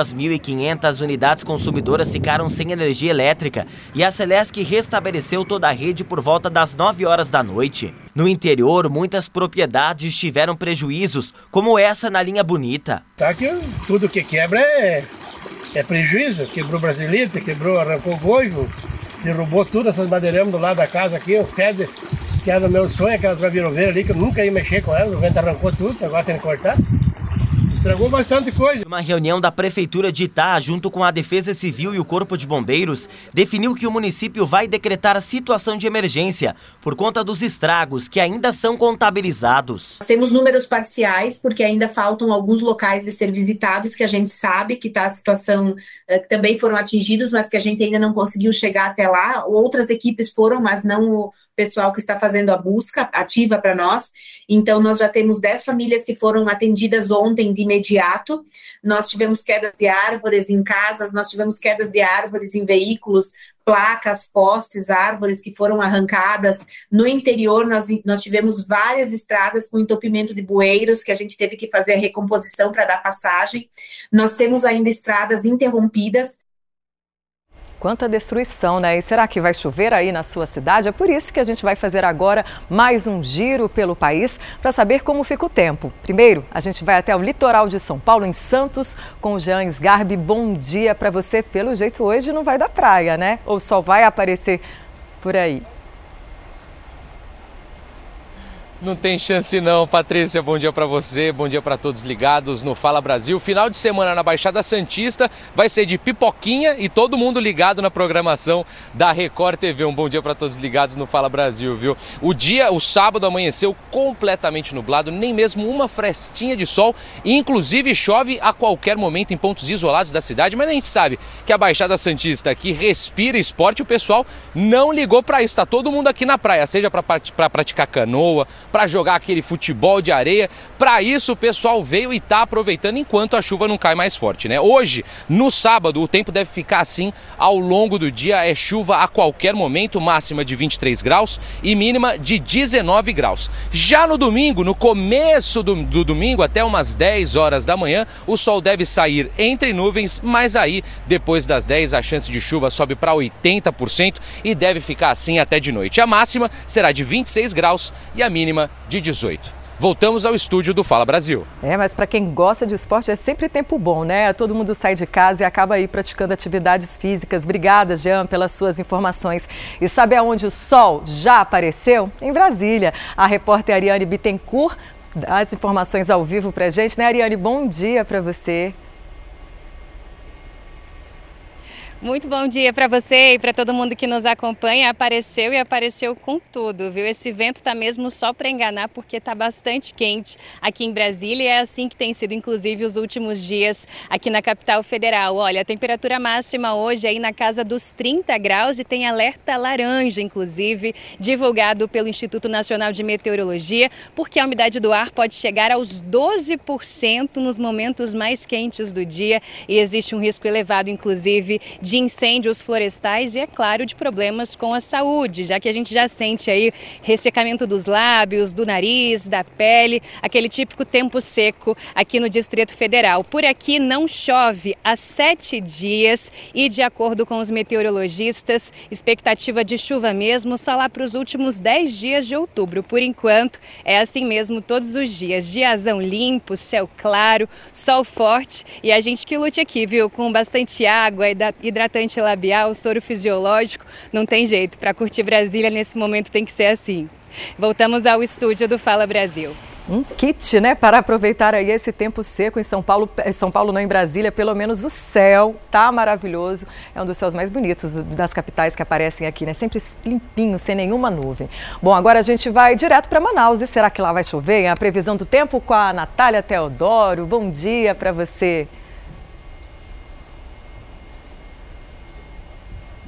2.500 unidades consumidoras ficaram sem energia elétrica e a Celesc restabeleceu toda a rede por volta das 9 horas da noite. No interior, muitas propriedades tiveram prejuízos, como essa na Linha Bonita. Tá que tudo que quebra é prejuízo. Quebrou brasilite, arrancou goivo, derrubou todas essas madeiremas do lado da casa aqui, os pedras, que era o meu sonho, aquelas gaviroveiras ali, que eu nunca ia mexer com elas, o vento arrancou tudo, agora tem que cortar. Estragou bastante coisa. Uma reunião da Prefeitura de Itá, junto com a Defesa Civil e o Corpo de Bombeiros, definiu que o município vai decretar a situação de emergência por conta dos estragos que ainda são contabilizados. Temos números parciais, porque ainda faltam alguns locais de ser visitados, que a gente sabe que está a situação, que também foram atingidos, mas que a gente ainda não conseguiu chegar até lá. Outras equipes foram, mas não o pessoal que está fazendo a busca ativa para nós. Então, nós já temos 10 famílias que foram atendidas ontem de imediato. Nós tivemos quedas de árvores em casas, nós tivemos quedas de árvores em veículos, placas, postes, árvores que foram arrancadas. No interior, nós tivemos várias estradas com entupimento de bueiros, que a gente teve que fazer a recomposição para dar passagem. Nós temos ainda estradas interrompidas. Quanta destruição, né? E será que vai chover aí na sua cidade? É por isso que a gente vai fazer agora mais um giro pelo país para saber como fica o tempo. Primeiro, a gente vai até o litoral de São Paulo, em Santos, com o Jean Sgarbi. Bom dia para você. Pelo jeito, hoje não vai dar praia, né? Ou só vai aparecer por aí? Não tem chance não, Patrícia. Bom dia para você, bom dia para todos ligados no Fala Brasil. Final de semana na Baixada Santista vai ser de pipoquinha e todo mundo ligado na programação da Record TV. Um bom dia para todos ligados no Fala Brasil, viu? O sábado amanheceu completamente nublado, nem mesmo uma frestinha de sol. Inclusive chove a qualquer momento em pontos isolados da cidade, mas a gente sabe que a Baixada Santista aqui respira esporte, o pessoal não ligou para isso. Tá todo mundo aqui na praia, seja para praticar canoa, para jogar aquele futebol de areia. Para isso o pessoal veio e está aproveitando enquanto a chuva não cai mais forte, né? Hoje, no sábado, o tempo deve ficar assim ao longo do dia. É chuva a qualquer momento, máxima de 23 graus e mínima de 19 graus. Já no domingo, no começo do domingo, até umas 10 horas da manhã, o sol deve sair entre nuvens, mas aí, depois das 10, a chance de chuva sobe para 80% e deve ficar assim até de noite. A máxima será de 26 graus e a mínima de 18. Voltamos ao estúdio do Fala Brasil. Mas para quem gosta de esporte é sempre tempo bom, né? Todo mundo sai de casa e acaba aí praticando atividades físicas. Obrigada, Jean, pelas suas informações. E sabe aonde o sol já apareceu? Em Brasília. A repórter Ariane Bittencourt dá as informações ao vivo pra gente, né, Ariane? Bom dia para você. Muito bom dia para você e para todo mundo que nos acompanha. Apareceu e apareceu com tudo, viu? Esse vento está mesmo só para enganar, porque está bastante quente aqui em Brasília e é assim que tem sido, inclusive, os últimos dias aqui na capital federal. Olha, a temperatura máxima hoje é aí na casa dos 30 graus e tem alerta laranja, inclusive, divulgado pelo Instituto Nacional de Meteorologia, porque a umidade do ar pode chegar aos 12% nos momentos mais quentes do dia e existe um risco elevado, inclusive, de incêndios florestais e, é claro, de problemas com a saúde, já que a gente já sente aí ressecamento dos lábios, do nariz, da pele, aquele típico tempo seco aqui no Distrito Federal. Por aqui não chove há 7 dias e, de acordo com os meteorologistas, expectativa de chuva mesmo só lá para os últimos 10 dias de outubro. Por enquanto, é assim mesmo todos os dias, diazão limpo, céu claro, sol forte e a gente que lute aqui, viu, com bastante água e hidratante labial, soro fisiológico, não tem jeito. Para curtir Brasília nesse momento tem que ser assim. Voltamos ao estúdio do Fala Brasil. Um kit, né, para aproveitar aí esse tempo seco em São Paulo não, em Brasília, pelo menos o céu tá maravilhoso, é um dos céus mais bonitos das capitais que aparecem aqui, né, sempre limpinho, sem nenhuma nuvem. Bom, agora a gente vai direto para Manaus, e será que lá vai chover? A previsão do tempo com a Natália Teodoro. Bom dia para você.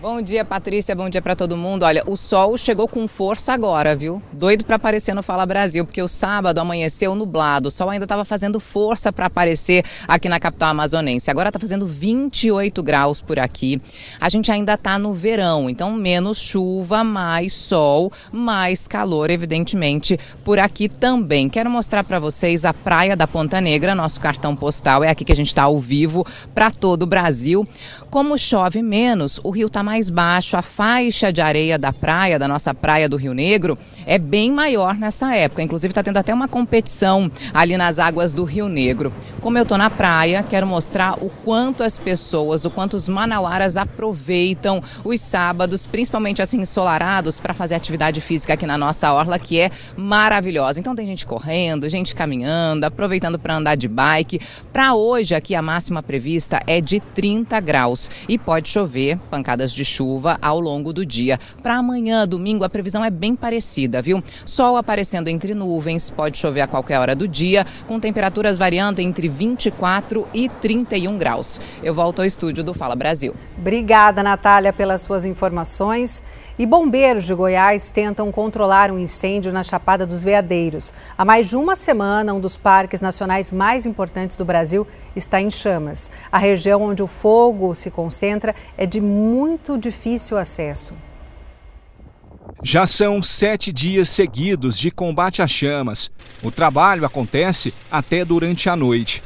Bom dia, Patrícia. Bom dia para todo mundo. Olha, o sol chegou com força agora, viu? Doido para aparecer no Fala Brasil, porque o sábado amanheceu nublado. O sol ainda estava fazendo força para aparecer aqui na capital amazonense. Agora está fazendo 28 graus por aqui. A gente ainda está no verão, então menos chuva, mais sol, mais calor, evidentemente, por aqui também. Quero mostrar para vocês a Praia da Ponta Negra, nosso cartão postal. É aqui que a gente está ao vivo para todo o Brasil. Como chove menos, o rio está mais baixo, a faixa de areia da praia, da nossa praia do Rio Negro, é bem maior nessa época. Inclusive está tendo até uma competição ali nas águas do Rio Negro. Como eu estou na praia, quero mostrar o quanto as pessoas, o quanto os manauaras aproveitam os sábados, principalmente assim ensolarados, para fazer atividade física aqui na nossa orla, que é maravilhosa. Então tem gente correndo, gente caminhando, aproveitando para andar de bike. Para hoje aqui a máxima prevista é de 30 graus. E pode chover, pancadas de chuva ao longo do dia. Para amanhã, domingo, a previsão é bem parecida, viu? Sol aparecendo entre nuvens, pode chover a qualquer hora do dia, com temperaturas variando entre 24 e 31 graus. Eu volto ao estúdio do Fala Brasil. Obrigada, Natália, pelas suas informações. E bombeiros de Goiás tentam controlar um incêndio na Chapada dos Veadeiros. Há mais de uma semana, um dos parques nacionais mais importantes do Brasil está em chamas. A região onde o fogo se concentra é de muito difícil acesso. Já são 7 dias seguidos de combate às chamas. O trabalho acontece até durante a noite.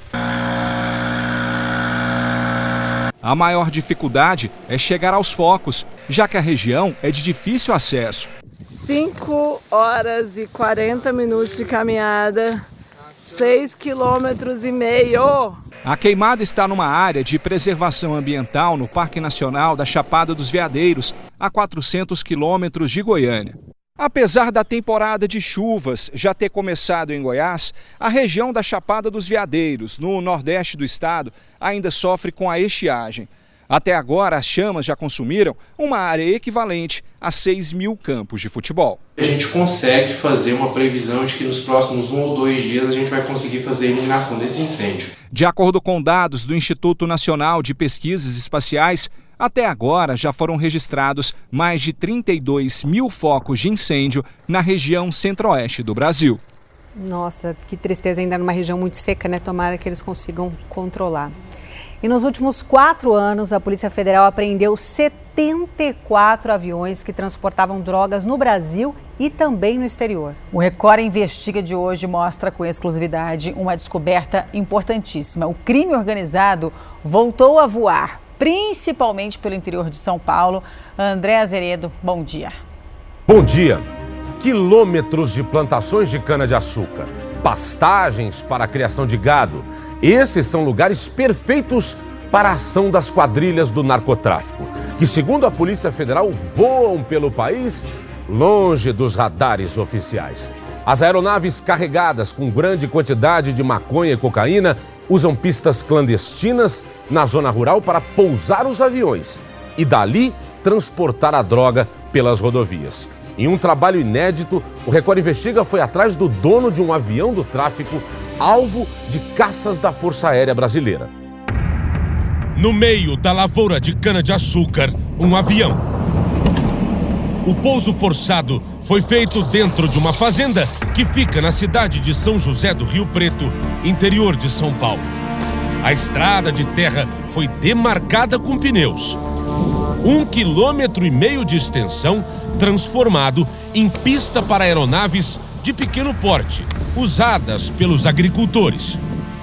A maior dificuldade é chegar aos focos, já que a região é de difícil acesso. 5 horas e 40 minutos de caminhada, 6,5 km. A queimada está numa área de preservação ambiental no Parque Nacional da Chapada dos Veadeiros, a 400 quilômetros de Goiânia. Apesar da temporada de chuvas já ter começado em Goiás, a região da Chapada dos Veadeiros, no nordeste do estado, ainda sofre com a estiagem. Até agora, as chamas já consumiram uma área equivalente a 6 mil campos de futebol. A gente consegue fazer uma previsão de que nos próximos 1 ou 2 dias a gente vai conseguir fazer a eliminação desse incêndio. De acordo com dados do Instituto Nacional de Pesquisas Espaciais, até agora já foram registrados mais de 32 mil focos de incêndio na região centro-oeste do Brasil. Nossa, que tristeza, ainda numa região muito seca, né? Tomara que eles consigam controlar. E nos últimos 4 anos, a Polícia Federal apreendeu 74 aviões que transportavam drogas no Brasil e também no exterior. O Record Investiga de hoje mostra com exclusividade uma descoberta importantíssima. O crime organizado voltou a voar, principalmente pelo interior de São Paulo. André Azeredo, bom dia. Bom dia. Quilômetros de plantações de cana-de-açúcar, pastagens para a criação de gado. Esses são lugares perfeitos para a ação das quadrilhas do narcotráfico, que, segundo a Polícia Federal, voam pelo país longe dos radares oficiais. As aeronaves carregadas com grande quantidade de maconha e cocaína usam pistas clandestinas na zona rural para pousar os aviões e dali transportar a droga pelas rodovias. Em um trabalho inédito, o Record Investiga foi atrás do dono de um avião do tráfico, alvo de caças da Força Aérea Brasileira. No meio da lavoura de cana-de-açúcar, um avião. O pouso forçado foi feito dentro de uma fazenda que fica na cidade de São José do Rio Preto, interior de São Paulo. A estrada de terra foi demarcada com pneus. 1,5 km de extensão, transformado em pista para aeronaves de pequeno porte, usadas pelos agricultores.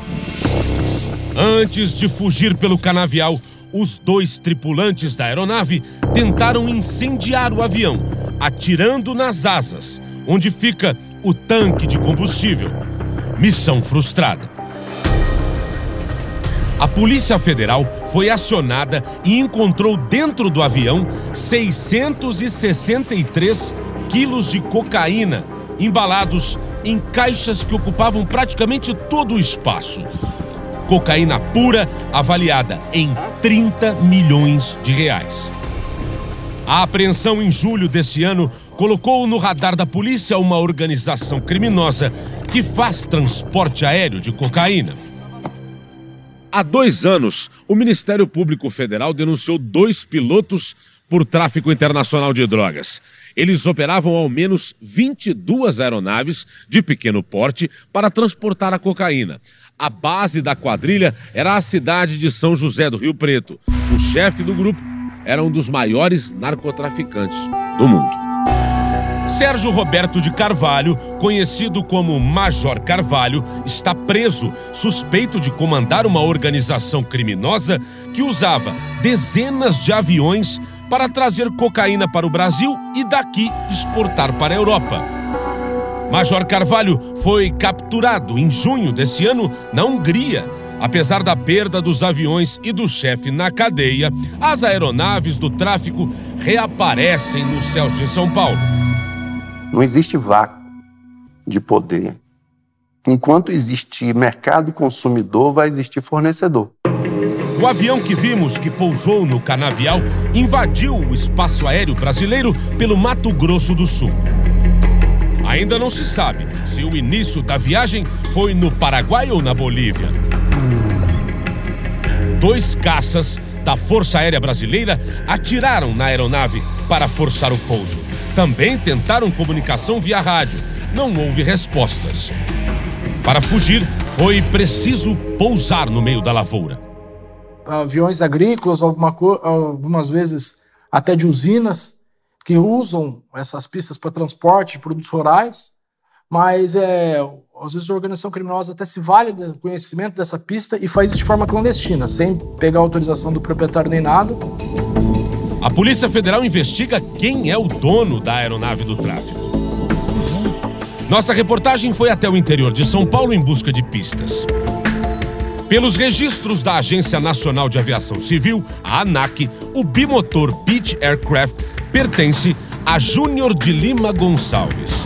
Antes de fugir pelo canavial, os 2 tripulantes da aeronave tentaram incendiar o avião, atirando nas asas, onde fica o tanque de combustível. Missão frustrada. A Polícia Federal foi acionada e encontrou dentro do avião 663 quilos de cocaína, embalados em caixas que ocupavam praticamente todo o espaço. Cocaína pura avaliada em 30 milhões de reais. A apreensão em julho desse ano colocou no radar da polícia uma organização criminosa que faz transporte aéreo de cocaína. Há 2 anos, o Ministério Público Federal denunciou 2 pilotos por tráfico internacional de drogas. Eles operavam ao menos 22 aeronaves de pequeno porte para transportar a cocaína. A base da quadrilha era a cidade de São José do Rio Preto. O chefe do grupo era um dos maiores narcotraficantes do mundo. Sérgio Roberto de Carvalho, conhecido como Major Carvalho, está preso, suspeito de comandar uma organização criminosa que usava dezenas de aviões para trazer cocaína para o Brasil e daqui exportar para a Europa. Major Carvalho foi capturado em junho desse ano na Hungria. Apesar da perda dos aviões e do chefe na cadeia, as aeronaves do tráfico reaparecem nos céus de São Paulo. Não existe vácuo de poder. Enquanto existir mercado e consumidor, vai existir fornecedor. O avião que vimos que pousou no Canavial invadiu o espaço aéreo brasileiro pelo Mato Grosso do Sul. Ainda não se sabe se o início da viagem foi no Paraguai ou na Bolívia. 2 caças da Força Aérea Brasileira atiraram na aeronave para forçar o pouso. Também tentaram comunicação via rádio. Não houve respostas. Para fugir, foi preciso pousar no meio da lavoura. Aviões agrícolas, algumas vezes até de usinas, que usam essas pistas para transporte de produtos rurais, mas às vezes a organização criminosa até se vale do conhecimento dessa pista e faz isso de forma clandestina, sem pegar a autorização do proprietário nem nada. A Polícia Federal investiga quem é o dono da aeronave do tráfico. Nossa reportagem foi até o interior de São Paulo em busca de pistas. Pelos registros da Agência Nacional de Aviação Civil, a ANAC, o bimotor Beech Aircraft pertence a Júnior de Lima Gonçalves.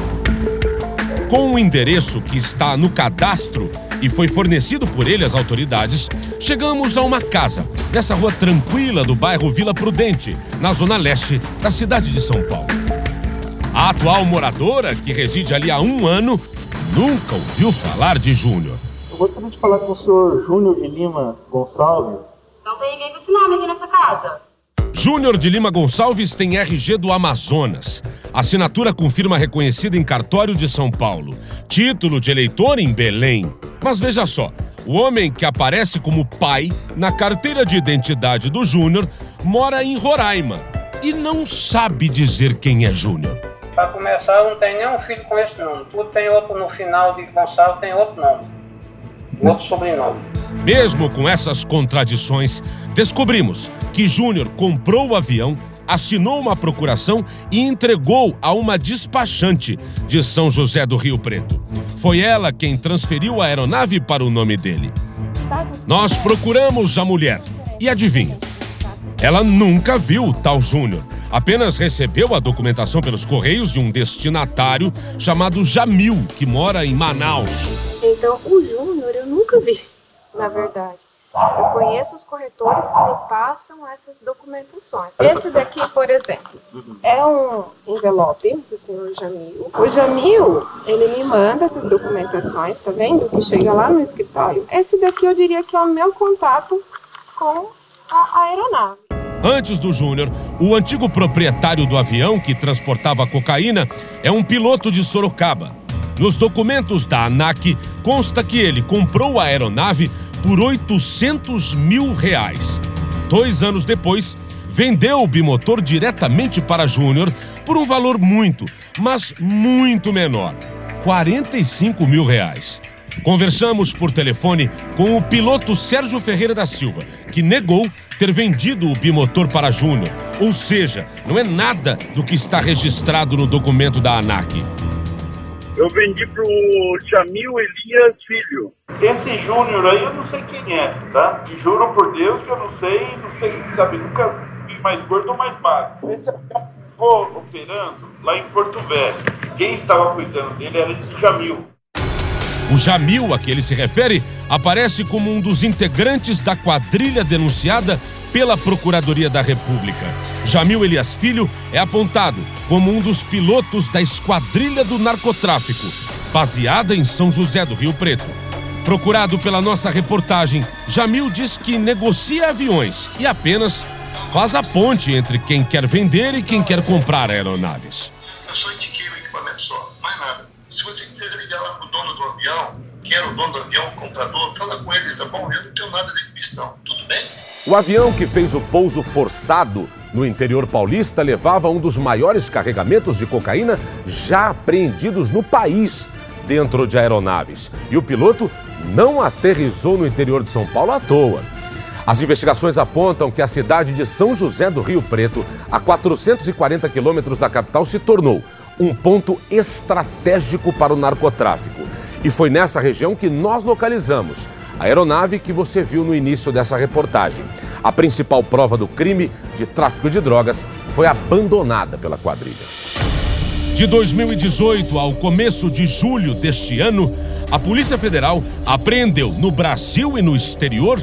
Com o endereço que está no cadastro e foi fornecido por ele às autoridades, chegamos a uma casa, nessa rua tranquila do bairro Vila Prudente, na zona leste da cidade de São Paulo. A atual moradora, que reside ali há 1 ano, nunca ouviu falar de Júnior. Eu gostaria de falar com o senhor Júnior de Lima Gonçalves. Não tem ninguém com esse nome aqui nessa casa. Júnior de Lima Gonçalves tem RG do Amazonas. Assinatura com firma reconhecida em cartório de São Paulo. Título de eleitor em Belém. Mas veja só, o homem que aparece como pai na carteira de identidade do Júnior mora em Roraima e não sabe dizer quem é Júnior. Para começar, eu não tenho nenhum filho com esse nome. Tudo tem outro no final de Gonçalves, tem outro nome. Outro sobrenome. Mesmo com essas contradições, descobrimos que Júnior comprou o avião, assinou uma procuração e entregou a uma despachante de São José do Rio Preto. Foi ela quem transferiu a aeronave para o nome dele. Nós procuramos a mulher e adivinha? Ela nunca viu o tal Júnior. Apenas recebeu a documentação pelos correios de um destinatário chamado Jamil, que mora em Manaus. Então, o Júnior eu nunca vi, na verdade. Eu conheço os corretores que me passam essas documentações. Esse daqui, por exemplo, é um envelope do senhor Jamil. O Jamil, ele me manda essas documentações, tá vendo? Que chega lá no escritório. Esse daqui eu diria que é o meu contato com a aeronave. Antes do Júnior, o antigo proprietário do avião que transportava a cocaína é um piloto de Sorocaba. Nos documentos da ANAC, consta que ele comprou a aeronave por R$800 mil. 2 anos depois, vendeu o bimotor diretamente para Júnior por um valor muito, mas muito menor, R$45 mil. Conversamos por telefone com o piloto Sérgio Ferreira da Silva, que negou ter vendido o bimotor para Júnior. Ou seja, não é nada do que está registrado no documento da ANAC. Eu vendi pro Jamil Elias Filho. Esse Júnior aí eu não sei quem é, tá? E juro por Deus que eu não sei, sabe, nunca vi mais gordo ou mais magro. Esse ficou operando lá em Porto Velho. Quem estava cuidando dele era esse Jamil. O Jamil, a que ele se refere, aparece como um dos integrantes da quadrilha denunciada pela Procuradoria da República. Jamil Elias Filho é apontado como um dos pilotos da Esquadrilha do Narcotráfico, baseada em São José do Rio Preto. Procurado pela nossa reportagem, Jamil diz que negocia aviões e apenas faz a ponte entre quem quer vender e quem quer comprar aeronaves. Eu só indiquei o equipamento só, mais nada. Se você quiser ligar lá pro dono do avião, que era o dono do avião, o comprador, fala com eles, tá bom? Eu não tenho nada a ver com isso não, tudo bem? O avião que fez o pouso forçado no interior paulista levava um dos maiores carregamentos de cocaína já apreendidos no país dentro de aeronaves. E o piloto não aterrissou no interior de São Paulo à toa. As investigações apontam que a cidade de São José do Rio Preto, a 440 quilômetros da capital, se tornou um ponto estratégico para o narcotráfico. E foi nessa região que nós localizamos a aeronave que você viu no início dessa reportagem. A principal prova do crime de tráfico de drogas foi abandonada pela quadrilha. De 2018 ao começo de julho deste ano, a Polícia Federal apreendeu no Brasil e no exterior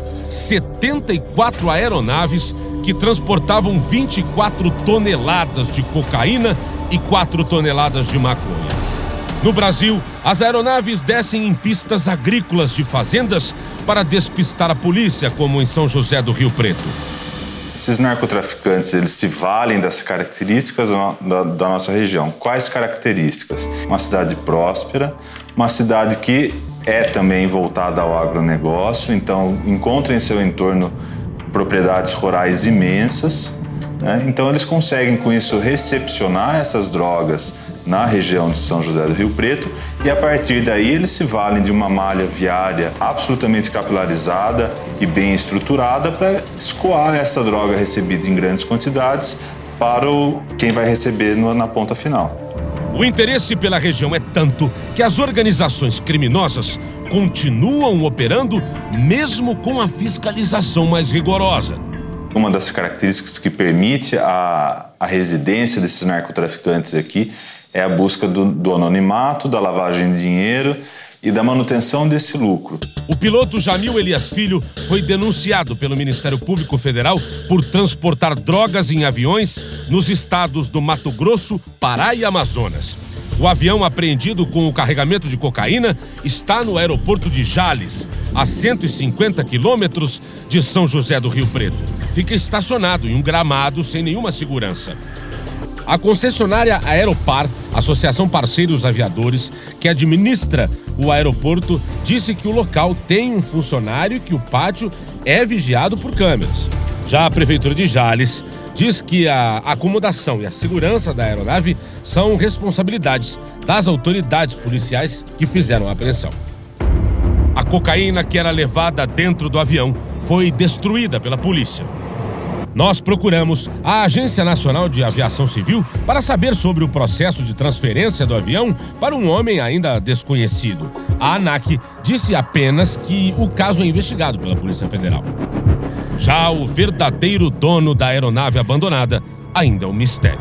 74 aeronaves que transportavam 24 toneladas de cocaína e 4 toneladas de maconha. No Brasil, as aeronaves descem em pistas agrícolas de fazendas para despistar a polícia, como em São José do Rio Preto. Esses narcotraficantes, eles se valem das características da nossa região. Quais características? Uma cidade próspera, uma cidade que é também voltada ao agronegócio, então encontra em seu entorno propriedades rurais imensas, né? Então eles conseguem com isso recepcionar essas drogas na região de São José do Rio Preto e a partir daí eles se valem de uma malha viária absolutamente capilarizada e bem estruturada para escoar essa droga recebida em grandes quantidades para quem vai receber na ponta final. O interesse pela região é tanto que as organizações criminosas continuam operando mesmo com a fiscalização mais rigorosa. Uma das características que permite a residência desses narcotraficantes aqui é a busca do anonimato, da lavagem de dinheiro e da manutenção desse lucro. O piloto Jamil Elias Filho foi denunciado pelo Ministério Público Federal por transportar drogas em aviões nos estados do Mato Grosso, Pará e Amazonas. O avião apreendido com o carregamento de cocaína está no aeroporto de Jales, a 150 quilômetros de São José do Rio Preto. Fica estacionado em um gramado sem nenhuma segurança. A concessionária Aeropar, Associação Parceiros Aviadores, que administra o aeroporto, disse que o local tem um funcionário e que o pátio é vigiado por câmeras. Já a Prefeitura de Jales diz que a acomodação e a segurança da aeronave são responsabilidades das autoridades policiais que fizeram a apreensão. A cocaína que era levada dentro do avião foi destruída pela polícia. Nós procuramos a Agência Nacional de Aviação Civil para saber sobre o processo de transferência do avião para um homem ainda desconhecido. A ANAC disse apenas que o caso é investigado pela Polícia Federal. Já o verdadeiro dono da aeronave abandonada ainda é um mistério.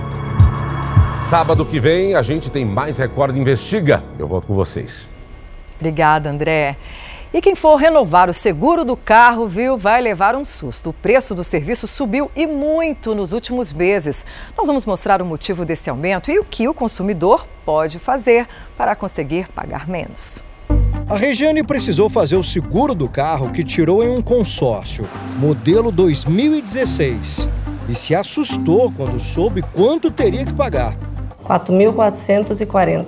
Sábado que vem a gente tem mais Record Investiga. Eu volto com vocês. Obrigada, André. E quem for renovar o seguro do carro, vai levar um susto. O preço do serviço subiu e muito nos últimos meses. Nós vamos mostrar o motivo desse aumento e o que o consumidor pode fazer para conseguir pagar menos. A Regiane precisou fazer o seguro do carro que tirou em um consórcio, modelo 2016. E se assustou quando soube quanto teria que pagar. R$ 4.440.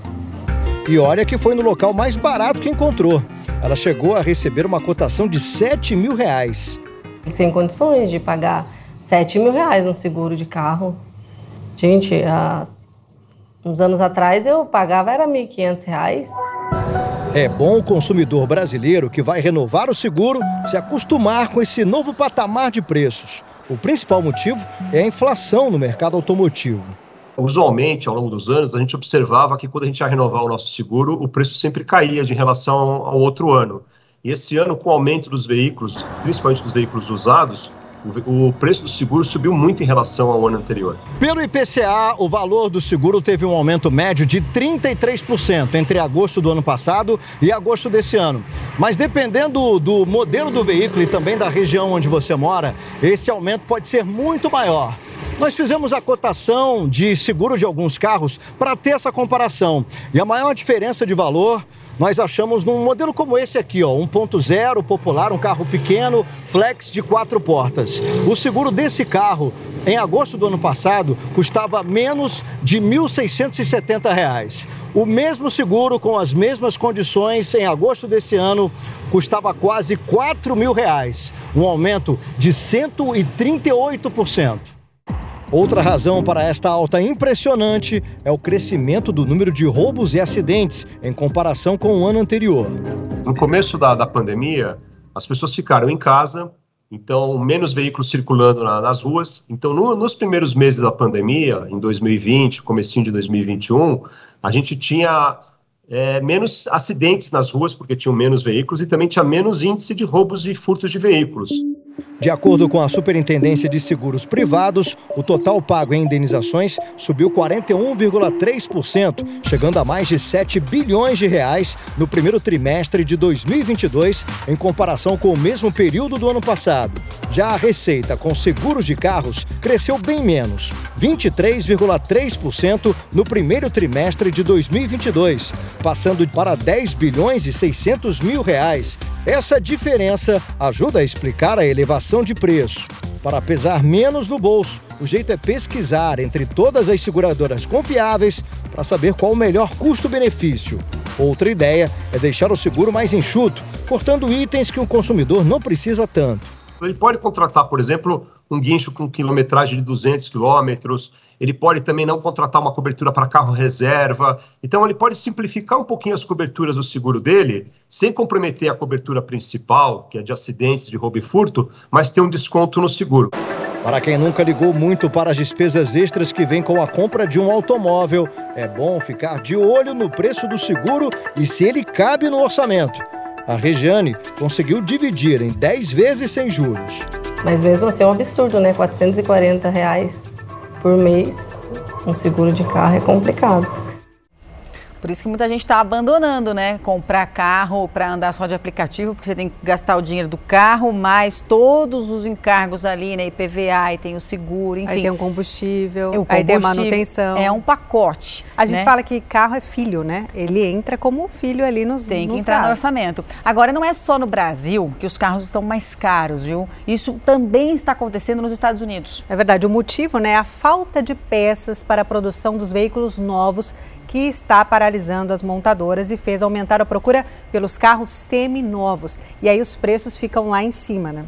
E olha que foi no local mais barato que encontrou. Ela chegou a receber uma cotação de R$ 7.000. Sem condições de pagar R$ 7.000 um seguro de carro. Gente, há uns anos atrás eu pagava era R$ 1.500. É bom o consumidor brasileiro que vai renovar o seguro se acostumar com esse novo patamar de preços. O principal motivo é a inflação no mercado automotivo. Usualmente, ao longo dos anos, a gente observava que quando a gente ia renovar o nosso seguro, o preço sempre caía em relação ao outro ano. E esse ano, com o aumento dos veículos, principalmente dos veículos usados, o preço do seguro subiu muito em relação ao ano anterior. Pelo IPCA, o valor do seguro teve um aumento médio de 33% entre agosto do ano passado e agosto desse ano. Mas dependendo do modelo do veículo e também da região onde você mora, esse aumento pode ser muito maior. Nós fizemos a cotação de seguro de alguns carros para ter essa comparação. E a maior diferença de valor nós achamos num modelo como esse aqui, ó, 1.0 popular, um carro pequeno, flex de 4 portas. O seguro desse carro, em agosto do ano passado, custava menos de R$ 1.670. O mesmo seguro, com as mesmas condições, em agosto desse ano, custava quase R$ 4.000, um aumento de 138%. Outra razão para esta alta impressionante é o crescimento do número de roubos e acidentes em comparação com o ano anterior. No começo da pandemia, as pessoas ficaram em casa, então menos veículos circulando nas ruas. Então, nos primeiros meses da pandemia, em 2020, comecinho de 2021, a gente tinha menos acidentes nas ruas, porque tinham menos veículos, e também tinha menos índice de roubos e furtos de veículos. De acordo com a Superintendência de Seguros Privados, o total pago em indenizações subiu 41,3%, chegando a mais de R$ 7 bilhões no primeiro trimestre de 2022, em comparação com o mesmo período do ano passado. Já a receita com seguros de carros cresceu bem menos, 23,3% no primeiro trimestre de 2022, passando para R$ 10 bilhões e 600 mil. Essa diferença ajuda a explicar a elevação de preço. Para pesar menos no bolso, o jeito é pesquisar entre todas as seguradoras confiáveis para saber qual o melhor custo-benefício. Outra ideia é deixar o seguro mais enxuto, cortando itens que o consumidor não precisa tanto. Ele pode contratar, por exemplo, um guincho com quilometragem de 200 quilômetros, ele pode também não contratar uma cobertura para carro reserva, então ele pode simplificar um pouquinho as coberturas do seguro dele, sem comprometer a cobertura principal, que é de acidentes, de roubo e furto, mas ter um desconto no seguro. Para quem nunca ligou muito para as despesas extras que vêm com a compra de um automóvel, é bom ficar de olho no preço do seguro e se ele cabe no orçamento. A Regiane conseguiu dividir em 10 vezes sem juros. Mas mesmo assim é um absurdo, né? R$ 440 por mês, um seguro de carro é complicado. Por isso que muita gente está abandonando, né? Comprar carro para andar só de aplicativo, porque você tem que gastar o dinheiro do carro, mais todos os encargos ali, né? IPVA, e tem o seguro, enfim. Aí tem o combustível, aí tem a manutenção. É um pacote. A gente fala que carro é filho, né? Ele entra como um filho ali nos Tem que entrar no orçamento. Agora, não é só no Brasil que os carros estão mais caros, viu? Isso também está acontecendo nos Estados Unidos. É verdade. O motivo, né, é a falta de peças para a produção dos veículos novos, que está paralisando as montadoras e fez aumentar a procura pelos carros seminovos. E aí os preços ficam lá em cima, né?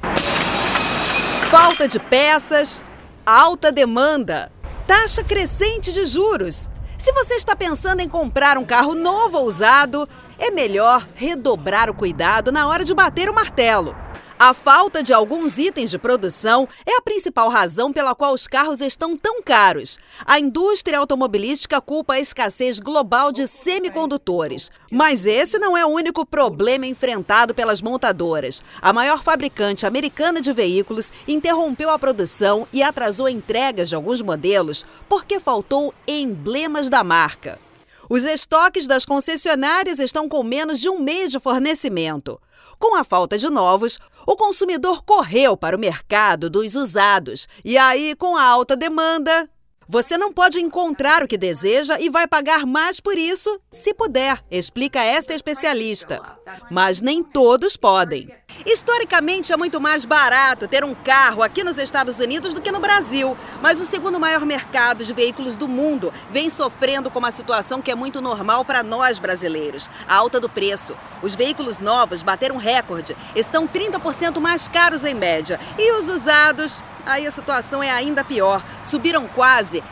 Falta de peças, alta demanda, taxa crescente de juros. Se você está pensando em comprar um carro novo ou usado, é melhor redobrar o cuidado na hora de bater o martelo. A falta de alguns itens de produção é a principal razão pela qual os carros estão tão caros. A indústria automobilística culpa a escassez global de semicondutores. Mas esse não é o único problema enfrentado pelas montadoras. A maior fabricante americana de veículos interrompeu a produção e atrasou entregas de alguns modelos porque faltou emblemas da marca. Os estoques das concessionárias estão com menos de um mês de fornecimento. Com a falta de novos, o consumidor correu para o mercado dos usados. E aí, com a alta demanda, você não pode encontrar o que deseja e vai pagar mais por isso, se puder, explica esta especialista. Mas nem todos podem. Historicamente, é muito mais barato ter um carro aqui nos Estados Unidos do que no Brasil. Mas o segundo maior mercado de veículos do mundo vem sofrendo com uma situação que é muito normal para nós brasileiros: a alta do preço. Os veículos novos bateram recorde, estão 30% mais caros em média. E os usados? Aí a situação é ainda pior. Subiram quase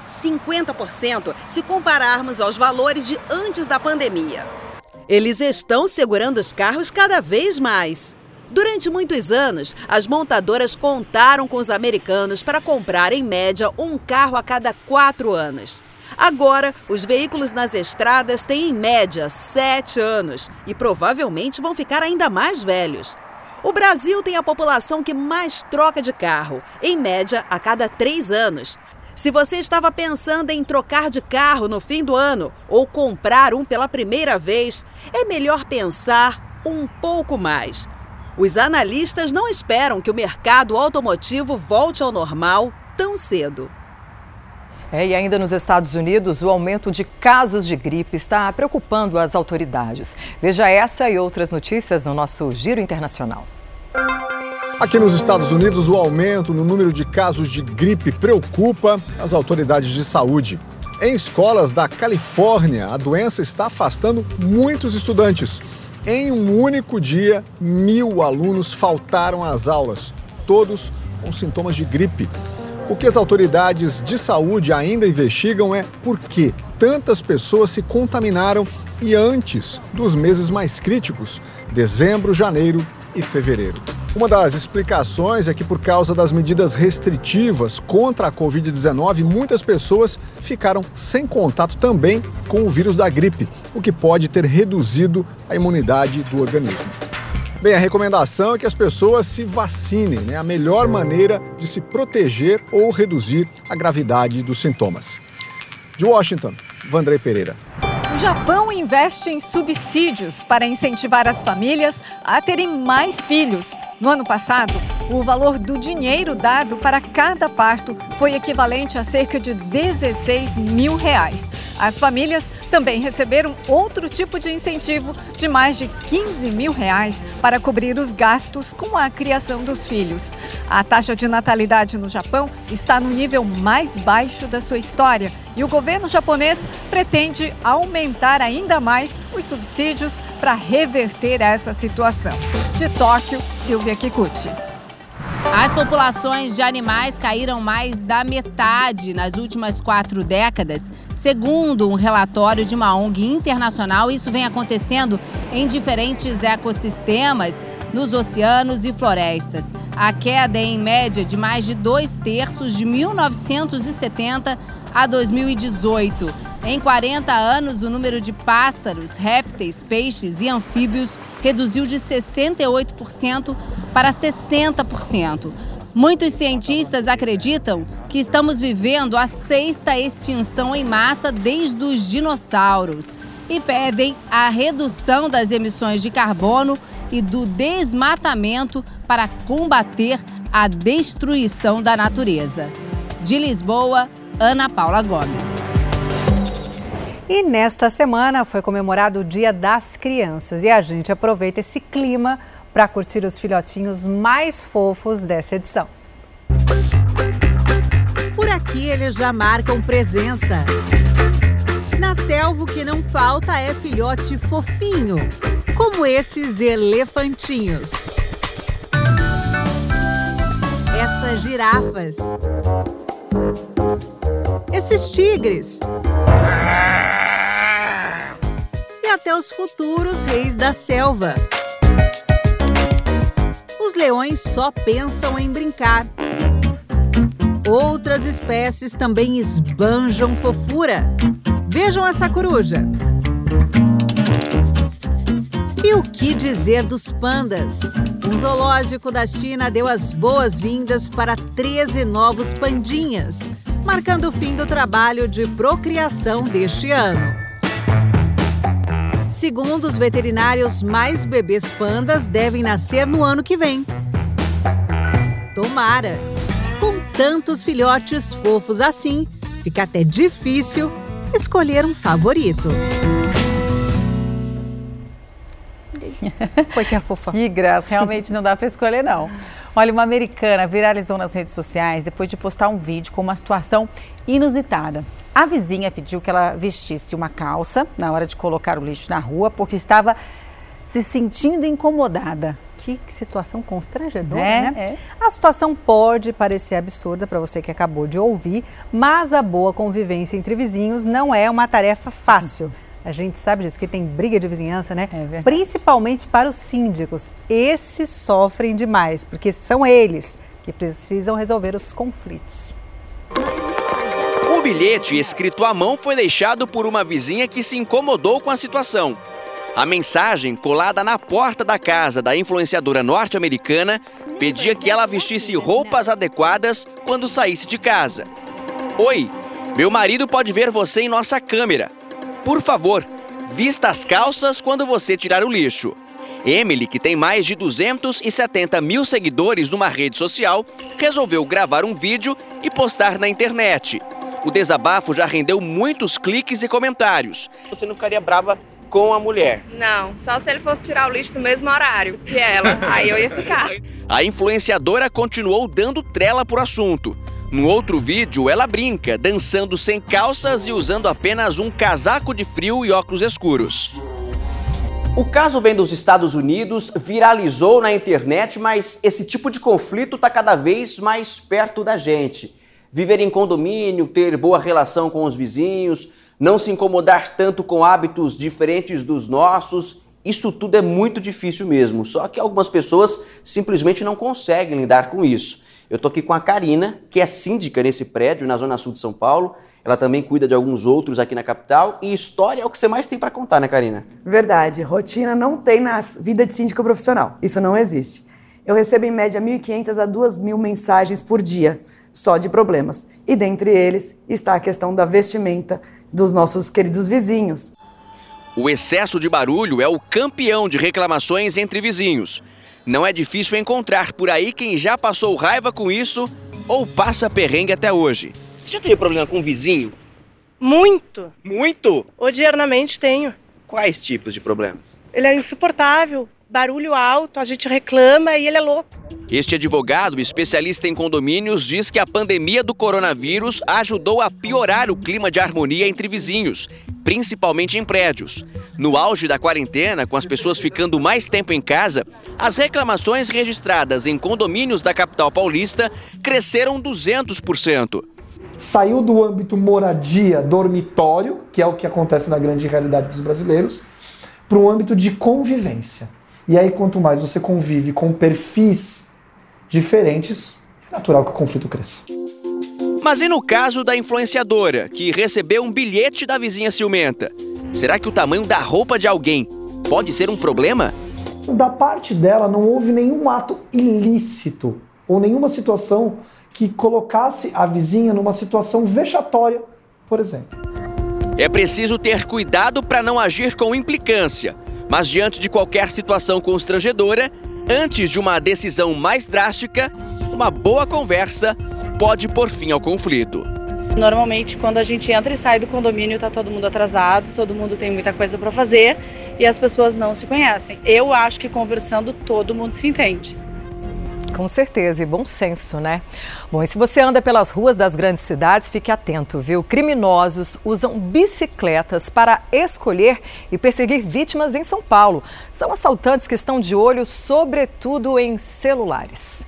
50% se compararmos aos valores de antes da pandemia. Eles estão segurando os carros cada vez mais. Durante muitos anos, as montadoras contaram com os americanos para comprar, em média, um carro a cada 4 anos. Agora, os veículos nas estradas têm, em média, 7 anos e provavelmente vão ficar ainda mais velhos. O Brasil tem a população que mais troca de carro, em média, a cada 3 anos. Se você estava pensando em trocar de carro no fim do ano ou comprar um pela primeira vez, é melhor pensar um pouco mais. Os analistas não esperam que o mercado automotivo volte ao normal tão cedo. E ainda nos Estados Unidos, o aumento de casos de gripe está preocupando as autoridades. Veja essa e outras notícias no nosso Giro Internacional. Aqui nos Estados Unidos, o aumento no número de casos de gripe preocupa as autoridades de saúde. Em escolas da Califórnia, a doença está afastando muitos estudantes. Em um único dia, 1.000 alunos faltaram às aulas, todos com sintomas de gripe. O que as autoridades de saúde ainda investigam é por que tantas pessoas se contaminaram e antes dos meses mais críticos, dezembro, janeiro e fevereiro. Uma das explicações é que, por causa das medidas restritivas contra a Covid-19, muitas pessoas ficaram sem contato também com o vírus da gripe, o que pode ter reduzido a imunidade do organismo. Bem, a recomendação é que as pessoas se vacinem, né? A melhor maneira de se proteger ou reduzir a gravidade dos sintomas. De Washington, Vandrei Pereira. O Japão investe em subsídios para incentivar as famílias a terem mais filhos. No ano passado, o valor do dinheiro dado para cada parto foi equivalente a cerca de R$16 mil. As famílias também receberam outro tipo de incentivo de mais de R$15 mil para cobrir os gastos com a criação dos filhos. A taxa de natalidade no Japão está no nível mais baixo da sua história e o governo japonês pretende aumentar ainda mais os subsídios para reverter essa situação. De Tóquio, Silvia Kikuchi. As populações de animais caíram mais da metade nas últimas 4 décadas. Segundo um relatório de uma ONG internacional, isso vem acontecendo em diferentes ecossistemas, nos oceanos e florestas. A queda é, em média, de mais de 2/3 de 1970 a 2018. Em 40 anos, o número de pássaros, répteis, peixes e anfíbios reduziu de 68% para 60%. Muitos cientistas acreditam que estamos vivendo a 6ª extinção em massa desde os dinossauros e pedem a redução das emissões de carbono e do desmatamento para combater a destruição da natureza. De Lisboa, Ana Paula Gomes. E nesta semana foi comemorado o Dia das Crianças e a gente aproveita esse clima para curtir os filhotinhos mais fofos dessa edição. Por aqui eles já marcam presença. Na selva o que não falta é filhote fofinho, como esses elefantinhos. Essas girafas. Esses tigres. E até os futuros reis da selva. Os leões só pensam em brincar. Outras espécies também esbanjam fofura. Vejam essa coruja. E o que dizer dos pandas? O zoológico da China deu as boas-vindas para 13 novos pandinhas, marcando o fim do trabalho de procriação deste ano. Segundo os veterinários, mais bebês pandas devem nascer no ano que vem. Tomara! Com tantos filhotes fofos assim, fica até difícil escolher um favorito. Coitinha fofa. Que graça, realmente não dá para escolher, não. Olha, uma americana viralizou nas redes sociais depois de postar um vídeo com uma situação inusitada. A vizinha pediu que ela vestisse uma calça na hora de colocar o lixo na rua porque estava se sentindo incomodada. Que situação constrangedora, né? A situação pode parecer absurda para você que acabou de ouvir, mas a boa convivência entre vizinhos não é uma tarefa fácil. A gente sabe disso, que tem briga de vizinhança, né? Principalmente para os síndicos. Esses sofrem demais, porque são eles que precisam resolver os conflitos. O bilhete escrito à mão foi deixado por uma vizinha que se incomodou com a situação. A mensagem, colada na porta da casa da influenciadora norte-americana, pedia que ela vestisse roupas adequadas quando saísse de casa. Oi, meu marido pode ver você em nossa câmera. Por favor, vista as calças quando você tirar o lixo. Emily, que tem mais de 270 mil seguidores numa rede social, resolveu gravar um vídeo e postar na internet. O desabafo já rendeu muitos cliques e comentários. Você não ficaria brava com a mulher? Não, só se ele fosse tirar o lixo no mesmo horário que ela, aí eu ia ficar. A influenciadora continuou dando trela pro assunto. No outro vídeo, ela brinca, dançando sem calças e usando apenas um casaco de frio e óculos escuros. O caso vem dos Estados Unidos, viralizou na internet, mas esse tipo de conflito está cada vez mais perto da gente. Viver em condomínio, ter boa relação com os vizinhos, não se incomodar tanto com hábitos diferentes dos nossos, isso tudo é muito difícil mesmo. Só que algumas pessoas simplesmente não conseguem lidar com isso. Eu tô aqui com a Karina, que é síndica nesse prédio, na Zona Sul de São Paulo. Ela também cuida de alguns outros aqui na capital. E história é o que você mais tem para contar, né, Karina? Verdade. Rotina não tem na vida de síndica profissional. Isso não existe. Eu recebo em média 1.500 a 2.000 mensagens por dia, só de problemas. E dentre eles está a questão da vestimenta dos nossos queridos vizinhos. O excesso de barulho é o campeão de reclamações entre vizinhos. Não é difícil encontrar por aí quem já passou raiva com isso ou passa perrengue até hoje. Você já teve problema com um vizinho? Muito. Muito? Odiernamente tenho. Quais tipos de problemas? Ele é insuportável, barulho alto, a gente reclama e ele é louco. Este advogado, especialista em condomínios, diz que a pandemia do coronavírus ajudou a piorar o clima de harmonia entre vizinhos, principalmente em prédios. No auge da quarentena, com as pessoas ficando mais tempo em casa, as reclamações registradas em condomínios da capital paulista cresceram 200%. Saiu do âmbito moradia, dormitório, que é o que acontece na grande realidade dos brasileiros, para um âmbito de convivência. E aí, quanto mais você convive com perfis diferentes, é natural que o conflito cresça. Mas e no caso da influenciadora, que recebeu um bilhete da vizinha ciumenta? Será que o tamanho da roupa de alguém pode ser um problema? Da parte dela, não houve nenhum ato ilícito ou nenhuma situação que colocasse a vizinha numa situação vexatória, por exemplo. É preciso ter cuidado para não agir com implicância. Mas diante de qualquer situação constrangedora, antes de uma decisão mais drástica, uma boa conversa pode pôr fim ao conflito. Normalmente, quando a gente entra e sai do condomínio, tá todo mundo atrasado, todo mundo tem muita coisa para fazer e as pessoas não se conhecem. Eu acho que conversando todo mundo se entende. Com certeza, e bom senso, né? Bom, e se você anda pelas ruas das grandes cidades, fique atento, viu? Criminosos usam bicicletas para escolher e perseguir vítimas em São Paulo. São assaltantes que estão de olho, sobretudo, em celulares.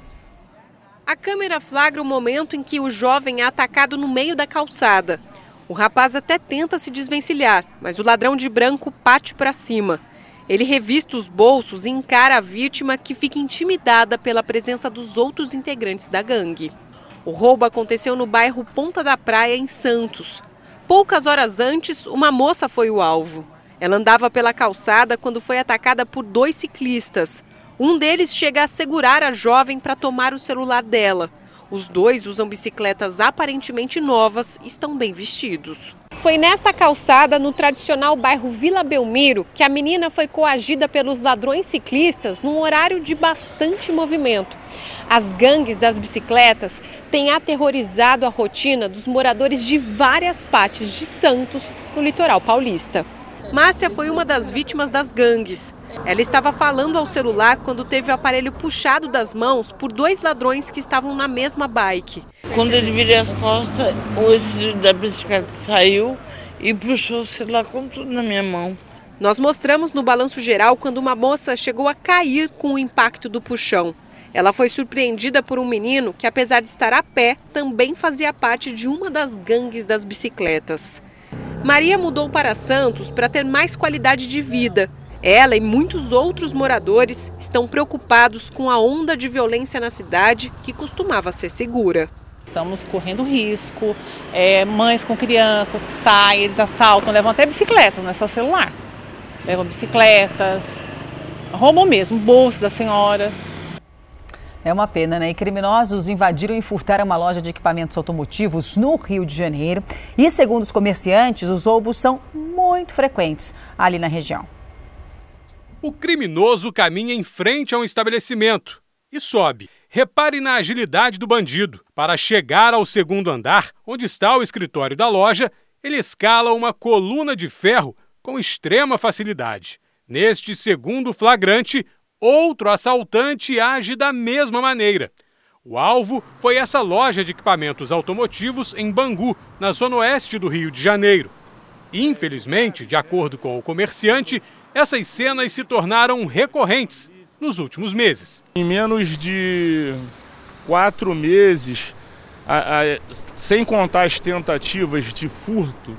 A câmera flagra o momento em que o jovem é atacado no meio da calçada. O rapaz até tenta se desvencilhar, mas o ladrão de branco parte para cima. Ele revista os bolsos e encara a vítima, que fica intimidada pela presença dos outros integrantes da gangue. O roubo aconteceu no bairro Ponta da Praia, em Santos. Poucas horas antes, uma moça foi o alvo. Ela andava pela calçada quando foi atacada por 2 ciclistas. Um deles chega a segurar a jovem para tomar o celular dela. Os 2 usam bicicletas aparentemente novas e estão bem vestidos. Foi nesta calçada, no tradicional bairro Vila Belmiro, que a menina foi coagida pelos ladrões ciclistas num horário de bastante movimento. As gangues das bicicletas têm aterrorizado a rotina dos moradores de várias partes de Santos, no litoral paulista. Márcia foi uma das vítimas das gangues. Ela estava falando ao celular quando teve o aparelho puxado das mãos por 2 ladrões que estavam na mesma bike. Quando ele virou as costas, o esse da bicicleta saiu e puxou o celular com tudo na minha mão. Nós mostramos no balanço geral quando uma moça chegou a cair com o impacto do puxão. Ela foi surpreendida por um menino que, apesar de estar a pé, também fazia parte de uma das gangues das bicicletas. Maria mudou para Santos para ter mais qualidade de vida. Ela e muitos outros moradores estão preocupados com a onda de violência na cidade, que costumava ser segura. Estamos correndo risco, mães com crianças que saem, eles assaltam, levam até bicicletas, não é só celular. Levam bicicletas, roubam mesmo, bolsos das senhoras. É uma pena, né? E criminosos invadiram e furtaram uma loja de equipamentos automotivos no Rio de Janeiro. E, segundo os comerciantes, os roubos são muito frequentes ali na região. O criminoso caminha em frente a um estabelecimento e sobe. Repare na agilidade do bandido. Para chegar ao segundo andar, onde está o escritório da loja, ele escala uma coluna de ferro com extrema facilidade. Neste segundo flagrante, outro assaltante age da mesma maneira. O alvo foi essa loja de equipamentos automotivos em Bangu, na zona oeste do Rio de Janeiro. Infelizmente, de acordo com o comerciante, essas cenas se tornaram recorrentes nos últimos meses. Em menos de 4 meses, sem contar as tentativas de furto,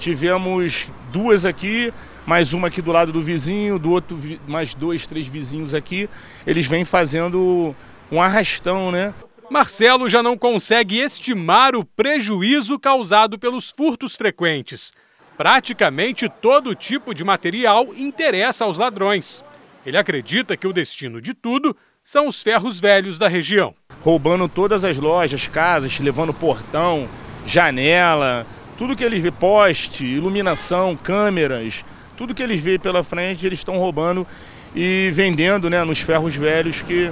tivemos 2 aqui, mais uma aqui do lado do vizinho, do outro mais 2, 3 vizinhos aqui. Eles vêm fazendo um arrastão, né? Marcelo já não consegue estimar o prejuízo causado pelos furtos frequentes. Praticamente todo tipo de material interessa aos ladrões. Ele acredita que o destino de tudo são os ferros velhos da região. Roubando todas as lojas, casas, levando portão, janela, tudo que eles vê, poste, iluminação, câmeras, tudo que eles vê pela frente, eles estão roubando e vendendo, né, nos ferros velhos que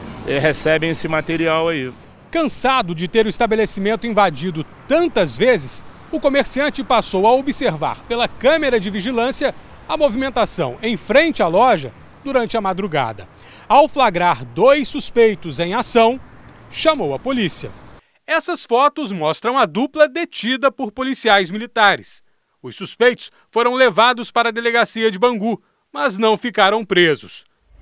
recebem esse material aí. Cansado de ter o estabelecimento invadido tantas vezes, o comerciante passou a observar pela câmera de vigilância a movimentação em frente à loja durante a madrugada. Ao flagrar 2 suspeitos em ação, chamou a polícia. Essas fotos mostram a dupla detida por policiais militares. Os suspeitos foram levados para a delegacia de Bangu, mas não ficaram presos.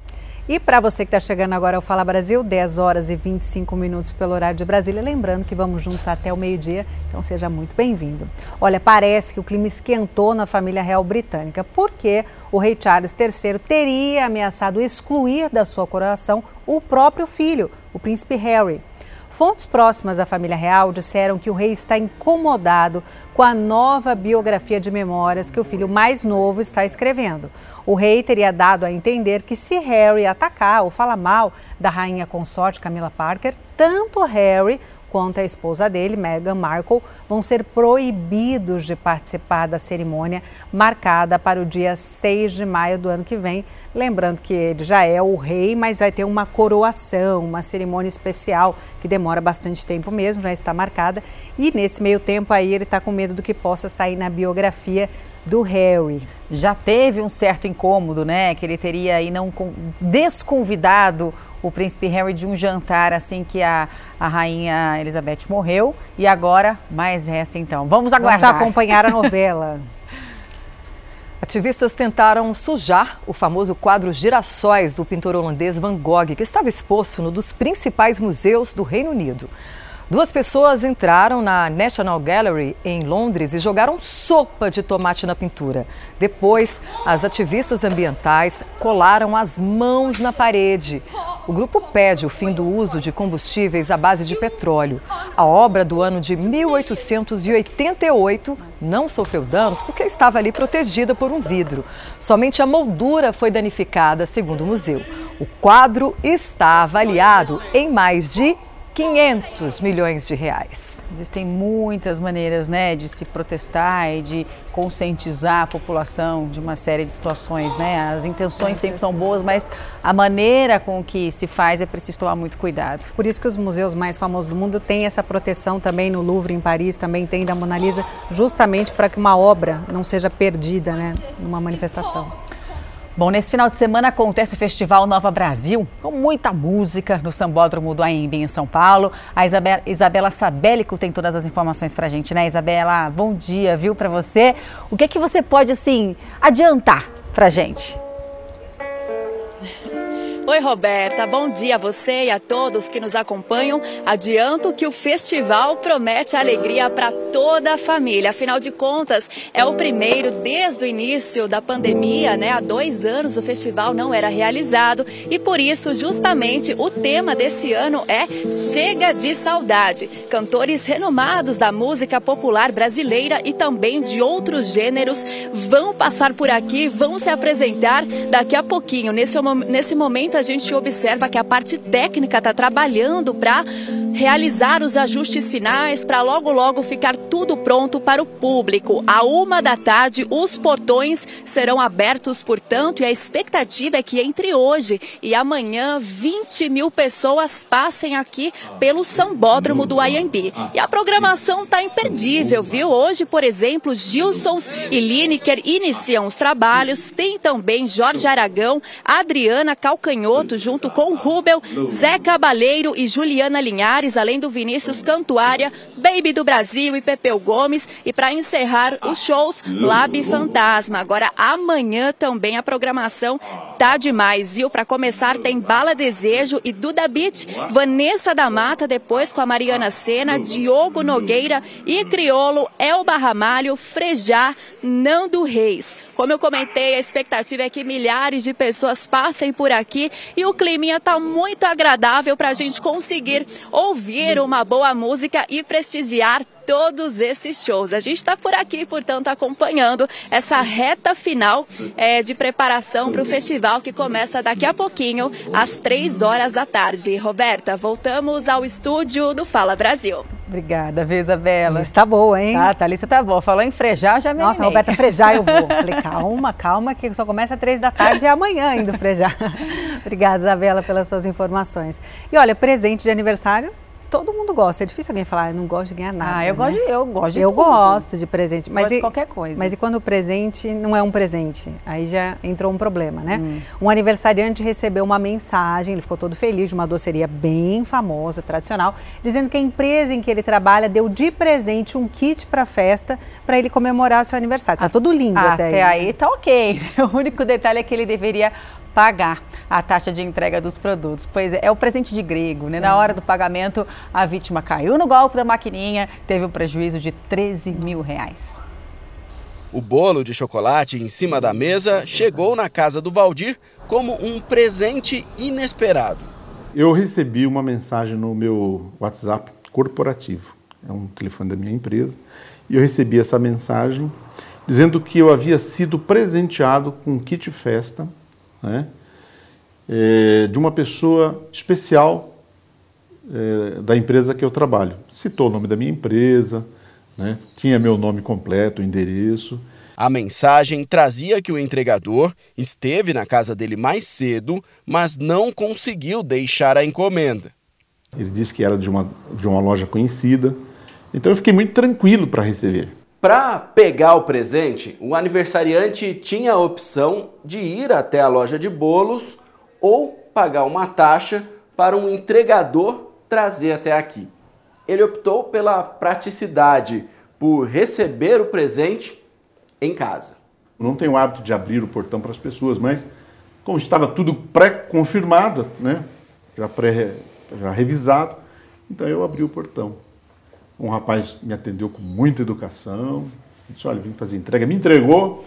E para você que está chegando agora ao Fala Brasil, 10 horas e 25 minutos pelo horário de Brasília. Lembrando que vamos juntos até o meio-dia, então seja muito bem-vindo. Olha, parece que o clima esquentou na família real britânica, porque o rei Charles III teria ameaçado excluir da sua coroação o próprio filho, o príncipe Harry. Fontes próximas à família real disseram que o rei está incomodado com a nova biografia de memórias que o filho mais novo está escrevendo. O rei teria dado a entender que se Harry atacar ou falar mal da rainha consorte Camilla Parker, tanto Harry quanto a esposa dele, Meghan Markle, vão ser proibidos de participar da cerimônia marcada para o dia 6 de maio do ano que vem. Lembrando que ele já é o rei, mas vai ter uma coroação, uma cerimônia especial que demora bastante tempo mesmo, já está marcada. E nesse meio tempo aí ele está com medo do que possa sair na biografia do Harry. Já teve um certo incômodo, né? Que ele teria aí não desconvidado o príncipe Harry de um jantar assim que a rainha Elizabeth morreu. E agora, mais essa então. Vamos aguardar. Vamos acompanhar a novela. Ativistas tentaram sujar o famoso quadro Girassóis do pintor holandês Van Gogh, que estava exposto num dos principais museus do Reino Unido. 2 pessoas entraram na National Gallery em Londres e jogaram sopa de tomate na pintura. Depois, as ativistas ambientais colaram as mãos na parede. O grupo pede o fim do uso de combustíveis à base de petróleo. A obra do ano de 1888 não sofreu danos porque estava ali protegida por um vidro. Somente a moldura foi danificada, segundo o museu. O quadro está avaliado em mais de 500 milhões de reais. Existem muitas maneiras, né, de se protestar e de conscientizar a população de uma série de situações, né? As intenções sempre são boas, mas a maneira com que se faz é preciso tomar muito cuidado. Por isso que os museus mais famosos do mundo têm essa proteção também. No Louvre, em Paris, também tem da Mona Lisa, justamente para que uma obra não seja perdida, né, numa manifestação. Bom, nesse final de semana acontece o Festival Nova Brasil, com muita música no Sambódromo do AMB em São Paulo. A Isabela Sabélico tem todas as informações pra gente, né, Isabela? Bom dia, viu, pra você. O que é que você pode, assim, adiantar pra gente? Oi, Roberta. Bom dia a você e a todos que nos acompanham. Adianto que o festival promete alegria para toda a família. Afinal de contas, é o primeiro desde o início da pandemia, né? Há 2 anos o festival não era realizado e por isso, justamente, o tema desse ano é Chega de Saudade. Cantores renomados da música popular brasileira e também de outros gêneros vão passar por aqui, vão se apresentar daqui a pouquinho. Nesse momento, a gente observa que a parte técnica está trabalhando para realizar os ajustes finais, para logo ficar tudo pronto para o público. À 13h, os portões serão abertos, portanto, e a expectativa é que entre hoje e amanhã 20 mil pessoas passem aqui pelo Sambódromo do Anhembi. E a programação está imperdível, viu? Hoje, por exemplo, Gilsons e Lineker iniciam os trabalhos. Tem também Jorge Aragão, Adriana Calcanhoto, junto com Rubel, Zé Cabaleiro e Juliana Linhares, além do Vinícius Cantuária, Baby do Brasil e Pepeu Gomes. E para encerrar os shows, Lab Fantasma. Agora, amanhã também a programação tá demais, viu? Para começar, tem Bala Desejo e Duda Beat, Vanessa da Mata, depois com a Mariana Sena, Diogo Nogueira e Criolo, Elba Ramalho, Frejá, Nando Reis. Como eu comentei, a expectativa é que milhares de pessoas passem por aqui e o climinha tá muito agradável para a gente conseguir ouvir uma boa música e prestigiar todos esses shows. A gente está por aqui, portanto, acompanhando essa reta final de preparação para o festival que começa daqui a pouquinho, às 15h. Roberta, voltamos ao estúdio do Fala Brasil. Obrigada, Isabela. Está boa, hein? Tá, Thalissa tá boa. Falou em frejar, já me Nossa, animei. Roberta, frejar eu vou. Falei, calma, que só começa às 15h e amanhã ainda frejar. Obrigada, Isabela, pelas suas informações. E olha, presente de aniversário, todo mundo gosta. É difícil alguém falar, eu não gosto de ganhar nada. Eu gosto de Eu tudo. gosto de presente. Mas Gosto de qualquer coisa. Mas e quando o presente não é um presente? Aí já entrou um problema, né? Um aniversariante recebeu uma mensagem, ele ficou todo feliz, de uma doceria bem famosa, tradicional, dizendo que a empresa em que ele trabalha deu de presente um kit para festa para ele comemorar seu aniversário. Tá todo lindo até aí. Tá ok. O único detalhe é que ele deveria pagar a taxa de entrega dos produtos. Pois é o presente de grego, né? Na hora do pagamento, a vítima caiu no golpe da maquininha, teve um prejuízo de R$13 mil. O bolo de chocolate em cima da mesa chegou na casa do Valdir como um presente inesperado. Eu recebi uma mensagem no meu WhatsApp corporativo, é um telefone da minha empresa, e eu recebi essa mensagem dizendo que eu havia sido presenteado com um kit festa, né, de uma pessoa especial da empresa que eu trabalho. Citou o nome da minha empresa, né, tinha meu nome completo, o endereço. A mensagem trazia que o entregador esteve na casa dele mais cedo, mas não conseguiu deixar a encomenda. Ele disse que era de uma loja conhecida, então eu fiquei muito tranquilo para receber. Para pegar o presente, o aniversariante tinha a opção de ir até a loja de bolos ou pagar uma taxa para um entregador trazer até aqui. Ele optou pela praticidade, por receber o presente em casa. Não tenho o hábito de abrir o portão para as pessoas, mas como estava tudo pré-confirmado, né, já revisado, então eu abri o portão. Um rapaz me atendeu com muita educação, disse, olha, vim fazer entrega, me entregou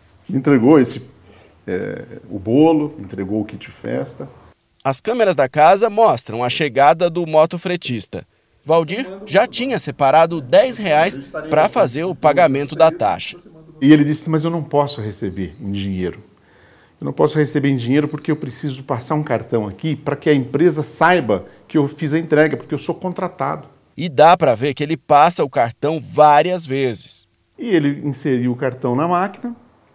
o bolo, me entregou o kit festa. As câmeras da casa mostram a chegada do motofretista. Valdir já tinha separado R$10 para fazer o pagamento da taxa. E ele disse, mas eu não posso receber em dinheiro. Eu não posso receber em dinheiro porque eu preciso passar um cartão aqui para que a empresa saiba que eu fiz a entrega, porque eu sou contratado. E dá para ver que ele passa o cartão várias vezes. E ele inseriu o cartão na máquina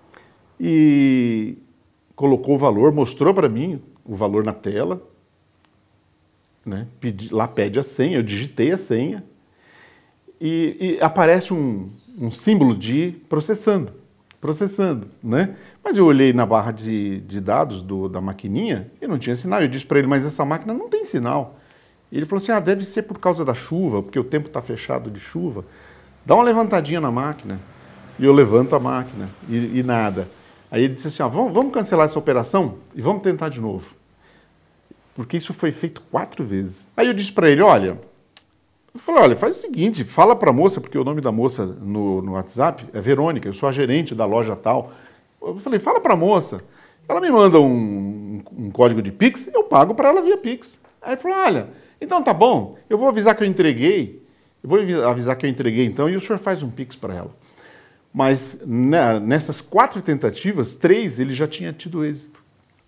e colocou o valor, mostrou para mim o valor na tela, né? Lá pede a senha, eu digitei a senha e aparece um símbolo de processando, né? Mas eu olhei na barra de dados da maquininha e não tinha sinal. Eu disse para ele, mas essa máquina não tem sinal. Ele falou assim, deve ser por causa da chuva, porque o tempo está fechado de chuva. Dá uma levantadinha na máquina. E eu levanto a máquina e nada. Aí ele disse assim, vamos cancelar essa operação e vamos tentar de novo. Porque isso foi feito 4 vezes. Aí eu disse para ele, olha, faz o seguinte, fala para a moça, porque o nome da moça no WhatsApp é Verônica, eu sou a gerente da loja tal. Eu falei, fala para a moça. Ela me manda um código de Pix, eu pago para ela via Pix. Aí ele falou, olha, então tá bom, eu vou avisar que eu entreguei, então, e o senhor faz um Pix para ela. Mas nessas 4 tentativas, 3 ele já tinha tido êxito.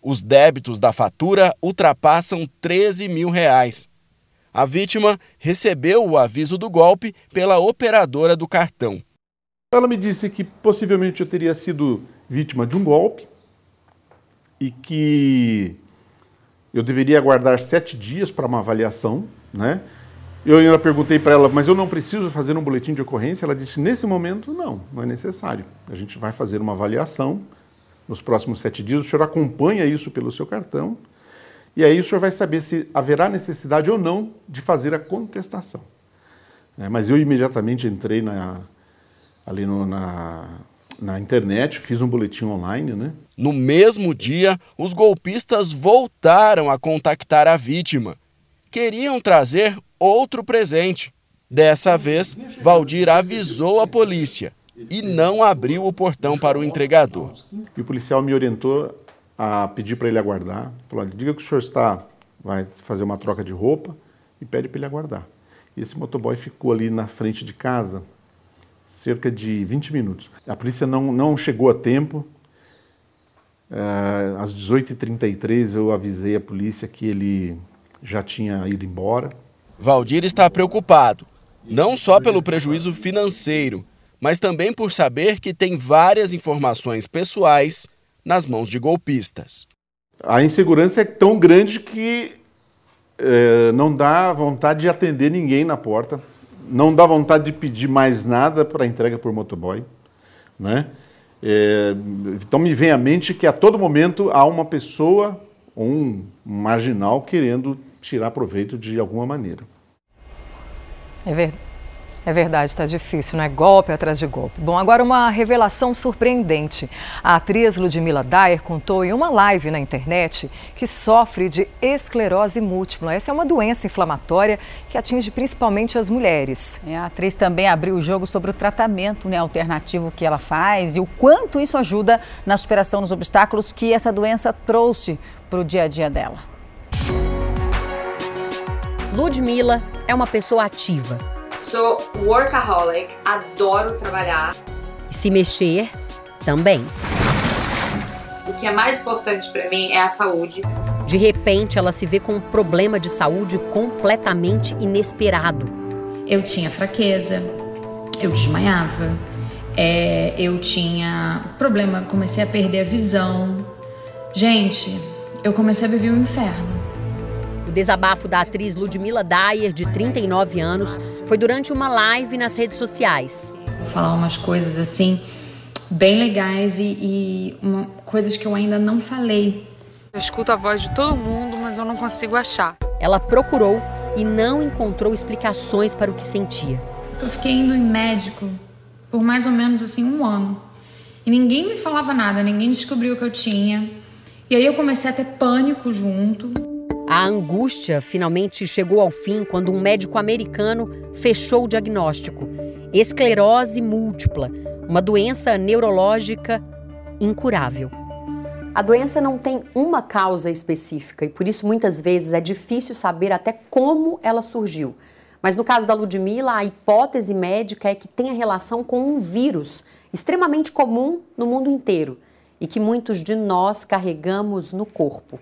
Os débitos da fatura ultrapassam R$ 13 mil. A vítima recebeu o aviso do golpe pela operadora do cartão. Ela me disse que possivelmente eu teria sido vítima de um golpe e que eu deveria aguardar 7 dias para uma avaliação, né? Eu ainda perguntei para ela, mas eu não preciso fazer um boletim de ocorrência? Ela disse, nesse momento, não é necessário. A gente vai fazer uma avaliação nos próximos 7 dias, o senhor acompanha isso pelo seu cartão, e aí o senhor vai saber se haverá necessidade ou não de fazer a contestação. Mas eu imediatamente entrei ali na internet, fiz um boletim online, né? No mesmo dia, os golpistas voltaram a contactar a vítima. Queriam trazer outro presente. Dessa vez, Valdir avisou a polícia e não abriu o portão para o entregador. E o policial me orientou a pedir para ele aguardar. Falou, diga que o senhor vai fazer uma troca de roupa e pede para ele aguardar. E esse motoboy ficou ali na frente de casa cerca de 20 minutos. A polícia não chegou a tempo. Às 18h33 eu avisei a polícia que ele já tinha ido embora. Valdir está preocupado, não só pelo prejuízo financeiro, mas também por saber que tem várias informações pessoais nas mãos de golpistas. A insegurança é tão grande que não dá vontade de atender ninguém na porta, não dá vontade de pedir mais nada para entrega por motoboy, né? Então me vem à mente que a todo momento há uma pessoa ou um marginal querendo tirar proveito de alguma maneira. É verdade, está difícil, né? Golpe atrás de golpe. Bom, agora uma revelação surpreendente. A atriz Ludmila Dayer contou em uma live na internet que sofre de esclerose múltipla. Essa é uma doença inflamatória que atinge principalmente as mulheres. A atriz também abriu o jogo sobre o tratamento, né, alternativo que ela faz e o quanto isso ajuda na superação dos obstáculos que essa doença trouxe para o dia a dia dela. Ludmila é uma pessoa ativa. Sou workaholic, adoro trabalhar. E se mexer, também. O que é mais importante para mim é a saúde. De repente, ela se vê com um problema de saúde completamente inesperado. Eu tinha fraqueza, eu desmaiava, eu tinha problema, comecei a perder a visão. Gente, eu comecei a viver um inferno. O desabafo da atriz Ludmila Dayer, de 39 anos, foi durante uma live nas redes sociais. Vou falar umas coisas assim, bem legais e coisas que eu ainda não falei. Eu escuto a voz de todo mundo, mas eu não consigo achar. Ela procurou e não encontrou explicações para o que sentia. Eu fiquei indo em médico por mais ou menos assim 1 ano. E ninguém me falava nada, ninguém descobriu o que eu tinha. E aí eu comecei a ter pânico junto. A angústia finalmente chegou ao fim quando um médico americano fechou o diagnóstico: esclerose múltipla, uma doença neurológica incurável. A doença não tem uma causa específica e por isso muitas vezes é difícil saber até como ela surgiu. Mas no caso da Ludmila, a hipótese médica é que tenha relação com um vírus extremamente comum no mundo inteiro e que muitos de nós carregamos no corpo.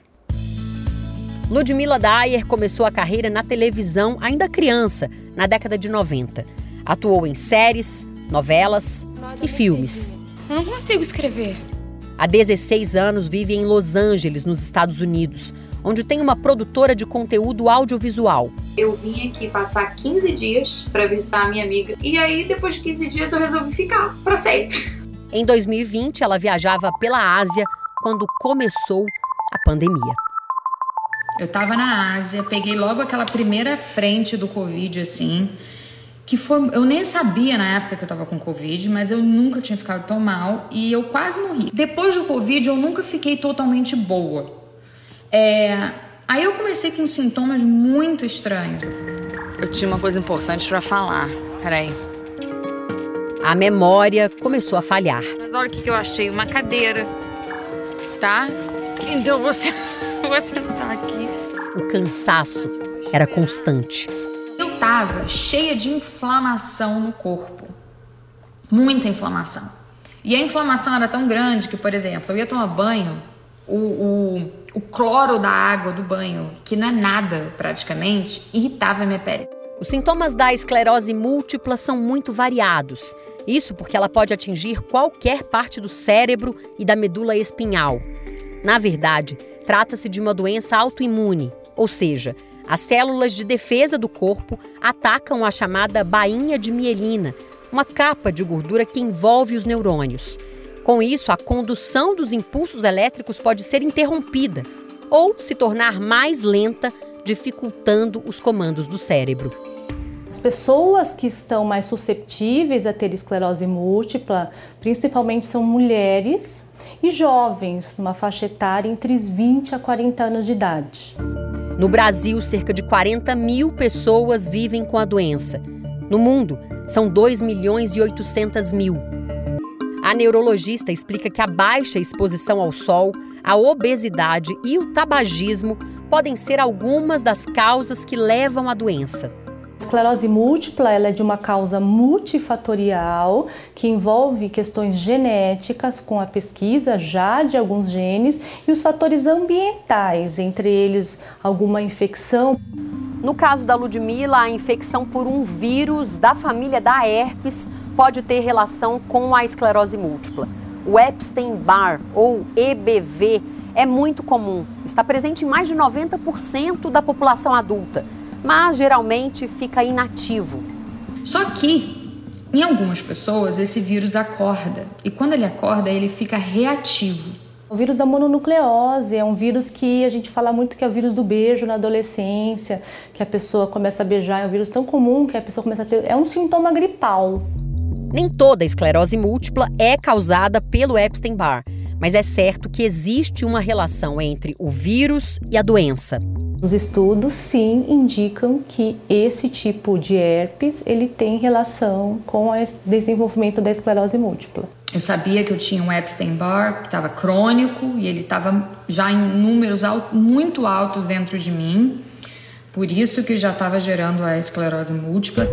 Ludmila Dayer começou a carreira na televisão ainda criança, na década de 90. Atuou em séries, novelas e filmes. Eu não consigo escrever. Há 16 anos vive em Los Angeles, nos Estados Unidos, onde tem uma produtora de conteúdo audiovisual. Eu vim aqui passar 15 dias para visitar a minha amiga. E aí, depois de 15 dias, eu resolvi ficar para sempre. Em 2020, ela viajava pela Ásia quando começou a pandemia. Eu tava na Ásia, peguei logo aquela primeira frente do Covid, assim, que foi... Eu nem sabia na época que eu tava com Covid, mas eu nunca tinha ficado tão mal e eu quase morri. Depois do Covid, eu nunca fiquei totalmente boa. Aí eu comecei com sintomas muito estranhos. Eu tinha uma coisa importante pra falar, peraí. A memória começou a falhar. Mas olha o que eu achei, uma cadeira, tá? Então você não tá aqui. O cansaço era constante. Eu tava cheia de inflamação no corpo. Muita inflamação. E a inflamação era tão grande que, por exemplo, eu ia tomar banho, O cloro da água do banho, que não é nada praticamente, irritava a minha pele. Os sintomas da esclerose múltipla são muito variados. Isso porque ela pode atingir qualquer parte do cérebro e da medula espinhal. Na verdade, trata-se de uma doença autoimune, ou seja, as células de defesa do corpo atacam a chamada bainha de mielina, uma capa de gordura que envolve os neurônios. Com isso, a condução dos impulsos elétricos pode ser interrompida ou se tornar mais lenta, dificultando os comandos do cérebro. As pessoas que estão mais susceptíveis a ter esclerose múltipla, principalmente são mulheres e jovens, numa faixa etária entre os 20 a 40 anos de idade. No Brasil, cerca de 40 mil pessoas vivem com a doença. No mundo, são 2.800.000. A neurologista explica que a baixa exposição ao sol, a obesidade e o tabagismo podem ser algumas das causas que levam à doença. A esclerose múltipla ela é de uma causa multifatorial que envolve questões genéticas com a pesquisa já de alguns genes e os fatores ambientais, entre eles alguma infecção. No caso da Ludmila, a infecção por um vírus da família da herpes pode ter relação com a esclerose múltipla. O Epstein-Barr, ou EBV, é muito comum. Está presente em mais de 90% da população adulta, mas geralmente fica inativo. Só que, em algumas pessoas, esse vírus acorda. E quando ele acorda, ele fica reativo. O vírus da mononucleose é um vírus que a gente fala muito que é o vírus do beijo na adolescência, que a pessoa começa a beijar, é um vírus tão comum que a pessoa começa a ter... É um sintoma gripal. Nem toda esclerose múltipla é causada pelo Epstein-Barr, mas é certo que existe uma relação entre o vírus e a doença. Os estudos, sim, indicam que esse tipo de herpes ele tem relação com o desenvolvimento da esclerose múltipla. Eu sabia que eu tinha um Epstein-Barr que estava crônico e ele estava já em números muito altos dentro de mim, por isso que já estava gerando a esclerose múltipla.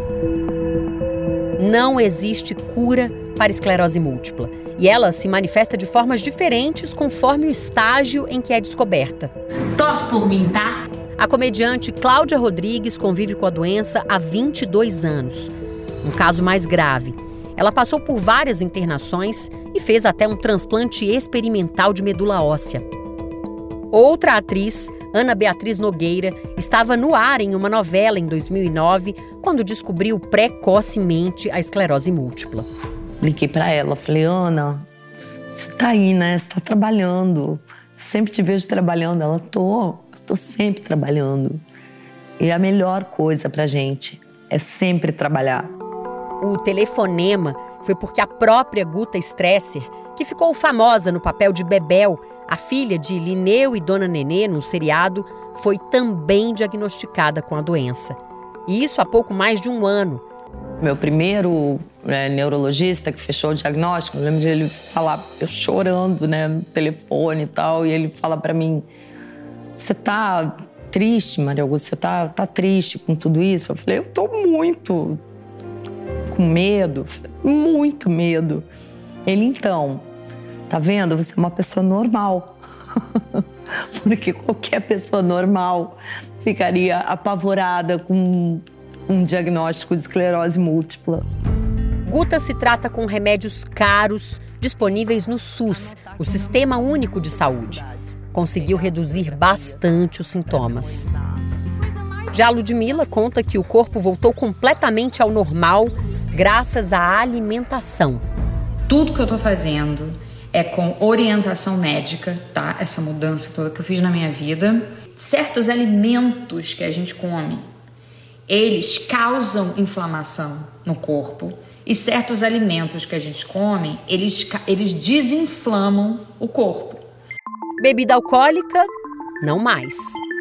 Não existe cura para esclerose múltipla e ela se manifesta de formas diferentes conforme o estágio em que é descoberta. Torce por mim, tá? A comediante Cláudia Rodrigues convive com a doença há 22 anos. Um caso mais grave. Ela passou por várias internações e fez até um transplante experimental de medula óssea. Outra atriz, Ana Beatriz Nogueira, estava no ar em uma novela em 2009, quando descobriu precocemente a esclerose múltipla. Liguei para ela, falei, Ana, você tá aí, né? Você tá trabalhando. Sempre te vejo trabalhando. Ela, tô sempre trabalhando. E a melhor coisa pra gente é sempre trabalhar. O telefonema foi porque a própria Guta Stresser, que ficou famosa no papel de Bebel, a filha de Linneu e Dona Nenê no seriado, foi também diagnosticada com a doença. E isso há pouco mais de um ano. Meu primeiro neurologista que fechou o diagnóstico, eu lembro de ele falar, eu chorando, no telefone e tal, e ele fala pra mim, você tá triste, Maria Augusta? Você tá triste com tudo isso? Eu falei, eu tô muito com medo, muito medo. Ele, então, tá vendo? Você é uma pessoa normal. Porque qualquer pessoa normal ficaria apavorada com um diagnóstico de esclerose múltipla. Guta se trata com remédios caros disponíveis no SUS, o Sistema Único de Saúde. Conseguiu reduzir bastante os sintomas. Já a Ludmila conta que o corpo voltou completamente ao normal graças à alimentação. Tudo que eu tô fazendo é com orientação médica, tá? Essa mudança toda que eu fiz na minha vida. Certos alimentos que a gente come, eles causam inflamação no corpo. E certos alimentos que a gente come, eles desinflamam o corpo. Bebida alcoólica, não mais.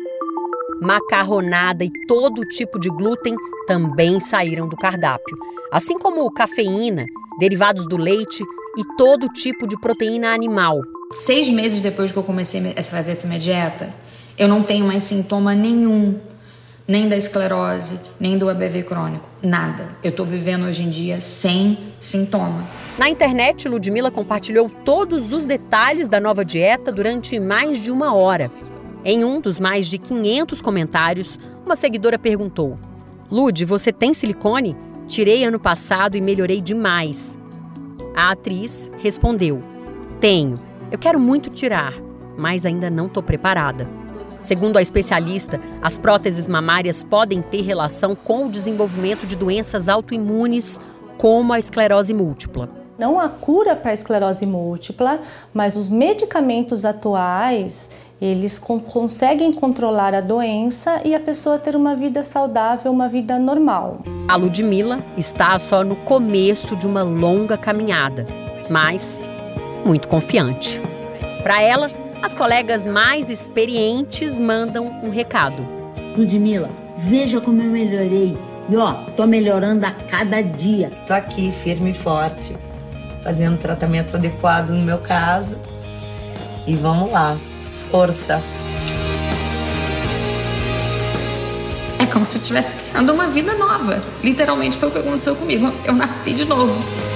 Macarronada e todo tipo de glúten também saíram do cardápio. Assim como cafeína, derivados do leite e todo tipo de proteína animal. 6 meses depois que eu comecei a fazer essa minha dieta, eu não tenho mais sintoma nenhum. nem da esclerose, nem do ABV crônico, nada. Eu tô vivendo hoje em dia sem sintoma. Na internet, Ludmila compartilhou todos os detalhes da nova dieta durante mais de 1 hora. Em um dos mais de 500 comentários, uma seguidora perguntou: Lud, você tem silicone? Tirei ano passado e melhorei demais. A atriz respondeu: tenho. Eu quero muito tirar, mas ainda não estou preparada. Segundo a especialista, as próteses mamárias podem ter relação com o desenvolvimento de doenças autoimunes, como a esclerose múltipla. Não há cura para a esclerose múltipla, mas os medicamentos atuais, eles conseguem controlar a doença e a pessoa ter uma vida saudável, uma vida normal. A Ludmila está só no começo de uma longa caminhada, mas muito confiante. Para ela, as colegas mais experientes mandam um recado. Ludmila, veja como eu melhorei. E ó, tô melhorando a cada dia. Tô aqui, firme e forte, fazendo o tratamento adequado no meu caso. E vamos lá, força. É como se eu estivesse criando uma vida nova. Literalmente foi o que aconteceu comigo. Eu nasci de novo.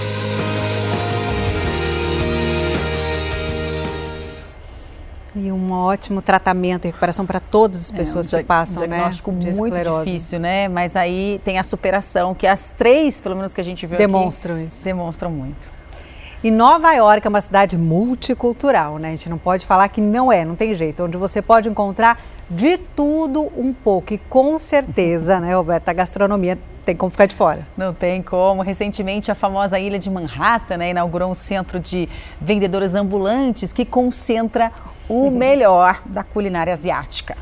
E um ótimo tratamento e recuperação para todas as pessoas que passam, né? Diagnóstico de muito esclerose. difícil, né? Mas aí tem a superação, que as 3, pelo menos que a gente viu demonstram aqui, isso. Demonstram muito. E Nova York é uma cidade multicultural, né? A gente não pode falar que não tem jeito. Onde você pode encontrar de tudo um pouco. E com certeza, né, Roberta, a gastronomia tem como ficar de fora. Não tem como. Recentemente, a famosa ilha de Manhattan, né, inaugurou um centro de vendedoras ambulantes que concentra o melhor da culinária asiática.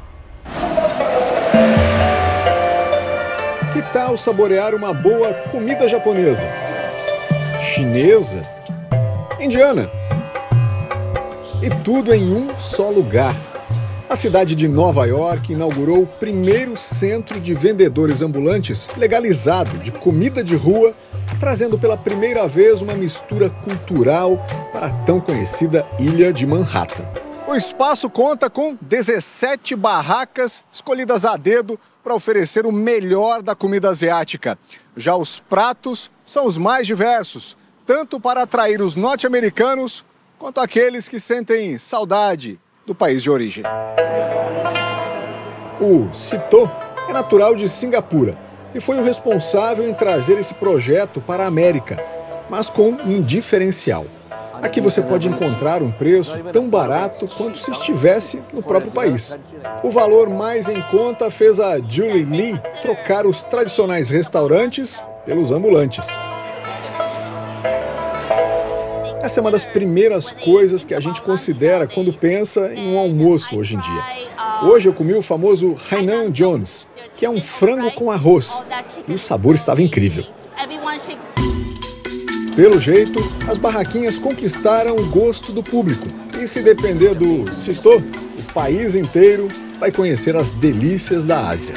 Que tal saborear uma boa comida japonesa? Chinesa? Indiana? E tudo em um só lugar. A cidade de Nova York inaugurou o primeiro centro de vendedores ambulantes legalizado de comida de rua, trazendo pela primeira vez uma mistura cultural para a tão conhecida Ilha de Manhattan. O espaço conta com 17 barracas escolhidas a dedo para oferecer o melhor da comida asiática. Já os pratos são os mais diversos, tanto para atrair os norte-americanos quanto aqueles que sentem saudade do país de origem. O Sito é natural de Singapura e foi o responsável em trazer esse projeto para a América, mas com um diferencial. Aqui você pode encontrar um preço tão barato quanto se estivesse no próprio país. O valor mais em conta fez a Julie Lee trocar os tradicionais restaurantes pelos ambulantes. Essa é uma das primeiras coisas que a gente considera quando pensa em um almoço hoje em dia. Hoje eu comi o famoso Hainan Jones, que é um frango com arroz, e o sabor estava incrível. Pelo jeito, as barraquinhas conquistaram o gosto do público. E se depender do Sito, o país inteiro vai conhecer as delícias da Ásia.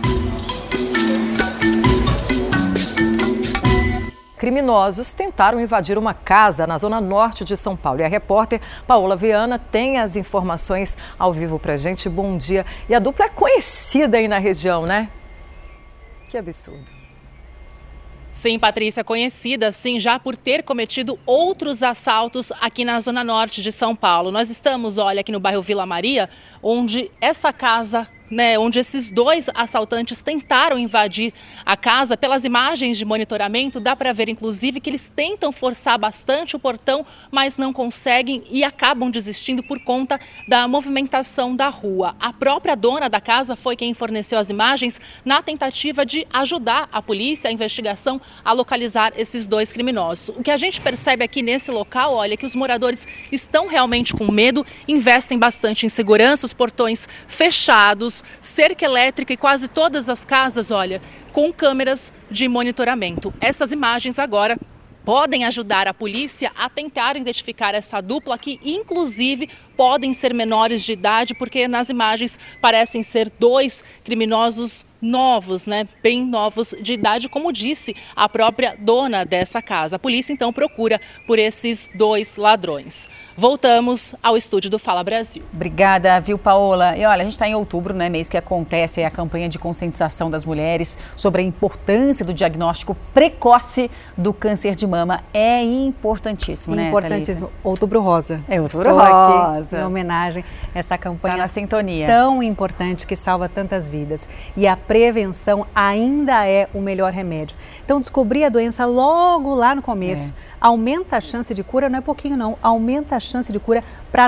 Criminosos tentaram invadir uma casa na zona norte de São Paulo. E a repórter Paola Viana tem as informações ao vivo pra gente. Bom dia. E a dupla é conhecida aí na região, né? Que absurdo. Sim, Patrícia, conhecida sim já por ter cometido outros assaltos aqui na zona norte de São Paulo. Nós estamos, olha, aqui no bairro Vila Maria, onde essa casa, onde esses 2 assaltantes tentaram invadir a casa. Pelas imagens de monitoramento, dá para ver, inclusive, que eles tentam forçar bastante o portão, mas não conseguem e acabam desistindo por conta da movimentação da rua. A própria dona da casa foi quem forneceu as imagens na tentativa de ajudar a polícia, a investigação, a localizar esses 2 criminosos. O que a gente percebe aqui nesse local, olha, é que os moradores estão realmente com medo, investem bastante em segurança, os portões fechados, cerca elétrica e quase todas as casas, olha, com câmeras de monitoramento. Essas imagens agora podem ajudar a polícia a tentar identificar essa dupla que, inclusive, podem ser menores de idade, porque nas imagens parecem ser 2 criminosos novos, né, bem novos de idade, como disse a própria dona dessa casa. A polícia então procura por esses 2 ladrões. Voltamos ao estúdio do Fala Brasil. Obrigada, viu, Paola? E olha, a gente está em outubro, né, mês que acontece a campanha de conscientização das mulheres sobre a importância do diagnóstico precoce do câncer de mama. É importantíssimo, né, importantíssimo. Outubro Rosa. É Outubro Estou Rosa. Aqui em homenagem a essa campanha na sintonia. Tão importante que salva tantas vidas. E a prevenção ainda é o melhor remédio. Então, descobrir a doença logo lá no começo aumenta a chance de cura, não é pouquinho não, aumenta a chance de cura para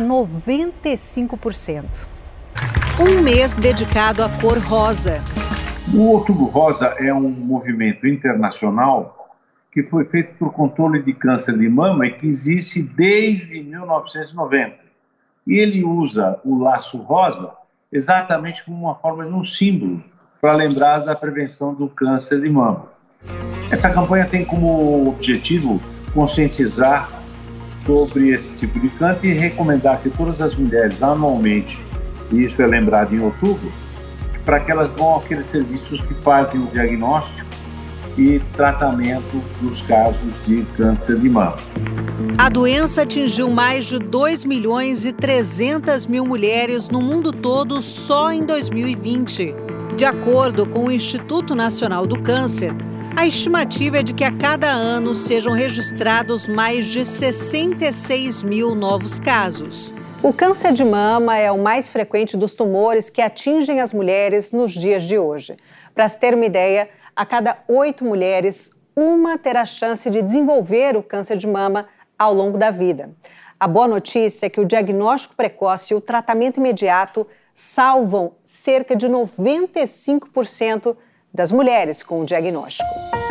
95%. Um mês dedicado à cor rosa. O Outubro Rosa é um movimento internacional que foi feito por controle de câncer de mama e que existe desde 1990. E ele usa o laço rosa exatamente como uma forma de um símbolo para lembrar da prevenção do câncer de mama. Essa campanha tem como objetivo conscientizar sobre esse tipo de câncer e recomendar que todas as mulheres anualmente, e isso é lembrado em outubro, para que elas vão àqueles serviços que fazem o diagnóstico e tratamento dos casos de câncer de mama. A doença atingiu mais de 2.300.000 mulheres no mundo todo só em 2020. De acordo com o Instituto Nacional do Câncer, a estimativa é de que a cada ano sejam registrados mais de 66.000 novos casos. O câncer de mama é o mais frequente dos tumores que atingem as mulheres nos dias de hoje. Para se ter uma ideia, a cada 8 mulheres, uma terá chance de desenvolver o câncer de mama ao longo da vida. A boa notícia é que o diagnóstico precoce e o tratamento imediato salvam cerca de 95% das mulheres com o diagnóstico.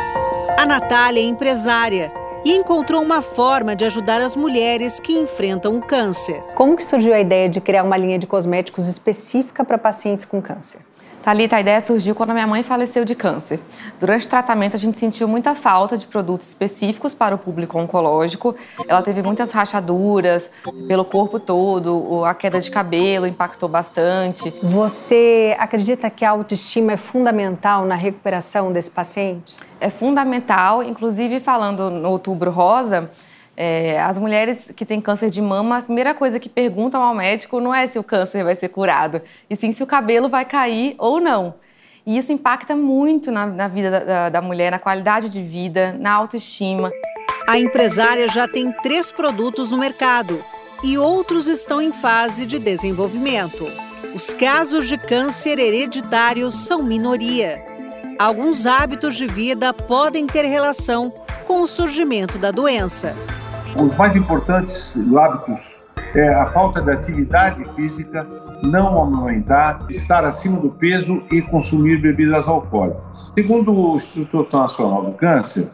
A Natália é empresária e encontrou uma forma de ajudar as mulheres que enfrentam o câncer. Como que surgiu a ideia de criar uma linha de cosméticos específica para pacientes com câncer? Thalita, a ideia surgiu quando a minha mãe faleceu de câncer. Durante o tratamento, a gente sentiu muita falta de produtos específicos para o público oncológico. Ela teve muitas rachaduras pelo corpo todo, a queda de cabelo impactou bastante. Você acredita que a autoestima é fundamental na recuperação desse paciente? É fundamental, inclusive falando no Outubro Rosa, as mulheres que têm câncer de mama, a primeira coisa que perguntam ao médico não é se o câncer vai ser curado, e sim se o cabelo vai cair ou não. E isso impacta muito na vida da mulher, na qualidade de vida, na autoestima. A empresária já tem 3 produtos no mercado e outros estão em fase de desenvolvimento. Os casos de câncer hereditário são minoria. Alguns hábitos de vida podem ter relação com o surgimento da doença. Os mais importantes hábitos é a falta de atividade física, não amamentar, estar acima do peso e consumir bebidas alcoólicas. Segundo o Instituto Nacional do Câncer,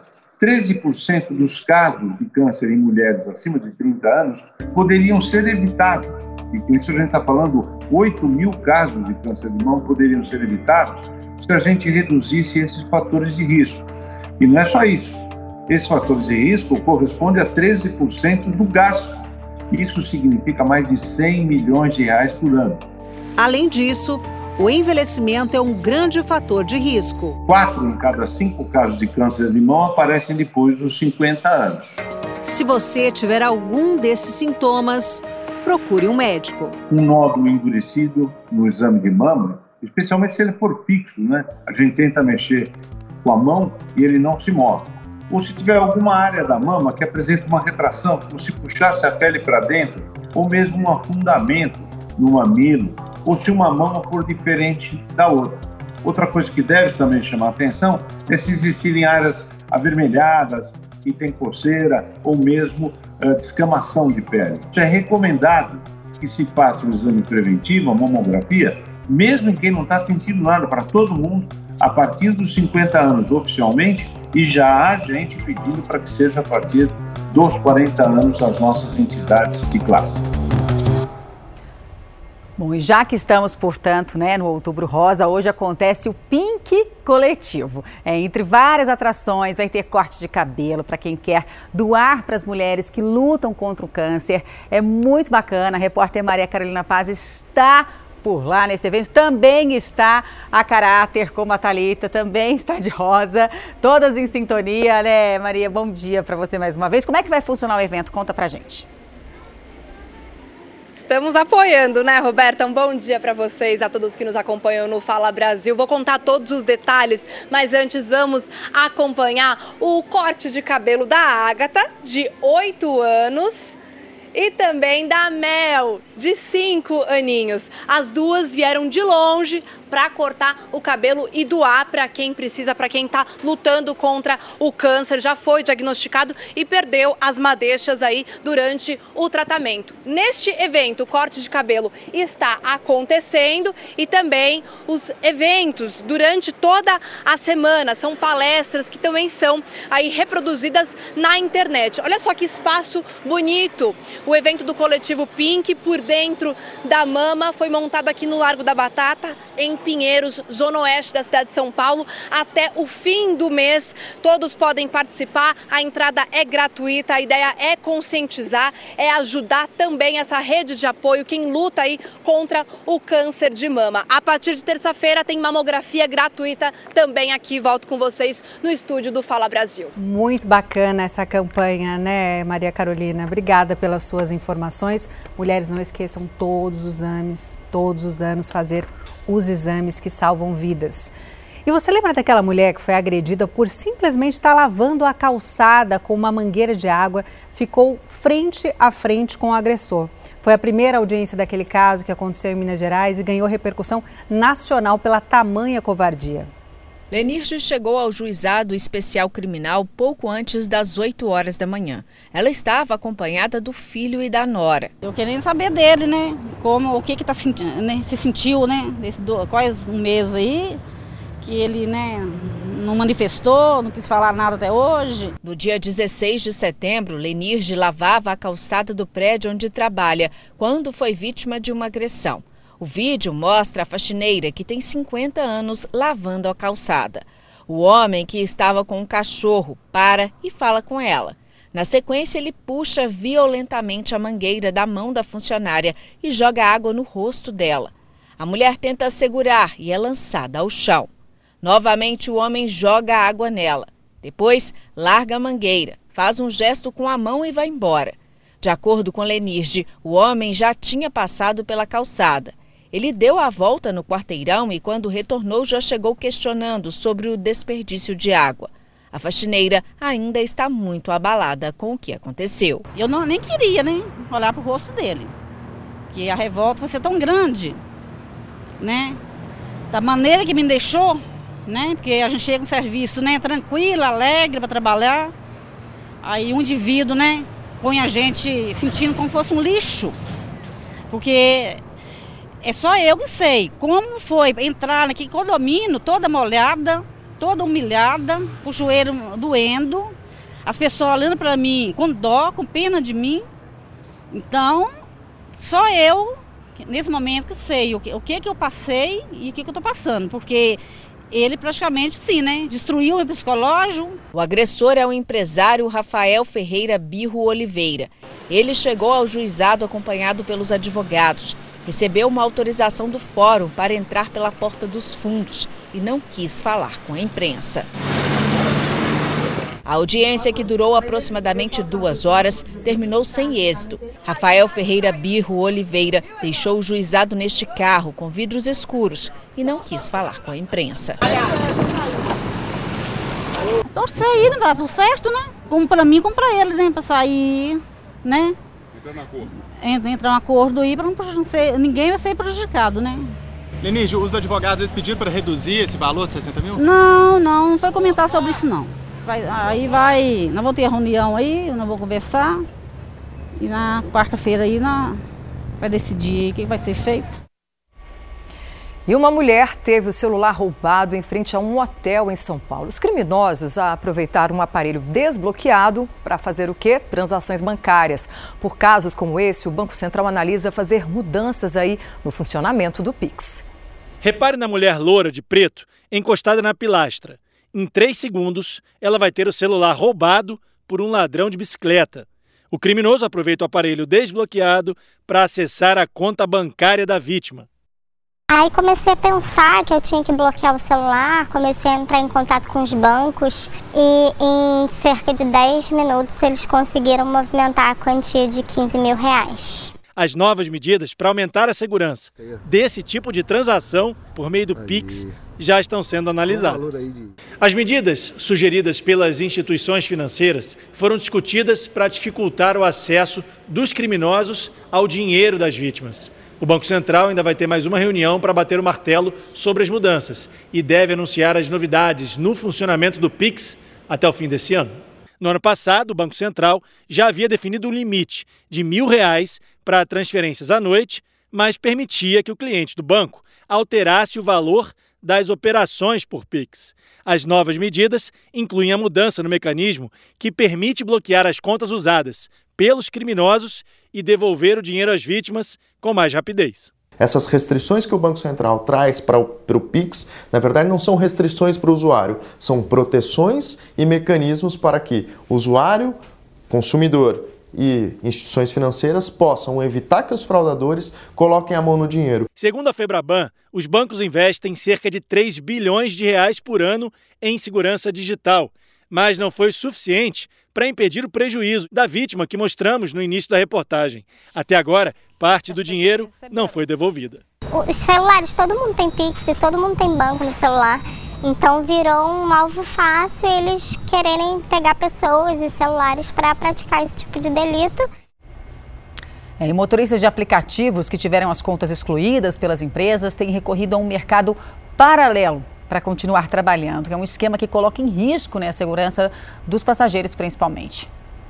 13% dos casos de câncer em mulheres acima de 30 anos poderiam ser evitados. E com isso a gente está falando 8.000 casos de câncer de mama poderiam ser evitados se a gente reduzisse esses fatores de risco. E não é só isso. Esses fatores de risco correspondem a 13% do gasto. Isso significa mais de 100 milhões de reais por ano. Além disso, o envelhecimento é um grande fator de risco. 4 em cada 5 casos de câncer de mama aparecem depois dos 50 anos. Se você tiver algum desses sintomas, procure um médico. Um nódulo endurecido no exame de mama, especialmente se ele for fixo, né? A gente tenta mexer com a mão e ele não se move. Ou se tiver alguma área da mama que apresenta uma retração, como se puxasse a pele para dentro, ou mesmo um afundamento no mamilo, ou se uma mama for diferente da outra. Outra coisa que deve também chamar a atenção é se existirem áreas avermelhadas, que tem coceira, ou mesmo descamação de pele. É recomendado que se faça um exame preventivo, a mamografia, mesmo em quem não está sentindo nada, para todo mundo, a partir dos 50 anos oficialmente, e já há gente pedindo para que seja a partir dos 40 anos das nossas entidades de classe. Bom, e já que estamos, portanto, no Outubro Rosa, hoje acontece o Pink Coletivo. Entre várias atrações, vai ter corte de cabelo para quem quer doar para as mulheres que lutam contra o câncer. É muito bacana. A repórter Maria Carolina Paz está por lá nesse evento. Também está a caráter, como a Thalita, também está de rosa, todas em sintonia, né, Maria? Bom dia para você mais uma vez. Como é que vai funcionar o evento? Conta pra gente. Estamos apoiando, né, Roberta? Um bom dia para vocês, a todos que nos acompanham no Fala Brasil. Vou contar todos os detalhes, mas antes vamos acompanhar o corte de cabelo da Ágata, de 8 anos, e também da Mel, de 5 aninhos. As duas vieram de longe para cortar o cabelo e doar para quem precisa, para quem está lutando contra o câncer, já foi diagnosticado e perdeu as madeixas aí durante o tratamento. Neste evento, o corte de cabelo está acontecendo e também os eventos durante toda a semana, são palestras que também são aí reproduzidas na internet. Olha só que espaço bonito, o evento do coletivo Pink, por dentro da mama, foi montado aqui no Largo da Batata, em Pinheiros, zona oeste da cidade de São Paulo, até o fim do mês. Todos podem participar, a entrada é gratuita, a ideia é conscientizar, é ajudar também essa rede de apoio, quem luta aí contra o câncer de mama. A partir de terça-feira tem mamografia gratuita também aqui, volto com vocês no estúdio do Fala Brasil. Muito bacana essa campanha, né, Maria Carolina? Obrigada pelas suas informações. Mulheres, não esqueçam todos os anos fazer os exames que salvam vidas. E você lembra daquela mulher que foi agredida por simplesmente estar lavando a calçada com uma mangueira de água, ficou frente a frente com o agressor? Foi a primeira audiência daquele caso que aconteceu em Minas Gerais e ganhou repercussão nacional pela tamanha covardia. Lenirge chegou ao juizado especial criminal pouco antes das 8 horas da manhã. Ela estava acompanhada do filho e da nora. Eu queria saber dele, né? O que tá sentindo, né? Se sentiu, né? Quase um mês aí, que ele, né, não manifestou, não quis falar nada até hoje. No dia 16 de setembro, Lenirge lavava a calçada do prédio onde trabalha, quando foi vítima de uma agressão. O vídeo mostra a faxineira, que tem 50 anos, lavando a calçada. O homem, que estava com um cachorro, para e fala com ela. Na sequência, ele puxa violentamente a mangueira da mão da funcionária e joga água no rosto dela. A mulher tenta segurar e é lançada ao chão. Novamente, o homem joga água nela. Depois, larga a mangueira, faz um gesto com a mão e vai embora. De acordo com Lenirge, o homem já tinha passado pela calçada. Ele deu a volta no quarteirão e, quando retornou, já chegou questionando sobre o desperdício de água. A faxineira ainda está muito abalada com o que aconteceu. Eu nem queria, né, olhar para o rosto dele, que a revolta vai ser tão grande, né, da maneira que me deixou, né, porque a gente chega no serviço, né, tranquila, alegre para trabalhar, aí um indivíduo, né, põe a gente sentindo como fosse um lixo, porque é só eu que sei como foi entrar naquele condomínio toda molhada, toda humilhada, o joelho doendo, as pessoas olhando para mim com dó, com pena de mim. Então, só eu, nesse momento, que sei o que eu passei e o que eu estou passando, porque ele praticamente, sim, né, destruiu o meu psicológico. O agressor é o empresário Rafael Ferreira Birro Oliveira. Ele chegou ao juizado acompanhado pelos advogados. Recebeu uma autorização do fórum para entrar pela porta dos fundos e não quis falar com a imprensa. A audiência, que durou aproximadamente 2 horas, terminou sem êxito. Rafael Ferreira Birro Oliveira deixou o juizado neste carro com vidros escuros e não quis falar com a imprensa. Torcer aí, né? Vai tudo certo, né? Como para mim, como para ele, né? Para sair, né? Entrar no acordo. Entrar um acordo aí para ninguém vai ser prejudicado, né? Lenirge, os advogados pediram para reduzir esse valor de 60 mil? Não foi comentar sobre isso não. Nós vamos ter reunião aí, nós vamos conversar e na quarta-feira aí vai decidir o que vai ser feito. E uma mulher teve o celular roubado em frente a um hotel em São Paulo. Os criminosos aproveitaram um aparelho desbloqueado para fazer o quê? Transações bancárias. Por casos como esse, o Banco Central analisa fazer mudanças aí no funcionamento do Pix. Repare na mulher loura de preto encostada na pilastra. Em 3 segundos, ela vai ter o celular roubado por um ladrão de bicicleta. O criminoso aproveita o aparelho desbloqueado para acessar a conta bancária da vítima. Aí comecei a pensar que eu tinha que bloquear o celular, comecei a entrar em contato com os bancos e em cerca de 10 minutos eles conseguiram movimentar a quantia de R$15 mil. As novas medidas para aumentar a segurança desse tipo de transação por meio do Pix já estão sendo analisadas. As medidas sugeridas pelas instituições financeiras foram discutidas para dificultar o acesso dos criminosos ao dinheiro das vítimas. O Banco Central ainda vai ter mais uma reunião para bater o martelo sobre as mudanças e deve anunciar as novidades no funcionamento do Pix até o fim desse ano. No ano passado, o Banco Central já havia definido um limite de R$1.000 para transferências à noite, mas permitia que o cliente do banco alterasse o valor das operações por Pix. As novas medidas incluem a mudança no mecanismo que permite bloquear as contas usadas pelos criminosos e devolver o dinheiro às vítimas com mais rapidez. Essas restrições que o Banco Central traz para o Pix, na verdade, não são restrições para o usuário, são proteções e mecanismos para que o usuário, consumidor e instituições financeiras possam evitar que os fraudadores coloquem a mão no dinheiro. Segundo a Febraban, os bancos investem cerca de R$3 bilhões por ano em segurança digital, mas não foi suficiente para impedir o prejuízo da vítima que mostramos no início da reportagem. Até agora, parte do dinheiro não foi devolvida. Os celulares, todo mundo tem Pix e todo mundo tem banco no celular. Então virou um alvo fácil eles quererem pegar pessoas e celulares para praticar esse tipo de delito. E motoristas de aplicativos que tiveram as contas excluídas pelas empresas têm recorrido a um mercado paralelo para continuar trabalhando, que é um esquema que coloca em risco, a segurança dos passageiros principalmente.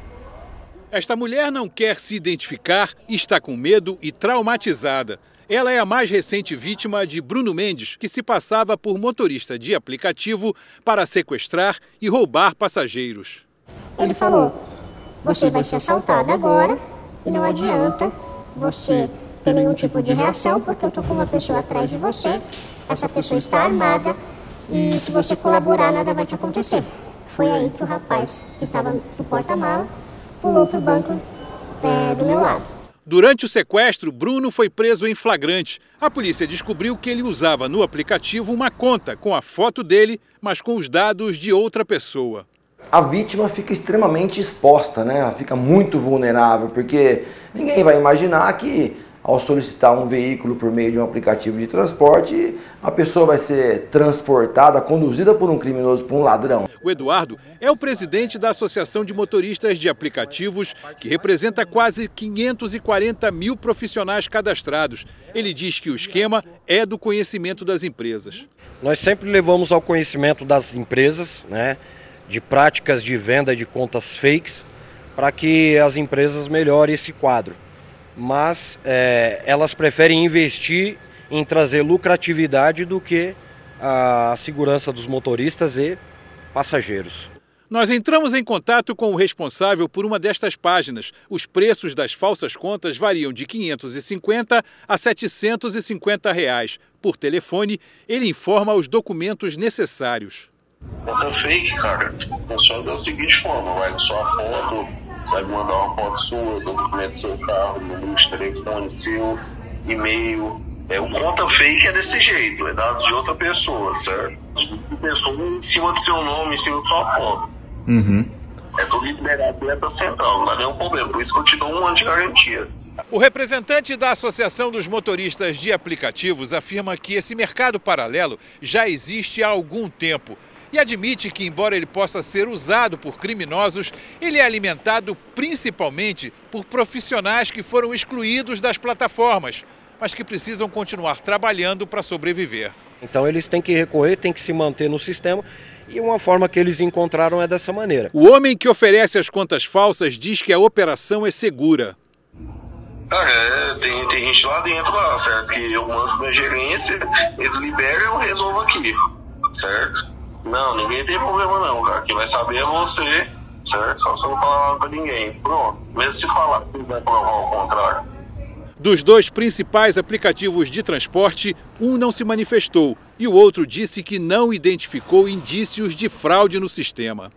Esta mulher não quer se identificar, está com medo e traumatizada. Ela é a mais recente vítima de Bruno Mendes, que se passava por motorista de aplicativo para sequestrar e roubar passageiros. Ele falou: você vai ser assaltada agora e não adianta você ter nenhum tipo de reação, porque eu estou com uma pessoa atrás de você, essa pessoa está armada e se você colaborar nada vai te acontecer. Foi aí que o rapaz que estava no porta-mala pulou para o banco do meu lado. Durante o sequestro, Bruno foi preso em flagrante. A polícia descobriu que ele usava no aplicativo uma conta com a foto dele, mas com os dados de outra pessoa. A vítima fica extremamente exposta, né? Ela fica muito vulnerável, porque ninguém vai imaginar que ao solicitar um veículo por meio de um aplicativo de transporte, a pessoa vai ser transportada, conduzida por um criminoso, por um ladrão. O Eduardo é o presidente da Associação de Motoristas de Aplicativos, que representa quase 540 mil profissionais cadastrados. Ele diz que o esquema é do conhecimento das empresas. Nós sempre levamos ao conhecimento das empresas, de práticas de venda de contas fakes, para que as empresas melhorem esse quadro. Mas elas preferem investir em trazer lucratividade do que a segurança dos motoristas e passageiros. Nós entramos em contato com o responsável por uma destas páginas. Os preços das falsas contas variam de R$ 550 a R$ 750. Por telefone, ele informa os documentos necessários. Conta fake, cara, funciona da seguinte forma: vai só a foto, você vai mandar uma foto sua, documento do seu carro, número de telefone seu, e-mail. O conta fake é desse jeito, é dados de outra pessoa, certo? De pessoa em cima do seu nome, em cima da sua foto. É tudo liberado pela central, não dá nenhum problema, por isso que eu te dou um ano de garantia. O representante da Associação dos Motoristas de Aplicativos afirma que esse mercado paralelo já existe há algum tempo. E admite que, embora ele possa ser usado por criminosos, ele é alimentado principalmente por profissionais que foram excluídos das plataformas, mas que precisam continuar trabalhando para sobreviver. Então eles têm que recorrer, têm que se manter no sistema, e uma forma que eles encontraram é dessa maneira. O homem que oferece as contas falsas diz que a operação é segura. Cara, tem gente lá dentro, certo? Que eu mando pra gerência, eles liberam e eu resolvo aqui, certo? Não, ninguém tem problema não, cara. Quem vai saber é você, certo? Só você não falar nada pra ninguém. Pronto. Mesmo se falar, não vai provar o contrário. Dos dois principais aplicativos de transporte, um não se manifestou e o outro disse que não identificou indícios de fraude no sistema.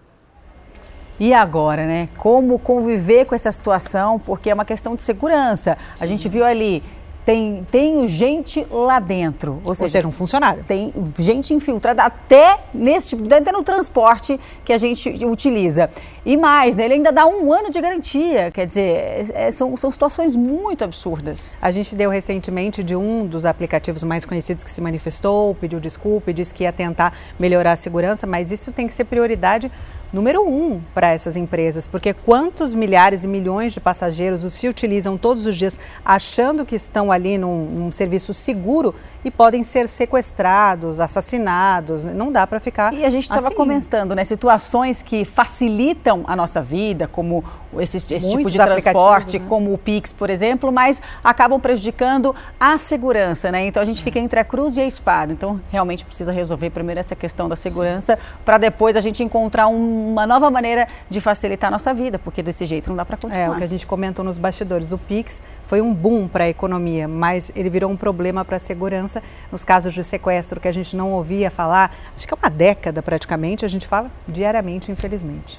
E agora, Como conviver com essa situação? Porque é uma questão de segurança. A gente viu ali tem gente lá dentro. Ou seja, um funcionário. Tem gente infiltrada até no transporte que a gente utiliza. E mais, né? Ele ainda dá 1 ano de garantia. Quer dizer, são situações muito absurdas. A gente deu recentemente de um dos aplicativos mais conhecidos que se manifestou, pediu desculpa e disse que ia tentar melhorar a segurança, mas isso tem que ser prioridade número 1 para essas empresas, porque quantos milhares e milhões de passageiros se utilizam todos os dias achando que estão ali num serviço seguro e podem ser sequestrados, assassinados, não dá para ficar. E a gente estava comentando, né, situações que facilitam a nossa vida, como esse tipo de transporte, né? Como o Pix, por exemplo, mas acabam prejudicando a segurança, né? Então a gente fica entre a cruz e a espada. Então realmente precisa resolver primeiro essa questão da segurança para depois a gente encontrar uma nova maneira de facilitar a nossa vida, porque desse jeito não dá para continuar. É o que a gente comentou nos bastidores. O Pix foi um boom para a economia, mas ele virou um problema para a segurança. Nos casos de sequestro que a gente não ouvia falar, acho que é uma década praticamente, a gente fala diariamente, infelizmente.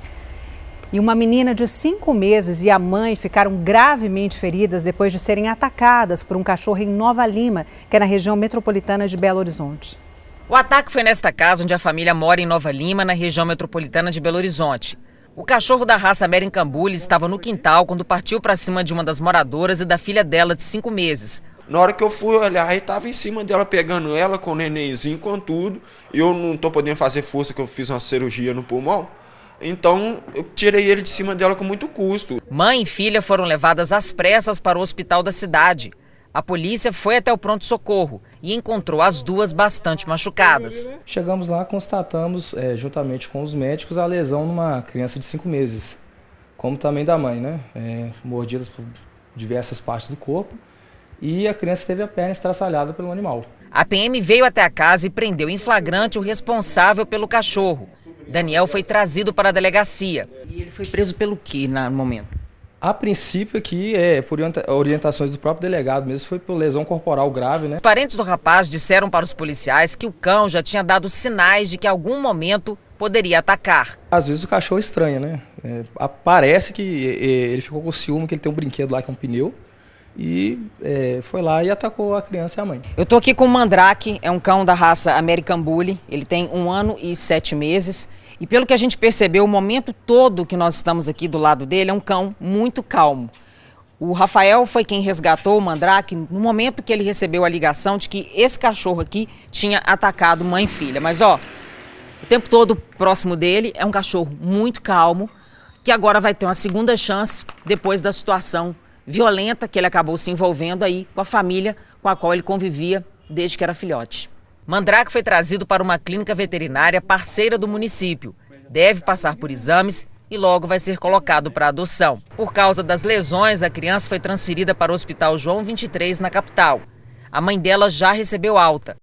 E uma menina de 5 meses e a mãe ficaram gravemente feridas depois de serem atacadas por um cachorro em Nova Lima, que é na região metropolitana de Belo Horizonte. O ataque foi nesta casa onde a família mora em Nova Lima, na região metropolitana de Belo Horizonte. O cachorro da raça American Bully estava no quintal quando partiu para cima de uma das moradoras e da filha dela de 5 meses. Na hora que eu fui olhar, ele estava em cima dela, pegando ela com o nenenzinho, com tudo. E eu não estou podendo fazer força, que eu fiz uma cirurgia no pulmão. Então, eu tirei ele de cima dela com muito custo. Mãe e filha foram levadas às pressas para o hospital da cidade. A polícia foi até o pronto-socorro e encontrou as duas bastante machucadas. Chegamos lá, constatamos, juntamente com os médicos, a lesão numa criança de 5 meses. Como também da mãe, né? Mordidas por diversas partes do corpo. E a criança teve a perna estraçalhada pelo animal. A PM veio até a casa e prendeu em flagrante o responsável pelo cachorro. Daniel foi trazido para a delegacia. E ele foi preso pelo quê no momento? A princípio aqui, por orientações do próprio delegado mesmo, foi por lesão corporal grave, né? Os parentes do rapaz disseram para os policiais que o cão já tinha dado sinais de que em algum momento poderia atacar. Às vezes o cachorro estranha, né? Parece que ele ficou com ciúme, que ele tem um brinquedo lá que é um pneu. E foi lá e atacou a criança e a mãe. Eu tô aqui com o Mandrake, é um cão da raça American Bully. Ele tem 1 ano e 7 meses. E pelo que a gente percebeu, o momento todo que nós estamos aqui do lado dele é um cão muito calmo. O Rafael foi quem resgatou o Mandrake no momento que ele recebeu a ligação de que esse cachorro aqui tinha atacado mãe e filha. Mas ó, o tempo todo próximo dele é um cachorro muito calmo, que agora vai ter uma segunda chance depois da situação violenta que ele acabou se envolvendo aí com a família com a qual ele convivia desde que era filhote. Mandrake foi trazido para uma clínica veterinária parceira do município. Deve passar por exames e logo vai ser colocado para adoção. Por causa das lesões, a criança foi transferida para o Hospital João 23, na capital. A mãe dela já recebeu alta.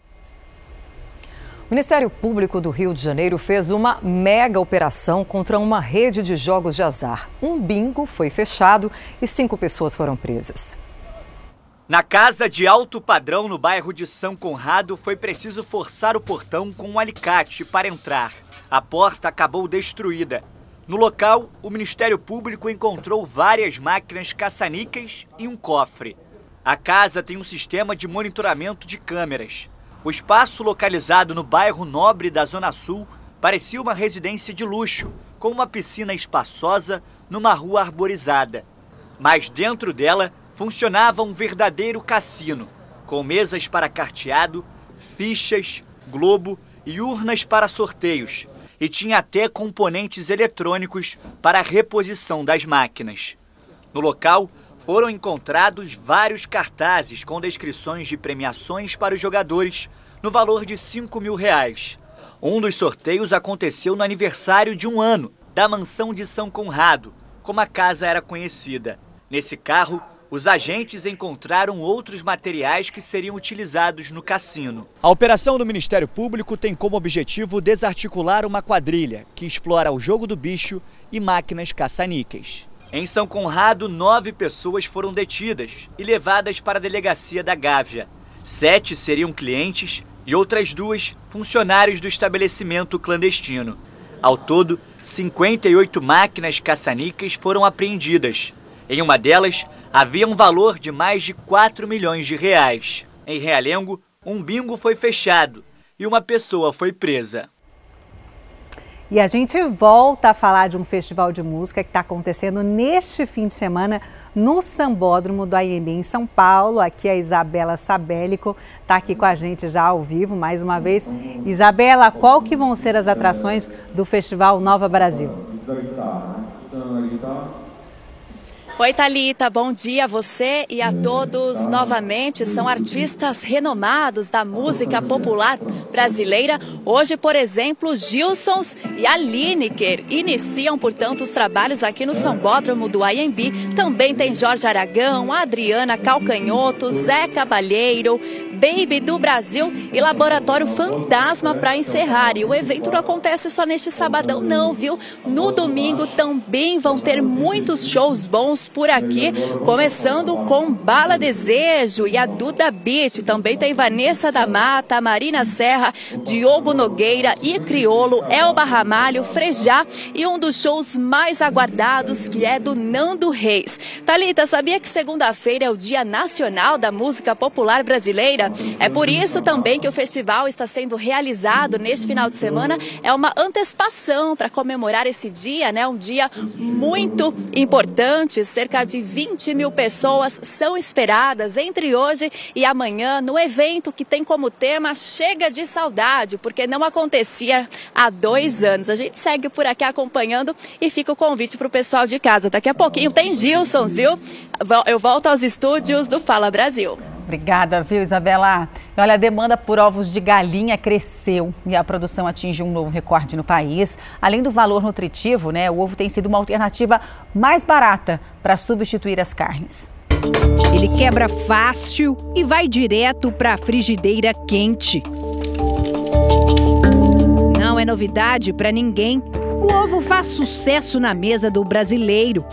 O Ministério Público do Rio de Janeiro fez uma mega operação contra uma rede de jogos de azar. Um bingo foi fechado e 5 pessoas foram presas. Na casa de alto padrão no bairro de São Conrado, foi preciso forçar o portão com um alicate para entrar. A porta acabou destruída. No local, o Ministério Público encontrou várias máquinas caça-níqueis e um cofre. A casa tem um sistema de monitoramento de câmeras. O espaço, localizado no bairro Nobre da Zona Sul, parecia uma residência de luxo, com uma piscina espaçosa numa rua arborizada. Mas dentro dela funcionava um verdadeiro cassino, com mesas para carteado, fichas, globo e urnas para sorteios. E tinha até componentes eletrônicos para a reposição das máquinas. No local, foram encontrados vários cartazes com descrições de premiações para os jogadores no valor de R$5 mil. Um dos sorteios aconteceu no aniversário de 1 ano da mansão de São Conrado, como a casa era conhecida. Nesse carro, os agentes encontraram outros materiais que seriam utilizados no cassino. A operação do Ministério Público tem como objetivo desarticular uma quadrilha que explora o jogo do bicho e máquinas caça-níqueis. Em São Conrado, 9 pessoas foram detidas e levadas para a delegacia da Gávea. 7 seriam clientes e outras 2 funcionários do estabelecimento clandestino. Ao todo, 58 máquinas caça-níqueis foram apreendidas. Em uma delas, havia um valor de mais de 4 milhões de reais. Em Realengo, um bingo foi fechado e uma pessoa foi presa. E a gente volta a falar de um festival de música que está acontecendo neste fim de semana no Sambódromo do AMB em São Paulo. Aqui a Isabela Sabélico está aqui com a gente já ao vivo mais uma vez. Isabela, qual que vão ser as atrações do Festival Nova Brasil? Oi, Thalita, bom dia a você e a todos novamente. São artistas renomados da música popular brasileira. Hoje, por exemplo, Gilsons e a Lineker iniciam, portanto, os trabalhos aqui no Sambódromo do AMB. Também tem Jorge Aragão, Adriana Calcanhoto, Zé Cabalheiro, Baby do Brasil e Laboratório Fantasma para encerrar. E o evento não acontece só neste sabadão não, viu? No domingo também vão ter muitos shows bons por aqui, começando com Bala Desejo e a Duda Beat. Também tem Vanessa da Mata, Marina Serra, Diogo Nogueira e Criolo, Elba Ramalho, Frejá e um dos shows mais aguardados, que é do Nando Reis. Thalita, sabia que segunda-feira é o Dia Nacional da Música Popular Brasileira? É por isso também que o festival está sendo realizado neste final de semana. É uma antecipação para comemorar esse dia, né? Um dia muito importante. Cerca de 20 mil pessoas são esperadas entre hoje e amanhã no evento que tem como tema Chega de Saudade, porque não acontecia há 2 anos. A gente segue por aqui acompanhando e fica o convite para o pessoal de casa. Daqui a pouquinho tem Gilsons, viu? Eu volto aos estúdios do Fala Brasil. Obrigada, viu, Isabela? Olha, a demanda por ovos de galinha cresceu e a produção atingiu um novo recorde no país. Além do valor nutritivo, né, o ovo tem sido uma alternativa mais barata para substituir as carnes. Ele quebra fácil e vai direto para a frigideira quente. Não é novidade para ninguém. O ovo faz sucesso na mesa do brasileiro.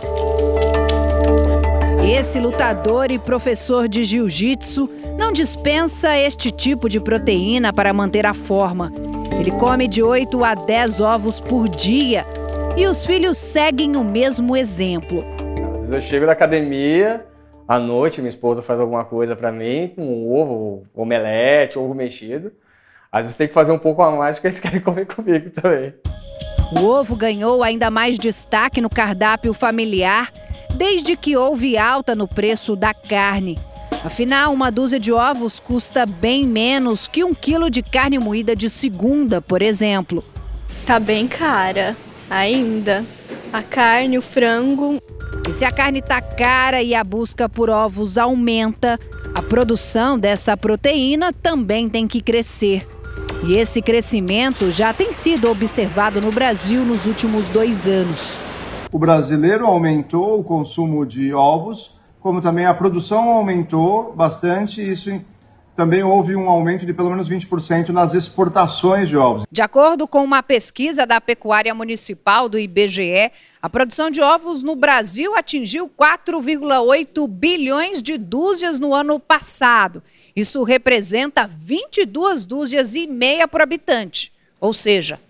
Esse lutador e professor de jiu-jitsu não dispensa este tipo de proteína para manter a forma. Ele come de 8 a 10 ovos por dia e os filhos seguem o mesmo exemplo. Às vezes eu chego da academia, à noite minha esposa faz alguma coisa para mim, com um ovo, omelete, ovo mexido. Às vezes tem que fazer um pouco a mais porque eles querem comer comigo também. O ovo ganhou ainda mais destaque no cardápio familiar desde que houve alta no preço da carne. Afinal, uma dúzia de ovos custa bem menos que 1 quilo de carne moída de segunda, por exemplo. Tá bem cara, ainda. A carne, o frango. E se a carne tá cara e a busca por ovos aumenta, a produção dessa proteína também tem que crescer. E esse crescimento já tem sido observado no Brasil nos últimos 2 anos. O brasileiro aumentou o consumo de ovos, como também a produção aumentou bastante. Isso também houve um aumento de pelo menos 20% nas exportações de ovos. De acordo com uma pesquisa da Pecuária Municipal do IBGE, a produção de ovos no Brasil atingiu 4,8 bilhões de dúzias no ano passado. Isso representa 22 dúzias e meia por habitante, ou seja,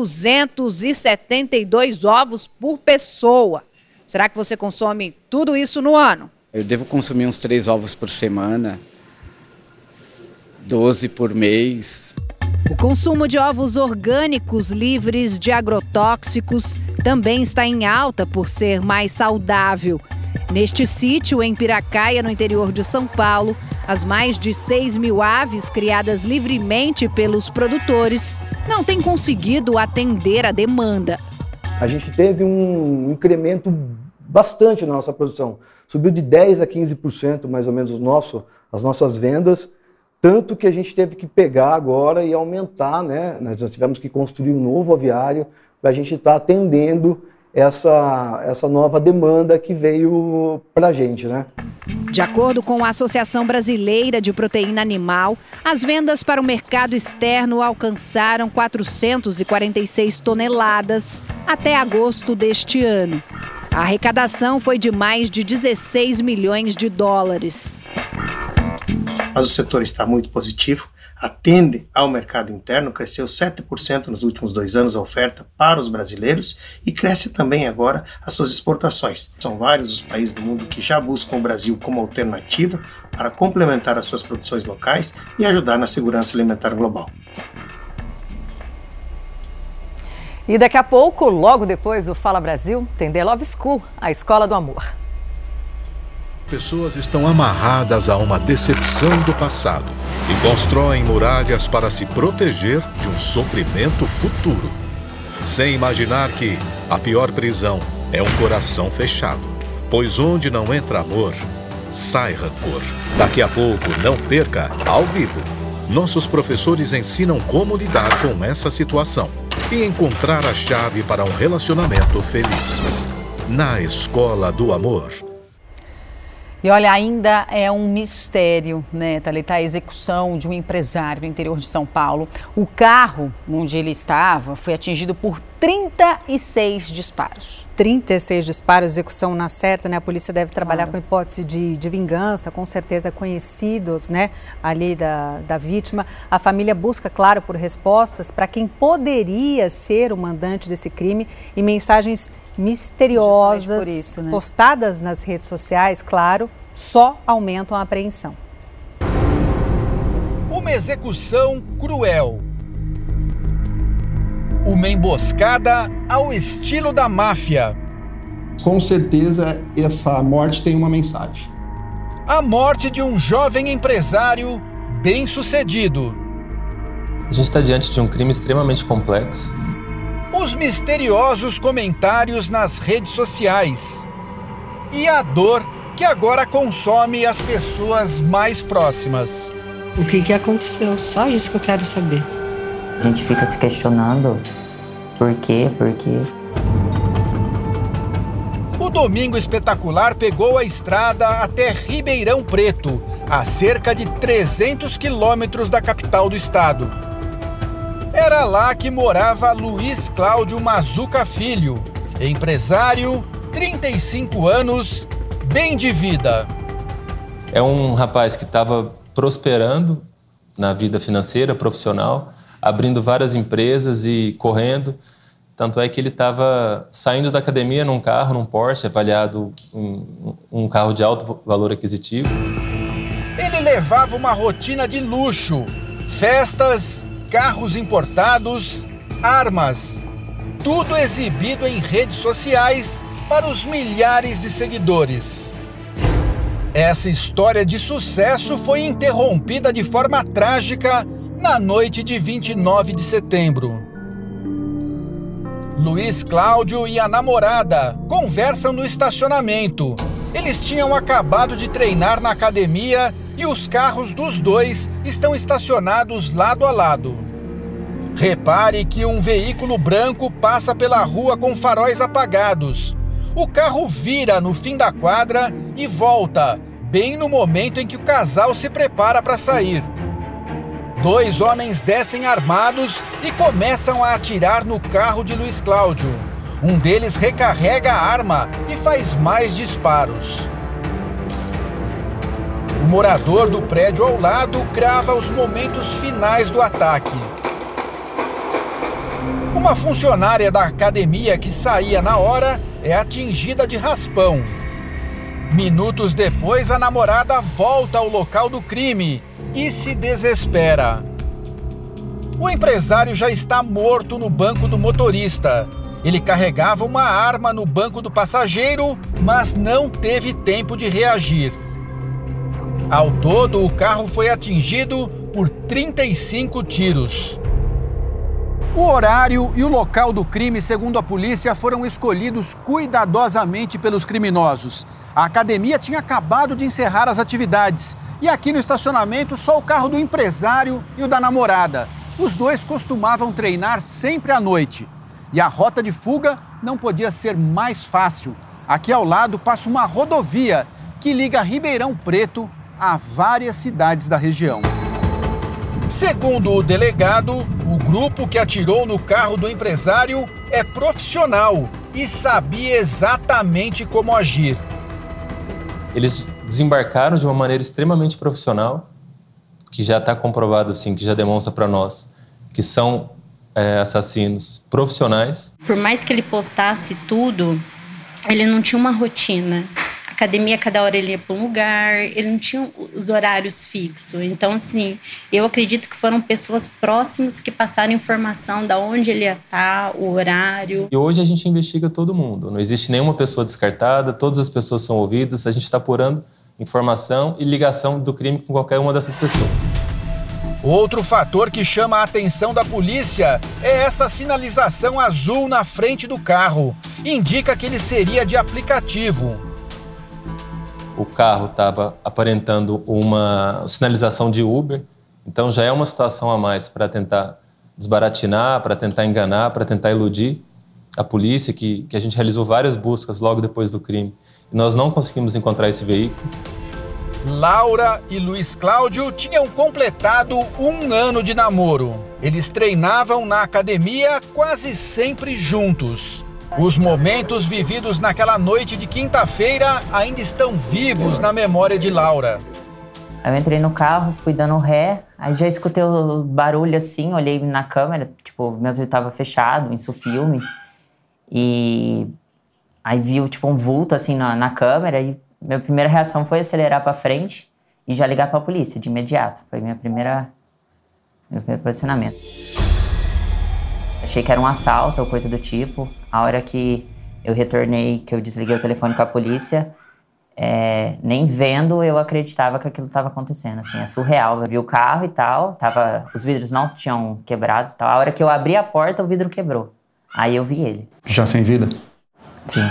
272 ovos por pessoa. Será que você consome tudo isso no ano? Eu devo consumir uns 3 ovos por semana, 12 por mês. O consumo de ovos orgânicos livres de agrotóxicos também está em alta por ser mais saudável. Neste sítio, em Piracaia, no interior de São Paulo, as mais de 6 mil aves criadas livremente pelos produtores não têm conseguido atender a demanda. A gente teve um incremento bastante na nossa produção. Subiu de 10% a 15% mais ou menos as nossas vendas, tanto que a gente teve que pegar agora e aumentar, né? Nós tivemos que construir um novo aviário para a gente estar atendendo essa nova demanda que veio para a gente, né? De acordo com a Associação Brasileira de Proteína Animal, as vendas para o mercado externo alcançaram 446 toneladas até agosto deste ano. A arrecadação foi de mais de 16 milhões de dólares. Mas o setor está muito positivo. atende ao mercado interno, cresceu 7% nos últimos 2 anos a oferta para os brasileiros e cresce também agora as suas exportações. São vários os países do mundo que já buscam o Brasil como alternativa para complementar as suas produções locais e ajudar na segurança alimentar global. E daqui a pouco, logo depois do Fala Brasil, tem The Love School, a escola do amor. Pessoas estão amarradas a uma decepção do passado e constroem muralhas para se proteger de um sofrimento futuro, sem imaginar que a pior prisão é um coração fechado, pois onde não entra amor, sai rancor. Daqui a pouco, não perca, ao vivo. Nossos professores ensinam como lidar com essa situação e encontrar a chave para um relacionamento feliz. Na Escola do Amor. E olha, ainda é um mistério, né, Thalita, a execução de um empresário no interior de São Paulo. O carro onde ele estava foi atingido por 36 disparos. 36 disparos, execução na certa, né? A polícia deve trabalhar com hipótese de vingança, com certeza conhecidos, né, ali da vítima. A família busca, claro, por respostas para quem poderia ser o mandante desse crime e mensagens misteriosas por isso, né, postadas nas redes sociais, claro, só aumentam a apreensão. Uma execução cruel. Uma emboscada ao estilo da máfia. Com certeza, essa morte tem uma mensagem. A morte de um jovem empresário bem-sucedido. A gente está diante de um crime extremamente complexo. Os misteriosos comentários nas redes sociais. E a dor que agora consome as pessoas mais próximas. O que aconteceu? Só isso que eu quero saber. A gente fica se questionando por quê. O Domingo Espetacular pegou a estrada até Ribeirão Preto, a cerca de 300 quilômetros da capital do estado. Era lá que morava Luiz Cláudio Mazuca Filho, empresário, 35 anos, bem de vida. É um rapaz que estava prosperando na vida financeira, profissional, abrindo várias empresas e correndo. Tanto é que ele estava saindo da academia num carro, num Porsche, avaliado um carro de alto valor aquisitivo. Ele levava uma rotina de luxo, festas, carros importados, armas. Tudo exibido em redes sociais para os milhares de seguidores. Essa história de sucesso foi interrompida de forma trágica na noite de 29 de setembro. Luiz Cláudio e a namorada conversam no estacionamento. Eles tinham acabado de treinar na academia e os carros dos dois estão estacionados lado a lado. Repare que um veículo branco passa pela rua com faróis apagados. O carro vira no fim da quadra e volta, bem no momento em que o casal se prepara para sair. 2 homens descem armados e começam a atirar no carro de Luiz Cláudio. Um deles recarrega a arma e faz mais disparos. O morador do prédio ao lado grava os momentos finais do ataque. Uma funcionária da academia que saía na hora é atingida de raspão. Minutos depois, a namorada volta ao local do crime e se desespera. O empresário já está morto no banco do motorista. Ele carregava uma arma no banco do passageiro, mas não teve tempo de reagir. Ao todo, o carro foi atingido por 35 tiros. O horário e o local do crime, segundo a polícia, foram escolhidos cuidadosamente pelos criminosos. A academia tinha acabado de encerrar as atividades. E aqui no estacionamento, só o carro do empresário e o da namorada. Os dois costumavam treinar sempre à noite. E a rota de fuga não podia ser mais fácil. Aqui ao lado passa uma rodovia que liga Ribeirão Preto a várias cidades da região. Segundo o delegado, o grupo que atirou no carro do empresário é profissional e sabia exatamente como agir. Eles desembarcaram de uma maneira extremamente profissional, que já está comprovado, assim, que já demonstra para nós que são assassinos profissionais. Por mais que ele postasse tudo, ele não tinha uma rotina. Academia, cada hora ele ia para um lugar, ele não tinha os horários fixos. Então, assim, eu acredito que foram pessoas próximas que passaram informação de onde ele ia estar, o horário. E hoje a gente investiga todo mundo, não existe nenhuma pessoa descartada, todas as pessoas são ouvidas, a gente está apurando informação e ligação do crime com qualquer uma dessas pessoas. Outro fator que chama a atenção da polícia é essa sinalização azul na frente do carro. Indica que ele seria de aplicativo. O carro estava aparentando uma sinalização de Uber, então já é uma situação a mais para tentar desbaratinar, para tentar enganar, para tentar iludir a polícia, que a gente realizou várias buscas logo depois do crime. E nós não conseguimos encontrar esse veículo. Laura e Luiz Cláudio tinham completado 1 ano de namoro. Eles treinavam na academia quase sempre juntos. Os momentos vividos naquela noite de quinta-feira ainda estão vivos na memória de Laura. Eu entrei no carro, fui dando ré, aí já escutei o barulho assim, olhei na câmera, tipo, meu olho estava fechado, isso filme. E aí vi tipo, um vulto assim na câmera e minha primeira reação foi acelerar para frente e já ligar para a polícia de imediato. Foi meu primeiro posicionamento. Achei que era um assalto ou coisa do tipo. A hora que eu retornei, que eu desliguei o telefone com a polícia, nem vendo eu acreditava que aquilo estava acontecendo. Assim, é surreal. Eu vi o carro e tal, os vidros não tinham quebrado e tal. A hora que eu abri a porta, o vidro quebrou. Aí eu vi ele. Já sem vida? Sim.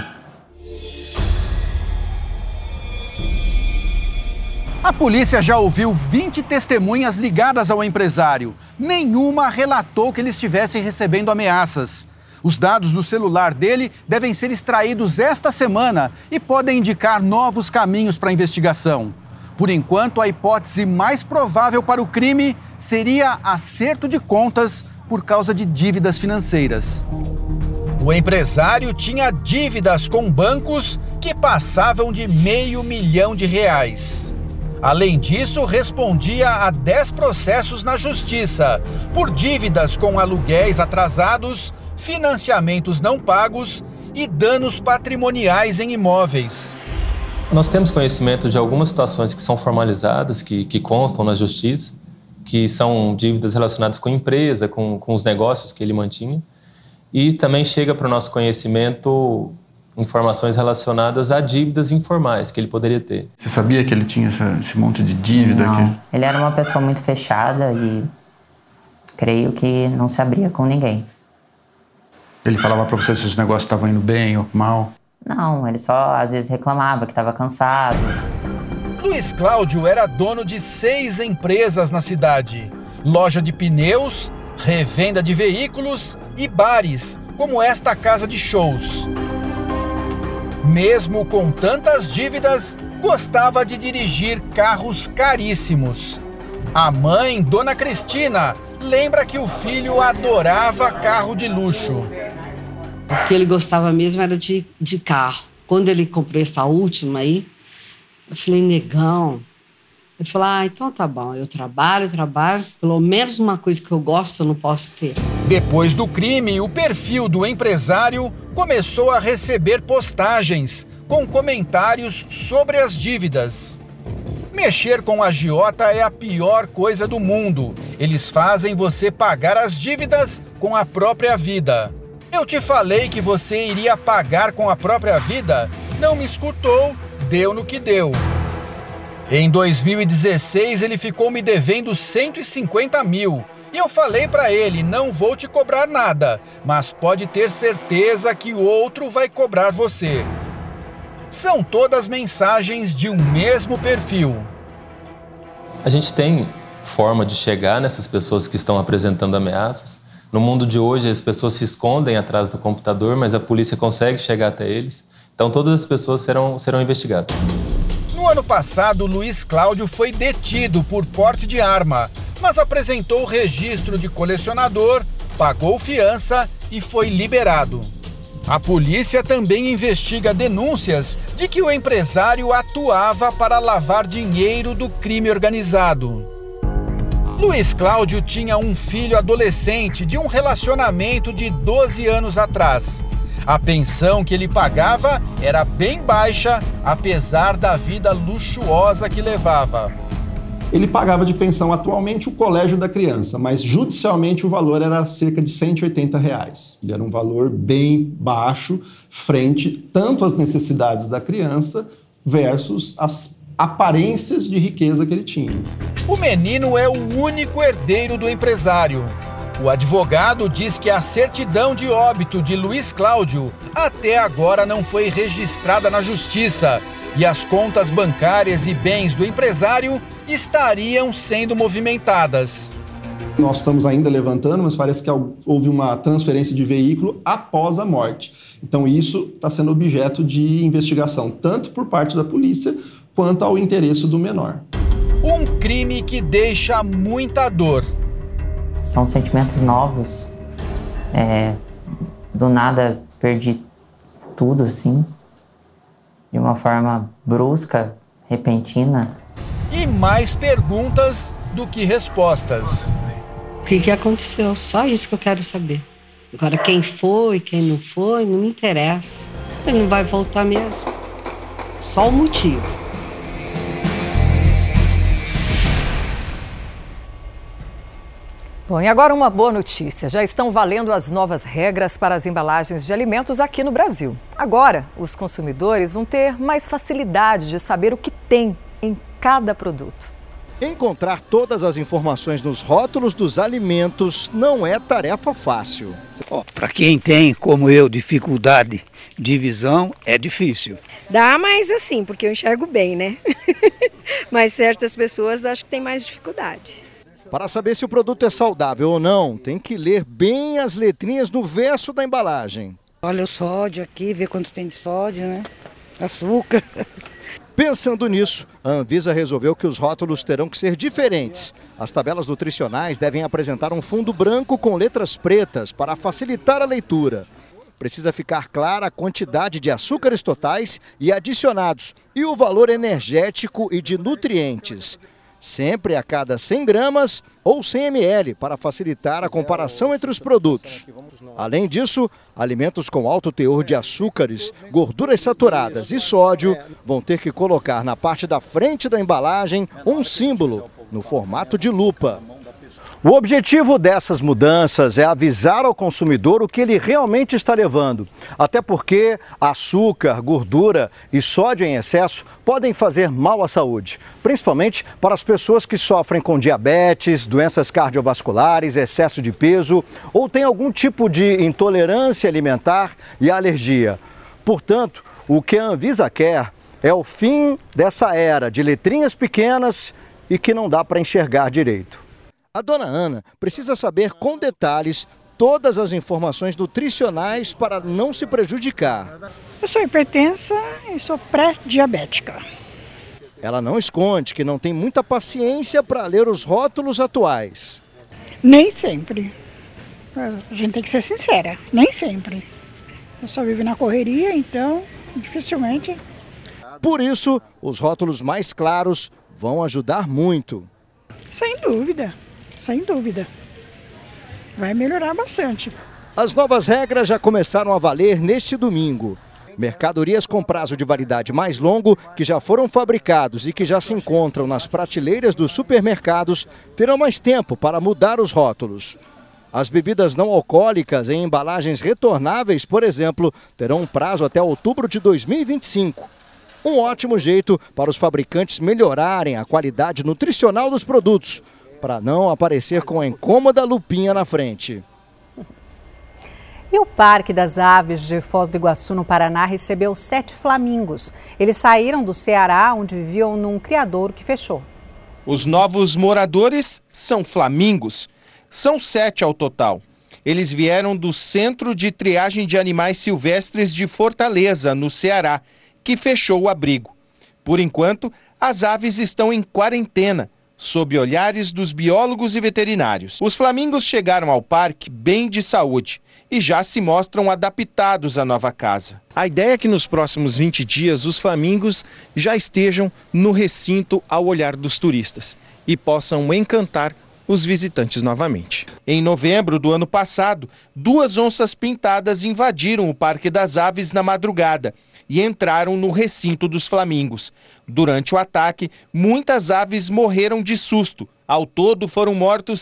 A polícia já ouviu 20 testemunhas ligadas ao empresário. Nenhuma relatou que ele estivesse recebendo ameaças. Os dados do celular dele devem ser extraídos esta semana e podem indicar novos caminhos para a investigação. Por enquanto, a hipótese mais provável para o crime seria acerto de contas por causa de dívidas financeiras. O empresário tinha dívidas com bancos que passavam de R$500 mil. Além disso, respondia a 10 processos na justiça por dívidas com aluguéis atrasados, financiamentos não pagos e danos patrimoniais em imóveis. Nós temos conhecimento de algumas situações que são formalizadas, que constam na justiça, que são dívidas relacionadas com a empresa, com os negócios que ele mantinha. E também chega para o nosso conhecimento informações relacionadas a dívidas informais que ele poderia ter. Você sabia que ele tinha esse monte de dívida? Não. Ele era uma pessoa muito fechada e creio que não se abria com ninguém. Ele falava para você se os negócios estavam indo bem ou mal? Não, ele só às vezes reclamava que estava cansado. Luiz Cláudio era dono de 6 empresas na cidade. Loja de pneus, revenda de veículos e bares, como esta casa de shows. Mesmo com tantas dívidas, gostava de dirigir carros caríssimos. A mãe, Dona Cristina, lembra que o filho adorava carro de luxo. O que ele gostava mesmo era de carro. Quando ele comprou essa última aí, eu falei, negão. Ele falou, então tá bom, eu trabalho, pelo menos uma coisa que eu gosto eu não posso ter. Depois do crime, o perfil do empresário começou a receber postagens com comentários sobre as dívidas. Mexer com agiota é a pior coisa do mundo. Eles fazem você pagar as dívidas com a própria vida. Eu te falei que você iria pagar com a própria vida? Não me escutou, deu no que deu. Em 2016, ele ficou me devendo 150 mil. E eu falei para ele, não vou te cobrar nada, mas pode ter certeza que o outro vai cobrar você. São todas mensagens de um mesmo perfil. A gente tem forma de chegar nessas pessoas que estão apresentando ameaças. No mundo de hoje, as pessoas se escondem atrás do computador, mas a polícia consegue chegar até eles. Então, todas as pessoas serão investigadas. No ano passado, Luiz Cláudio foi detido por porte de arma, mas apresentou o registro de colecionador, pagou fiança e foi liberado. A polícia também investiga denúncias de que o empresário atuava para lavar dinheiro do crime organizado. Luiz Cláudio tinha um filho adolescente de um relacionamento de 12 anos atrás. A pensão que ele pagava era bem baixa, apesar da vida luxuosa que levava. Ele pagava de pensão atualmente o colégio da criança, mas judicialmente o valor era cerca de R$180. Ele era um valor bem baixo, frente tanto às necessidades da criança versus as aparências de riqueza que ele tinha. O menino é o único herdeiro do empresário. O advogado diz que a certidão de óbito de Luiz Cláudio até agora não foi registrada na justiça e as contas bancárias e bens do empresário estariam sendo movimentadas. Nós estamos ainda levantando, mas parece que houve uma transferência de veículo após a morte. Então isso está sendo objeto de investigação, tanto por parte da polícia quanto ao interesse do menor. Um crime que deixa muita dor. São sentimentos novos. Do nada perdi tudo, assim, de uma forma brusca, repentina. E mais perguntas do que respostas. O que aconteceu? Só isso que eu quero saber. Agora, quem foi, quem não foi, não me interessa. Ele não vai voltar mesmo. Só o motivo. Bom, e agora uma boa notícia. Já estão valendo as novas regras para as embalagens de alimentos aqui no Brasil. Agora, os consumidores vão ter mais facilidade de saber o que tem em cada produto. Encontrar todas as informações nos rótulos dos alimentos não é tarefa fácil. Para quem tem, como eu, dificuldade de visão, é difícil. Dá, mas assim, porque eu enxergo bem, né? Mas certas pessoas acho que têm mais dificuldade. Para saber se o produto é saudável ou não, tem que ler bem as letrinhas no verso da embalagem. Olha o sódio aqui, ver quanto tem de sódio, né? Açúcar. Pensando nisso, a Anvisa resolveu que os rótulos terão que ser diferentes. As tabelas nutricionais devem apresentar um fundo branco com letras pretas para facilitar a leitura. Precisa ficar clara a quantidade de açúcares totais e adicionados e o valor energético e de nutrientes. Sempre a cada 100 gramas ou 100 ml, para facilitar a comparação entre os produtos. Além disso, alimentos com alto teor de açúcares, gorduras saturadas e sódio vão ter que colocar na parte da frente da embalagem um símbolo, no formato de lupa. O objetivo dessas mudanças é avisar ao consumidor o que ele realmente está levando. Até porque açúcar, gordura e sódio em excesso podem fazer mal à saúde, principalmente para as pessoas que sofrem com diabetes, doenças cardiovasculares, excesso de peso ou têm algum tipo de intolerância alimentar e alergia. Portanto, o que a Anvisa quer é o fim dessa era de letrinhas pequenas e que não dá para enxergar direito. A dona Ana precisa saber com detalhes todas as informações nutricionais para não se prejudicar. Eu sou hipertensa e sou pré-diabética. Ela não esconde que não tem muita paciência para ler os rótulos atuais. Nem sempre. A gente tem que ser sincera, nem sempre. Eu só vivo na correria, então dificilmente. Por isso, os rótulos mais claros vão ajudar muito. Sem dúvida. Sem dúvida. Vai melhorar bastante. As novas regras já começaram a valer neste domingo. Mercadorias com prazo de validade mais longo, que já foram fabricados e que já se encontram nas prateleiras dos supermercados, terão mais tempo para mudar os rótulos. As bebidas não alcoólicas em embalagens retornáveis, por exemplo, terão um prazo até outubro de 2025. Um ótimo jeito para os fabricantes melhorarem a qualidade nutricional dos produtos, para não aparecer com a incômoda lupinha na frente. E o Parque das Aves de Foz do Iguaçu, no Paraná, recebeu 7 flamingos. Eles saíram do Ceará, onde viviam num criadouro que fechou. Os novos moradores são flamingos. São 7 ao total. Eles vieram do Centro de Triagem de Animais Silvestres de Fortaleza, no Ceará, que fechou o abrigo. Por enquanto, as aves estão em quarentena, sob olhares dos biólogos e veterinários. Os flamingos chegaram ao parque bem de saúde e já se mostram adaptados à nova casa. A ideia é que nos próximos 20 dias os flamingos já estejam no recinto ao olhar dos turistas e possam encantar os visitantes novamente. Em novembro do ano passado, 2 onças pintadas invadiram o Parque das Aves na madrugada e entraram no recinto dos flamingos. Durante o ataque, muitas aves morreram de susto. Ao todo, foram mortos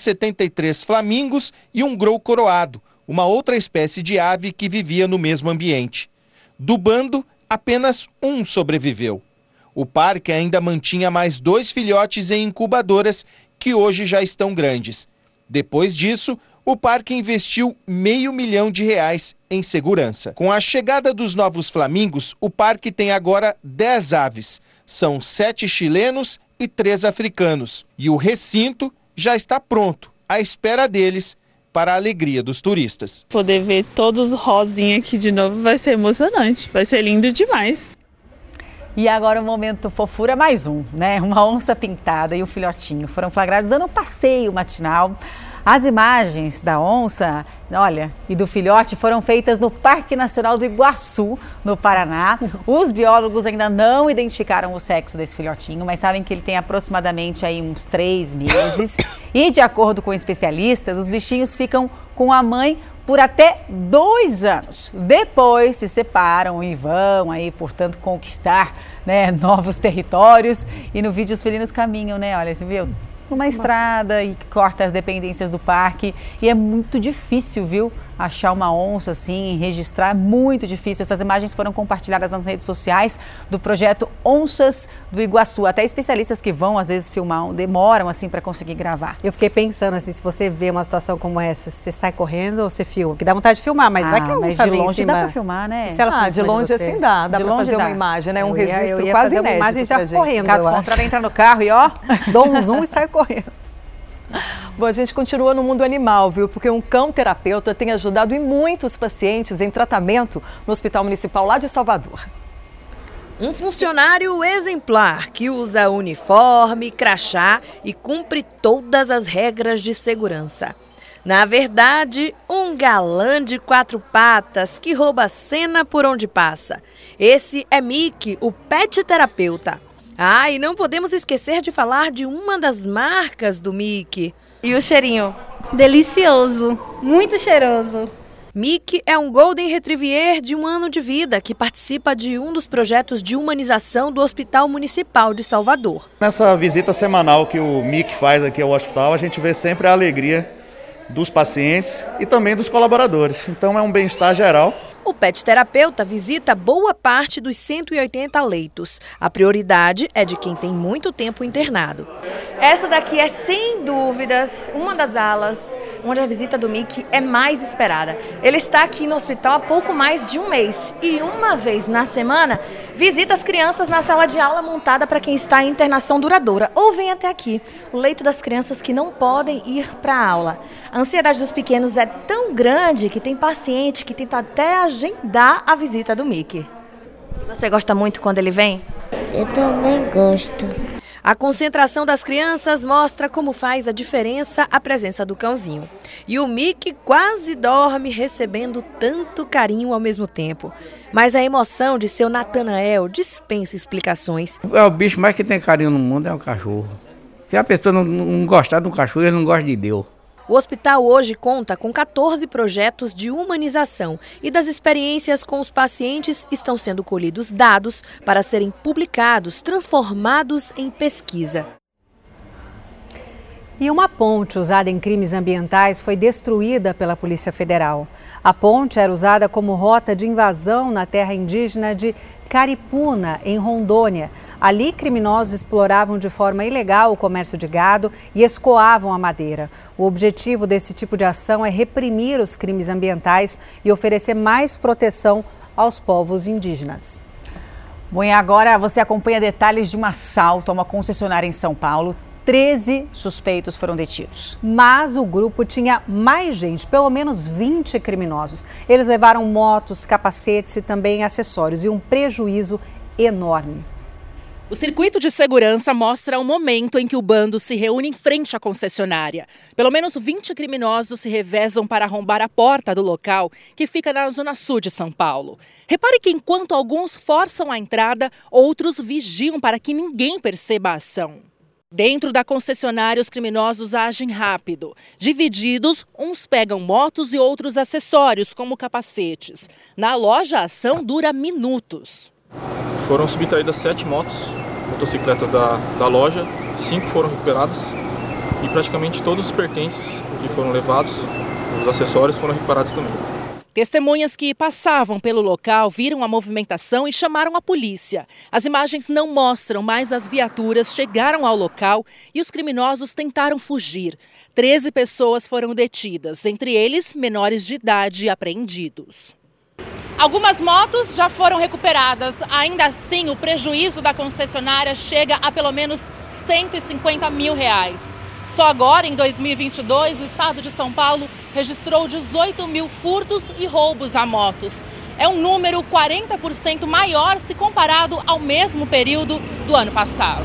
173 flamingos e um grou coroado, uma outra espécie de ave que vivia no mesmo ambiente. Do bando, apenas um sobreviveu. O parque ainda mantinha mais 2 filhotes em incubadoras que hoje já estão grandes. Depois disso, o parque investiu R$500 milhão em segurança. Com a chegada dos novos flamingos, o parque tem agora 10 aves. São 7 chilenos e 3 africanos. E o recinto já está pronto, à espera deles, para a alegria dos turistas. Poder ver todos rosinha aqui de novo vai ser emocionante, vai ser lindo demais. E agora o momento fofura, mais um, né? Uma onça pintada e o filhotinho foram flagrados dando um passeio matinal. As imagens da onça, olha, e do filhote foram feitas no Parque Nacional do Iguaçu, no Paraná. Os biólogos ainda não identificaram o sexo desse filhotinho, mas sabem que ele tem aproximadamente aí uns 3 meses. E de acordo com especialistas, os bichinhos ficam com a mãe por até 2 anos. Depois se separam e vão aí, portanto, conquistar, né, novos territórios. E no vídeo os felinos caminham, né? Olha, você viu? Uma estrada e corta as dependências do parque. E é muito difícil, viu? Achar uma onça assim, registrar, é muito difícil. Essas imagens foram compartilhadas nas redes sociais do projeto Onças do Iguaçu. Até especialistas que vão, às vezes, filmar, demoram assim para conseguir gravar. Eu fiquei pensando assim, se você vê uma situação como essa, você sai correndo ou você filma? Que dá vontade de filmar, mas vai que a onça de longe dá para filmar, né? Se ela de longe assim dá para fazer uma imagem, né? Um registro quase inédito. Uma imagem já correndo, caso contrário, entra no carro e ó, dou um zoom e sai correndo. Bom, a gente continua no mundo animal, viu? Porque um cão-terapeuta tem ajudado em muitos pacientes em tratamento no Hospital Municipal lá de Salvador. Um funcionário exemplar que usa uniforme, crachá e cumpre todas as regras de segurança. Na verdade, um galã de 4 patas que rouba a cena por onde passa. Esse é Mickey, o pet terapeuta. Ah, e não podemos esquecer de falar de uma das marcas do Mickey. E o cheirinho? Delicioso, muito cheiroso. Mickey é um Golden Retriever de 1 ano de vida que participa de um dos projetos de humanização do Hospital Municipal de Salvador. Nessa visita semanal que o Mickey faz aqui ao hospital, a gente vê sempre a alegria dos pacientes e também dos colaboradores. Então é um bem-estar geral. O pet terapeuta visita boa parte dos 180 leitos. A prioridade é de quem tem muito tempo internado. Essa daqui é, sem dúvidas, uma das alas onde a visita do Mickey é mais esperada. Ele está aqui no hospital há pouco mais de 1 mês e uma vez na semana visita as crianças na sala de aula montada para quem está em internação duradoura ou vem até aqui, o leito das crianças que não podem ir para a aula. A ansiedade dos pequenos é tão grande que tem paciente que tenta até agendar a visita do Mickey. Você gosta muito quando ele vem? Eu também gosto. A concentração das crianças mostra como faz a diferença a presença do cãozinho. E o Mickey quase dorme recebendo tanto carinho ao mesmo tempo. Mas a emoção de seu Natanael dispensa explicações. É o bicho mais que tem carinho no mundo, é um cachorro. Se a pessoa não gostar de um cachorro, ele não gosta de Deus. O hospital hoje conta com 14 projetos de humanização e das experiências com os pacientes estão sendo colhidos dados para serem publicados, transformados em pesquisa. E uma ponte usada em crimes ambientais foi destruída pela Polícia Federal. A ponte era usada como rota de invasão na terra indígena de Caripuna, em Rondônia. Ali, criminosos exploravam de forma ilegal o comércio de gado e escoavam a madeira. O objetivo desse tipo de ação é reprimir os crimes ambientais e oferecer mais proteção aos povos indígenas. Bom, e agora você acompanha detalhes de um assalto a uma concessionária em São Paulo. 13 suspeitos foram detidos. Mas o grupo tinha mais gente, pelo menos 20 criminosos. Eles levaram motos, capacetes e também acessórios e um prejuízo enorme. O circuito de segurança mostra o momento em que o bando se reúne em frente à concessionária. Pelo menos 20 criminosos se revezam para arrombar a porta do local, que fica na zona sul de São Paulo. Repare que enquanto alguns forçam a entrada, outros vigiam para que ninguém perceba a ação. Dentro da concessionária, os criminosos agem rápido. Divididos, uns pegam motos e outros acessórios, como capacetes. Na loja, a ação dura minutos. Foram subtraídas 7 motocicletas da loja, 5 foram recuperadas e praticamente todos os pertences que foram levados, os acessórios, foram recuperados também. Testemunhas que passavam pelo local viram a movimentação e chamaram a polícia. As imagens não mostram, mas as viaturas chegaram ao local e os criminosos tentaram fugir. 13 pessoas foram detidas, entre eles menores de idade apreendidos. Algumas motos já foram recuperadas. Ainda assim, o prejuízo da concessionária chega a pelo menos R$150 mil. Só agora, em 2022, o estado de São Paulo registrou 18 mil furtos e roubos a motos. É um número 40% maior se comparado ao mesmo período do ano passado.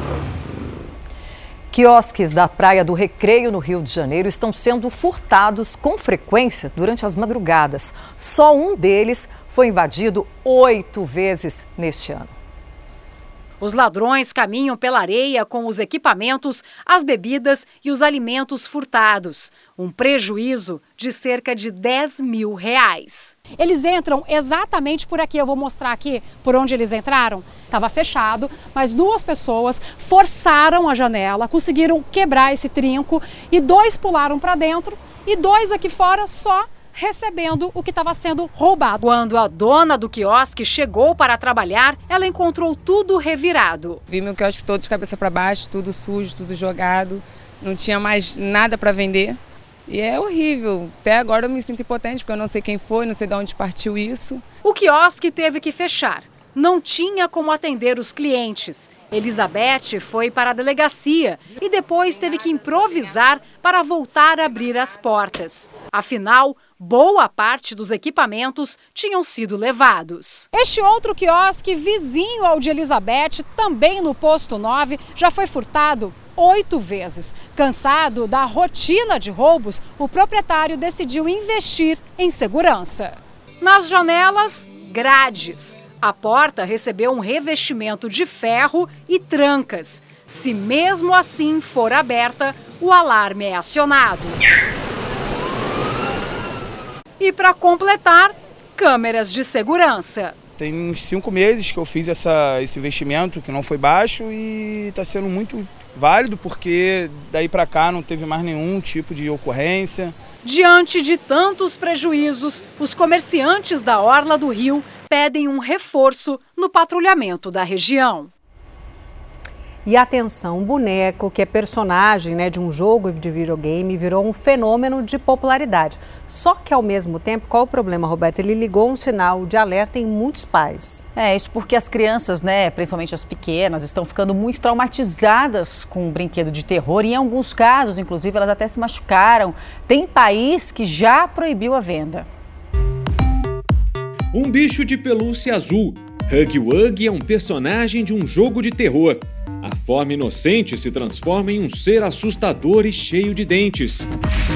Quiosques da Praia do Recreio, no Rio de Janeiro, estão sendo furtados com frequência durante as madrugadas. Só um deles foi invadido 8 vezes neste ano. Os ladrões caminham pela areia com os equipamentos, as bebidas e os alimentos furtados. Um prejuízo de cerca de R$10 mil. Eles entram exatamente por aqui. Eu vou mostrar aqui por onde eles entraram. Estava fechado, mas 2 pessoas forçaram a janela, conseguiram quebrar esse trinco e 2 pularam para dentro e 2 aqui fora só recebendo o que estava sendo roubado. Quando a dona do quiosque chegou para trabalhar, ela encontrou tudo revirado. Vi meu quiosque todo de cabeça para baixo, tudo sujo, tudo jogado, não tinha mais nada para vender. E é horrível. Até agora eu me sinto impotente, porque eu não sei quem foi, não sei de onde partiu isso. O quiosque teve que fechar. Não tinha como atender os clientes. Elizabeth foi para a delegacia e depois teve que improvisar para voltar a abrir as portas. Afinal, boa parte dos equipamentos tinham sido levados. Este outro quiosque, vizinho ao de Elizabeth, também no posto 9, já foi furtado 8 vezes. Cansado da rotina de roubos, o proprietário decidiu investir em segurança. Nas janelas, grades. A porta recebeu um revestimento de ferro e trancas. Se mesmo assim for aberta, o alarme é acionado. E para completar, câmeras de segurança. Tem uns 5 meses que eu fiz esse investimento, que não foi baixo, e está sendo muito válido, porque daí para cá não teve mais nenhum tipo de ocorrência. Diante de tantos prejuízos, os comerciantes da Orla do Rio pedem um reforço no patrulhamento da região. E atenção, o boneco, que é personagem, de um jogo de videogame, virou um fenômeno de popularidade. Só que, ao mesmo tempo, qual o problema, Roberta? Ele ligou um sinal de alerta em muitos pais. Isso porque as crianças, principalmente as pequenas, estão ficando muito traumatizadas com um brinquedo de terror. E em alguns casos, inclusive, elas até se machucaram. Tem país que já proibiu a venda. Um bicho de pelúcia azul. Huggy Wuggy é um personagem de um jogo de terror. A forma inocente se transforma em um ser assustador e cheio de dentes.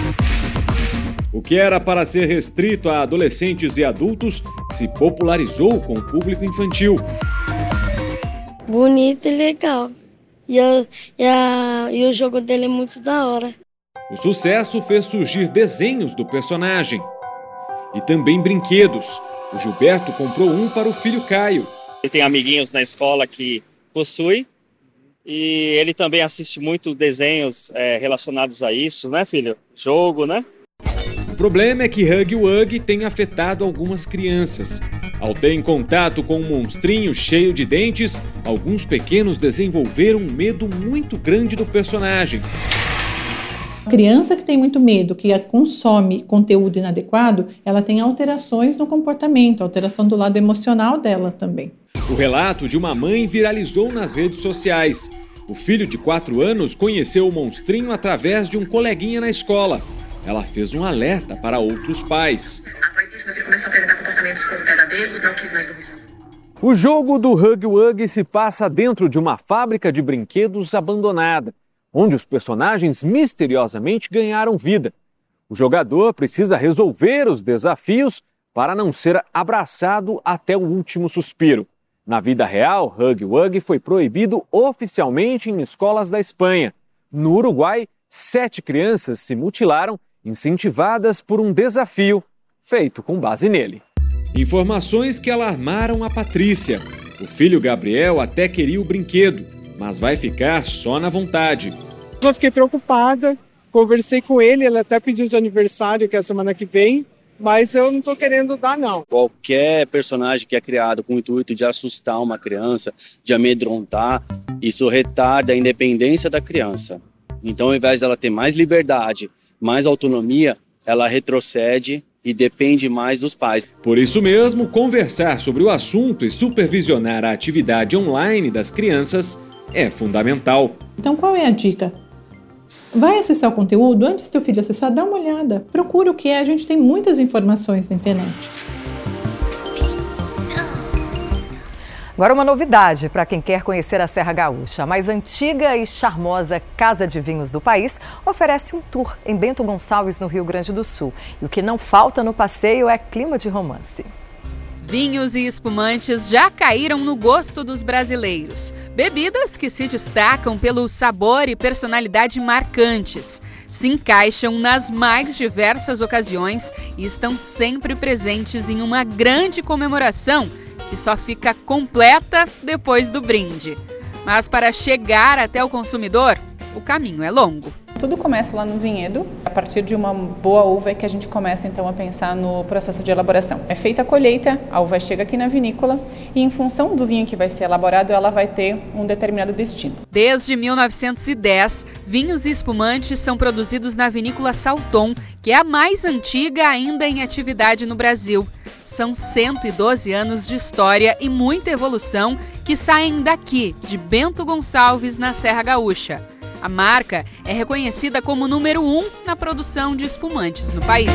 O que era para ser restrito a adolescentes e adultos se popularizou com o público infantil. Bonito e legal. E o jogo dele é muito da hora. O sucesso fez surgir desenhos do personagem. E também brinquedos. O Gilberto comprou um para o filho Caio. Ele tem amiguinhos na escola que possui. E ele também assiste muito desenhos relacionados a isso, né, filho? Jogo, né? O problema é que Huggy Wuggy tem afetado algumas crianças. Ao terem contato com um monstrinho cheio de dentes, alguns pequenos desenvolveram um medo muito grande do personagem. A criança que tem muito medo, que consome conteúdo inadequado, ela tem alterações no comportamento, alteração do lado emocional dela também. O relato de uma mãe viralizou nas redes sociais. O filho de 4 anos conheceu o monstrinho através de um coleguinha na escola. Ela fez um alerta para outros pais. Após isso, meu filho começou a apresentar comportamentos como pesadelos, não quis mais dormir sozinho. O jogo do Huggy Wuggy se passa dentro de uma fábrica de brinquedos abandonada, onde os personagens misteriosamente ganharam vida. O jogador precisa resolver os desafios para não ser abraçado até o último suspiro. Na vida real, Huggy Wuggy foi proibido oficialmente em escolas da Espanha. No Uruguai, 7 crianças se mutilaram, incentivadas por um desafio feito com base nele. Informações que alarmaram a Patrícia. O filho Gabriel até queria o brinquedo, mas vai ficar só na vontade. Eu fiquei preocupada, conversei com ele até pediu de aniversário, que é a semana que vem, mas eu não estou querendo dar, não. Qualquer personagem que é criado com o intuito de assustar uma criança, de amedrontar, isso retarda a independência da criança. Então, ao invés dela ter mais liberdade, mais autonomia, ela retrocede e depende mais dos pais. Por isso mesmo, conversar sobre o assunto e supervisionar a atividade online das crianças é fundamental. Então, qual é a dica? Vai acessar o conteúdo, antes do teu filho acessar, dá uma olhada, procura o que é, a gente tem muitas informações na internet. Agora uma novidade para quem quer conhecer a Serra Gaúcha. A mais antiga e charmosa casa de vinhos do país oferece um tour em Bento Gonçalves, no Rio Grande do Sul. E o que não falta no passeio é clima de romance. Vinhos e espumantes já caíram no gosto dos brasileiros. Bebidas que se destacam pelo sabor e personalidade marcantes. Se encaixam nas mais diversas ocasiões e estão sempre presentes em uma grande comemoração que só fica completa depois do brinde. Mas para chegar até o consumidor, o caminho é longo. Tudo começa lá no vinhedo. A partir de uma boa uva é que a gente começa então a pensar no processo de elaboração. É feita a colheita, a uva chega aqui na vinícola e em função do vinho que vai ser elaborado, ela vai ter um determinado destino. Desde 1910, vinhos e espumantes são produzidos na vinícola Salton, que é a mais antiga ainda em atividade no Brasil. São 112 anos de história e muita evolução que saem daqui, de Bento Gonçalves, na Serra Gaúcha. A marca é reconhecida como número 1 na produção de espumantes no país.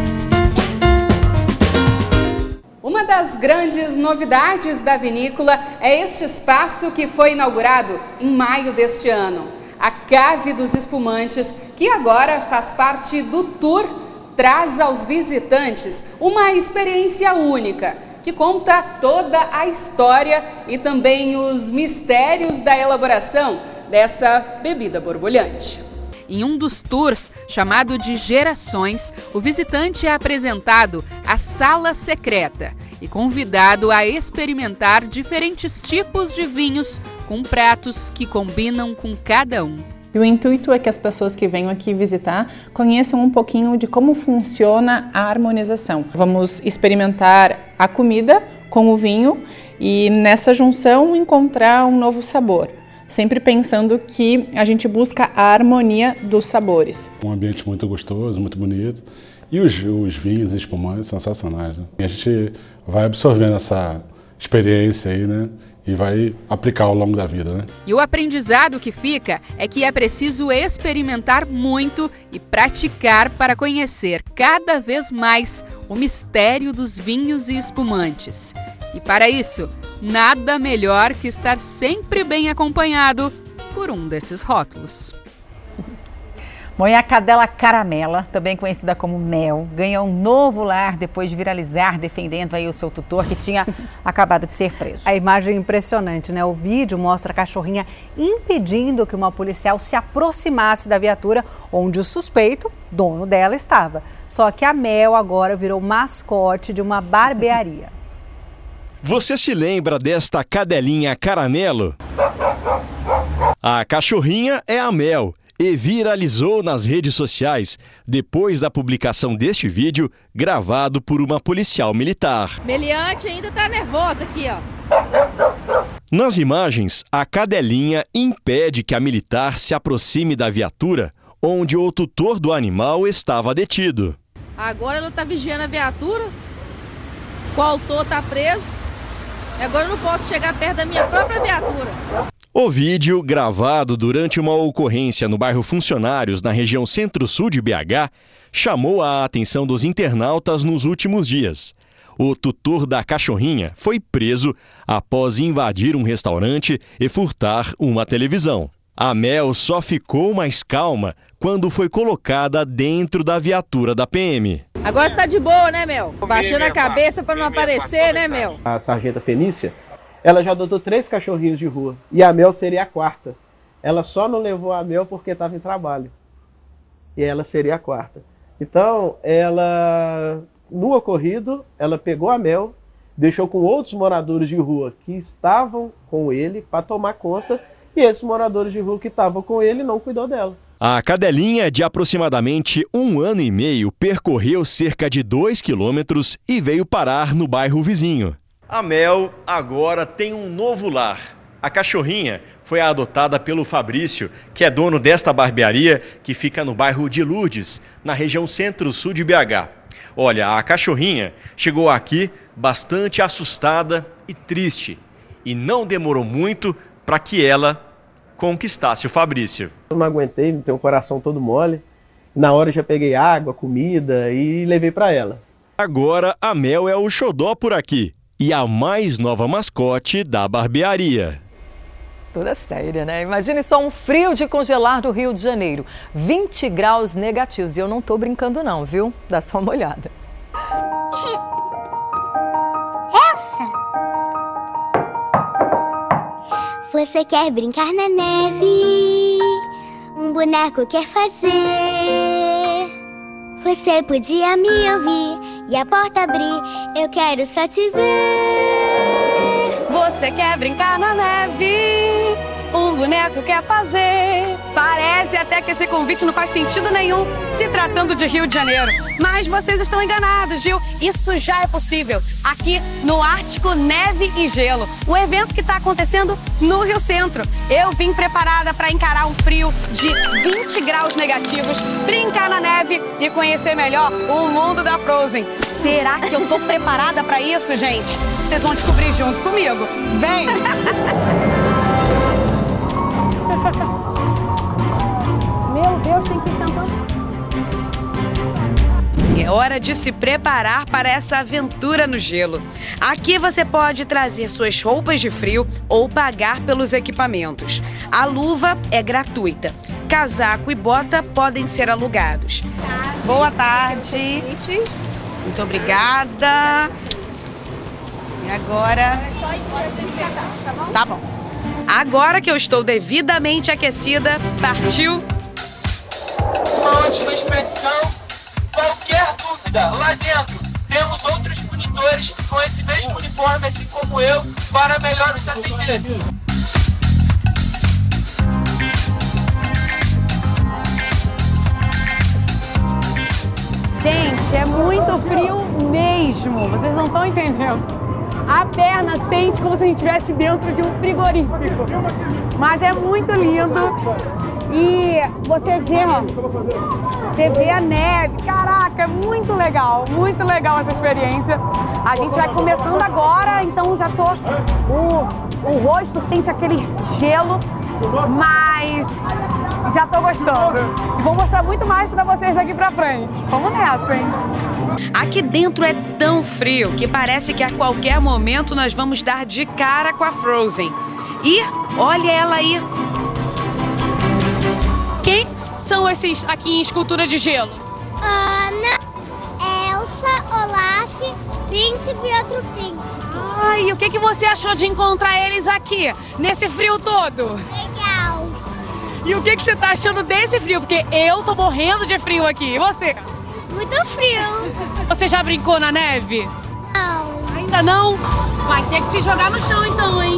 Uma das grandes novidades da vinícola é este espaço que foi inaugurado em maio deste ano. A Cave dos Espumantes, que agora faz parte do tour, traz aos visitantes uma experiência única, que conta toda a história e também os mistérios da elaboração dessa bebida borbulhante. Em um dos tours, chamado de Gerações, o visitante é apresentado à Sala Secreta e convidado a experimentar diferentes tipos de vinhos com pratos que combinam com cada um. E o intuito é que as pessoas que venham aqui visitar conheçam um pouquinho de como funciona a harmonização. Vamos experimentar a comida com o vinho e nessa junção encontrar um novo sabor. Sempre pensando que a gente busca a harmonia dos sabores. Um ambiente muito gostoso, muito bonito. E os vinhos e espumantes sensacionais, né? E a gente vai absorvendo essa experiência aí, né? E vai aplicar ao longo da vida, né? E o aprendizado que fica é que é preciso experimentar muito e praticar para conhecer cada vez mais o mistério dos vinhos e espumantes. E para isso, nada melhor que estar sempre bem acompanhado por um desses rótulos. Bom, e a cadela caramela, também conhecida como Mel, ganhou um novo lar depois de viralizar defendendo aí o seu tutor que tinha acabado de ser preso. A imagem é impressionante, né? O vídeo mostra a cachorrinha impedindo que uma policial se aproximasse da viatura onde o suspeito, dono dela, estava. Só que a Mel agora virou mascote de uma barbearia. Você se lembra desta cadelinha caramelo? A cachorrinha é a Mel e viralizou nas redes sociais depois da publicação deste vídeo gravado por uma policial militar. Meliante ainda tá nervosa aqui, ó. Nas imagens, a cadelinha impede que a militar se aproxime da viatura onde o tutor do animal estava detido. Agora ela tá vigiando a viatura, o autor tá preso, e agora eu não posso chegar perto da minha própria viatura. O vídeo, gravado durante uma ocorrência no bairro Funcionários, na região centro-sul de BH, chamou a atenção dos internautas nos últimos dias. O tutor da cachorrinha foi preso após invadir um restaurante e furtar uma televisão. A Mel só ficou mais calma quando foi colocada dentro da viatura da PM. Agora você tá de boa, né, Mel? Baixando a cabeça para não aparecer, né, Mel? A sargenta Fenícia, ela já adotou 3 cachorrinhos de rua e a Mel seria a 4ª. ela só não levou a Mel porque estava em trabalho. E ela seria a quarta. Então, ela, no ocorrido, ela pegou a Mel, deixou com outros moradores de rua que estavam com ele para tomar conta, e esses moradores de rua que estavam com ele não cuidou dela. A cadelinha, de aproximadamente 1 ano e meio, percorreu cerca de 2 quilômetros e veio parar no bairro vizinho. A Mel agora tem um novo lar. A cachorrinha foi adotada pelo Fabrício, que é dono desta barbearia, que fica no bairro de Lourdes, na região centro-sul de BH. Olha, a cachorrinha chegou aqui bastante assustada e triste, e não demorou muito para que ela conquistasse o Fabrício. Eu não aguentei, tenho o coração todo mole. Na hora eu já peguei água, comida e levei para ela. Agora a Mel é o xodó por aqui e a mais nova mascote da barbearia. Toda séria, né? Imagine só um frio de congelar do Rio de Janeiro. 20 graus negativos. E eu não tô brincando não, viu? Dá só uma olhada. Elsa! Você quer brincar na neve? Um boneco quer fazer? Você podia me ouvir e a porta abrir. Eu quero só te ver. Você quer brincar na neve? Um boneco quer fazer. Parece até que esse convite não faz sentido nenhum se tratando de Rio de Janeiro. Mas vocês estão enganados, viu? Isso já é possível aqui no Ártico Neve e Gelo, um evento que está acontecendo no Rio Centro. Eu vim preparada para encarar um frio de 20 graus negativos, brincar na neve e conhecer melhor o mundo da Frozen. Será que eu tô preparada para isso, gente? Vocês vão descobrir junto comigo. Vem! Meu Deus, tem que ir sentando. É hora de se preparar para essa aventura no gelo. Aqui você pode trazer suas roupas de frio ou pagar pelos equipamentos. A luva é gratuita. Casaco e bota podem ser alugados. Boa tarde. Muito obrigada. E agora... Tá bom. Agora que eu estou devidamente aquecida, partiu! Uma ótima expedição. Qualquer dúvida, lá dentro temos outros monitores com esse mesmo uniforme, assim como eu, para melhor nos atender. Gente, é muito frio mesmo, vocês não estão entendendo. A perna sente como se a gente estivesse dentro de um frigorífico. Mas é muito lindo. E você vê, ó, você vê a neve. Caraca, é muito legal essa experiência. A gente vai começando agora, então já tô... O rosto sente aquele gelo, mas já tô gostando. Vou mostrar muito mais pra vocês daqui pra frente. Vamos nessa, hein? Aqui dentro é tão frio que parece que a qualquer momento nós vamos dar de cara com a Frozen. E olha ela aí. Quem são esses aqui em escultura de gelo? Ana, Elsa, Olaf, Príncipe e outro príncipe. Ai, o que você achou de encontrar eles aqui, nesse frio todo? Legal. E o que você tá achando desse frio? Porque eu tô morrendo de frio aqui. E você? Muito frio. Você já brincou na neve? Não. Ainda não? Vai ter que se jogar no chão então, hein?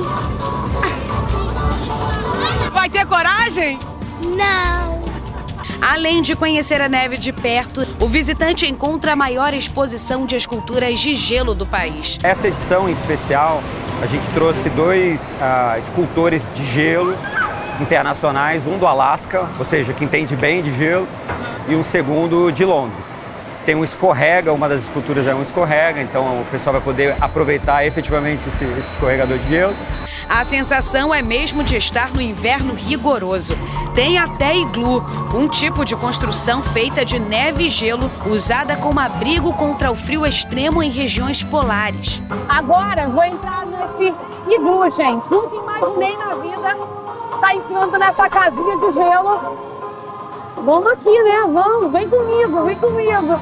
Vai ter coragem? Não. Além de conhecer a neve de perto, o visitante encontra a maior exposição de esculturas de gelo do país. Essa edição em especial, a gente trouxe dois escultores de gelo internacionais, um do Alasca, ou seja, que entende bem de gelo, e um segundo de Londres. Tem um escorrega, uma das esculturas é um escorrega, então o pessoal vai poder aproveitar efetivamente esse escorregador de gelo. A sensação é mesmo de estar no inverno rigoroso. Tem até iglu, um tipo de construção feita de neve e gelo, usada como abrigo contra o frio extremo em regiões polares. Agora vou entrar nesse iglu, gente. Nunca imaginei na vida estar entrando nessa casinha de gelo. Vamos aqui, né? Vamos, vem comigo, vem comigo.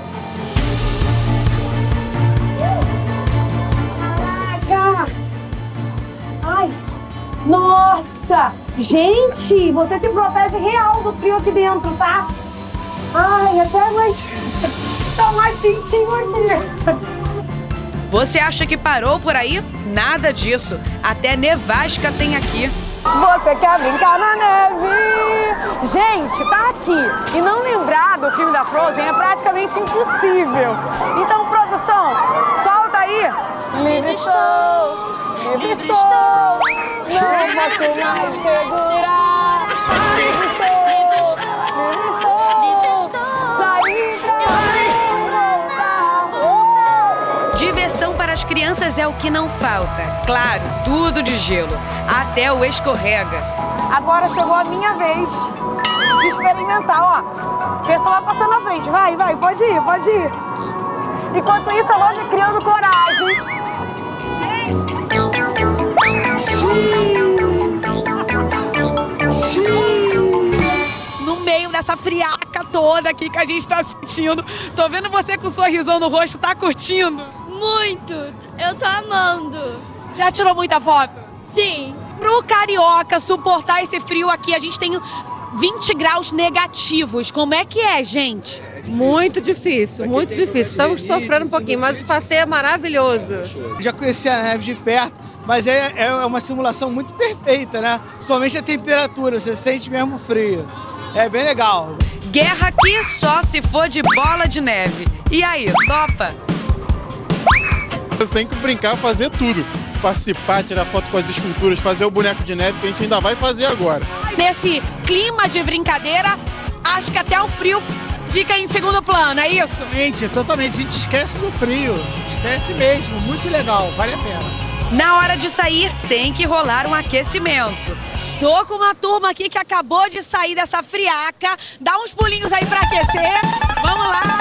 Caraca! Ai, nossa! Nossa! Gente, você se protege real do frio aqui dentro, tá? Ai, até mais... tá mais quentinho aqui. Você acha que parou por aí? Nada disso. Até nevasca tem aqui. Você quer brincar na neve? Gente, tá aqui. E não lembrar do filme da Frozen é praticamente impossível. Então, produção, solta aí. Livre estou, livre estou. Não posso mais segurar. Livre estou, livre estou. Saí pra voltar. Diversão para as crianças é o que não falta. Claro, tudo de gelo. Até o escorrega. Agora chegou a minha vez de experimentar, ó. O pessoal vai passando na frente. Vai, pode ir, pode ir. Enquanto isso, eu vou me criando coragem. No meio dessa friaca toda aqui que a gente tá sentindo. Tô vendo você com um sorrisão no rosto, tá curtindo? Muito! Eu tô amando! Já tirou muita foto? Sim! Pro carioca suportar esse frio aqui, a gente tem 20 graus negativos. Como é que é, gente? Muito difícil, muito difícil. Estamos sofrendo um pouquinho, mas o passeio é maravilhoso. Já conheci a neve de perto, mas é uma simulação muito perfeita, né? Somente a temperatura, você sente mesmo frio. É bem legal. Guerra aqui só se for de bola de neve. E aí, topa? Você tem que brincar, fazer tudo. Participar, tirar foto com as esculturas, fazer o boneco de neve que a gente ainda vai fazer agora. Nesse clima de brincadeira, acho que até o frio fica em segundo plano, é isso? Totalmente. A gente esquece do frio. Esquece mesmo. Muito legal, vale a pena. Na hora de sair, tem que rolar um aquecimento. Tô com uma turma aqui que acabou de sair dessa friaca. Dá uns pulinhos aí pra aquecer. Vamos lá.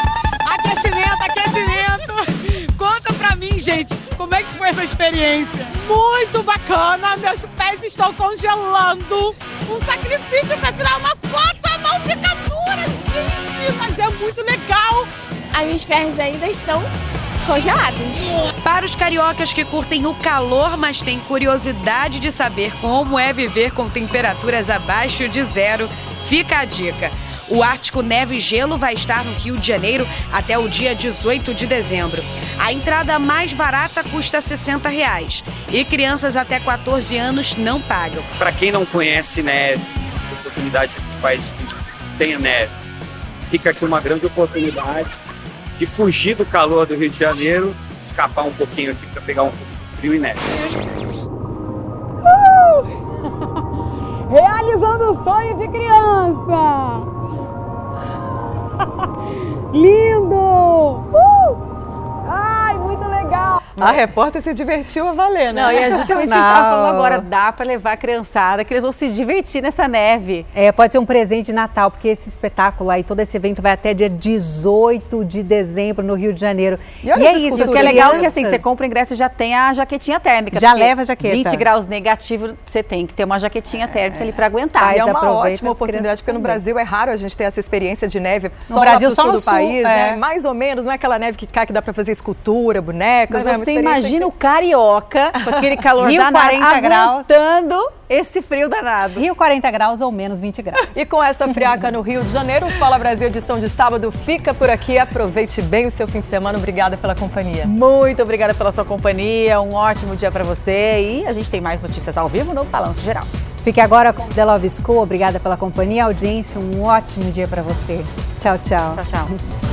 Aquecimento. Conta pra mim, gente, como é que foi essa experiência? Muito bacana, meus pés estão congelando. Um sacrifício pra tirar uma foto, a mão fica dura, gente, mas é muito legal. As minhas pernas ainda estão congeladas. Para os cariocas que curtem o calor, mas têm curiosidade de saber como é viver com temperaturas abaixo de zero, fica a dica. O Ártico Neve e Gelo vai estar no Rio de Janeiro até o dia 18 de dezembro. A entrada mais barata custa R$ 60 e crianças até 14 anos não pagam. Para quem não conhece neve, oportunidade de país que tenha neve, fica aqui uma grande oportunidade de fugir do calor do Rio de Janeiro, escapar um pouquinho aqui para pegar um pouco de frio e neve. Realizando o sonho de criança! Lindo! Ai, muito legal! A repórter se divertiu a valer, né? Não, e justamente a gente estava falando agora, dá para levar a criançada, que eles vão se divertir nessa neve. Pode ser um presente de Natal, porque esse espetáculo aí, todo esse evento vai até dia 18 de dezembro no Rio de Janeiro. E é isso, o que é legal que assim, você compra o ingresso e já tem a jaquetinha térmica. Já leva a jaqueta. 20 graus negativo, você tem que ter uma jaquetinha térmica ali para aguentar. E é uma ótima oportunidade, porque no Brasil é raro a gente ter essa experiência de neve só no Brasil, lá pro só sul do país, né? Mais ou menos, não é aquela neve que cai que dá para fazer escultura, bonecas, mas né? Você imagina o carioca com aquele calor danado, 40 graus, aguentando esse frio danado. Rio 40 graus ou menos 20 graus. E com essa friaca no Rio de Janeiro, o Fala Brasil edição de sábado fica por aqui. Aproveite bem o seu fim de semana. Obrigada pela companhia. Muito obrigada pela sua companhia. Um ótimo dia para você. E a gente tem mais notícias ao vivo no Balanço Geral. Fique agora com The Love School. Obrigada pela companhia, audiência. Um ótimo dia para você. Tchau, tchau. Tchau, tchau.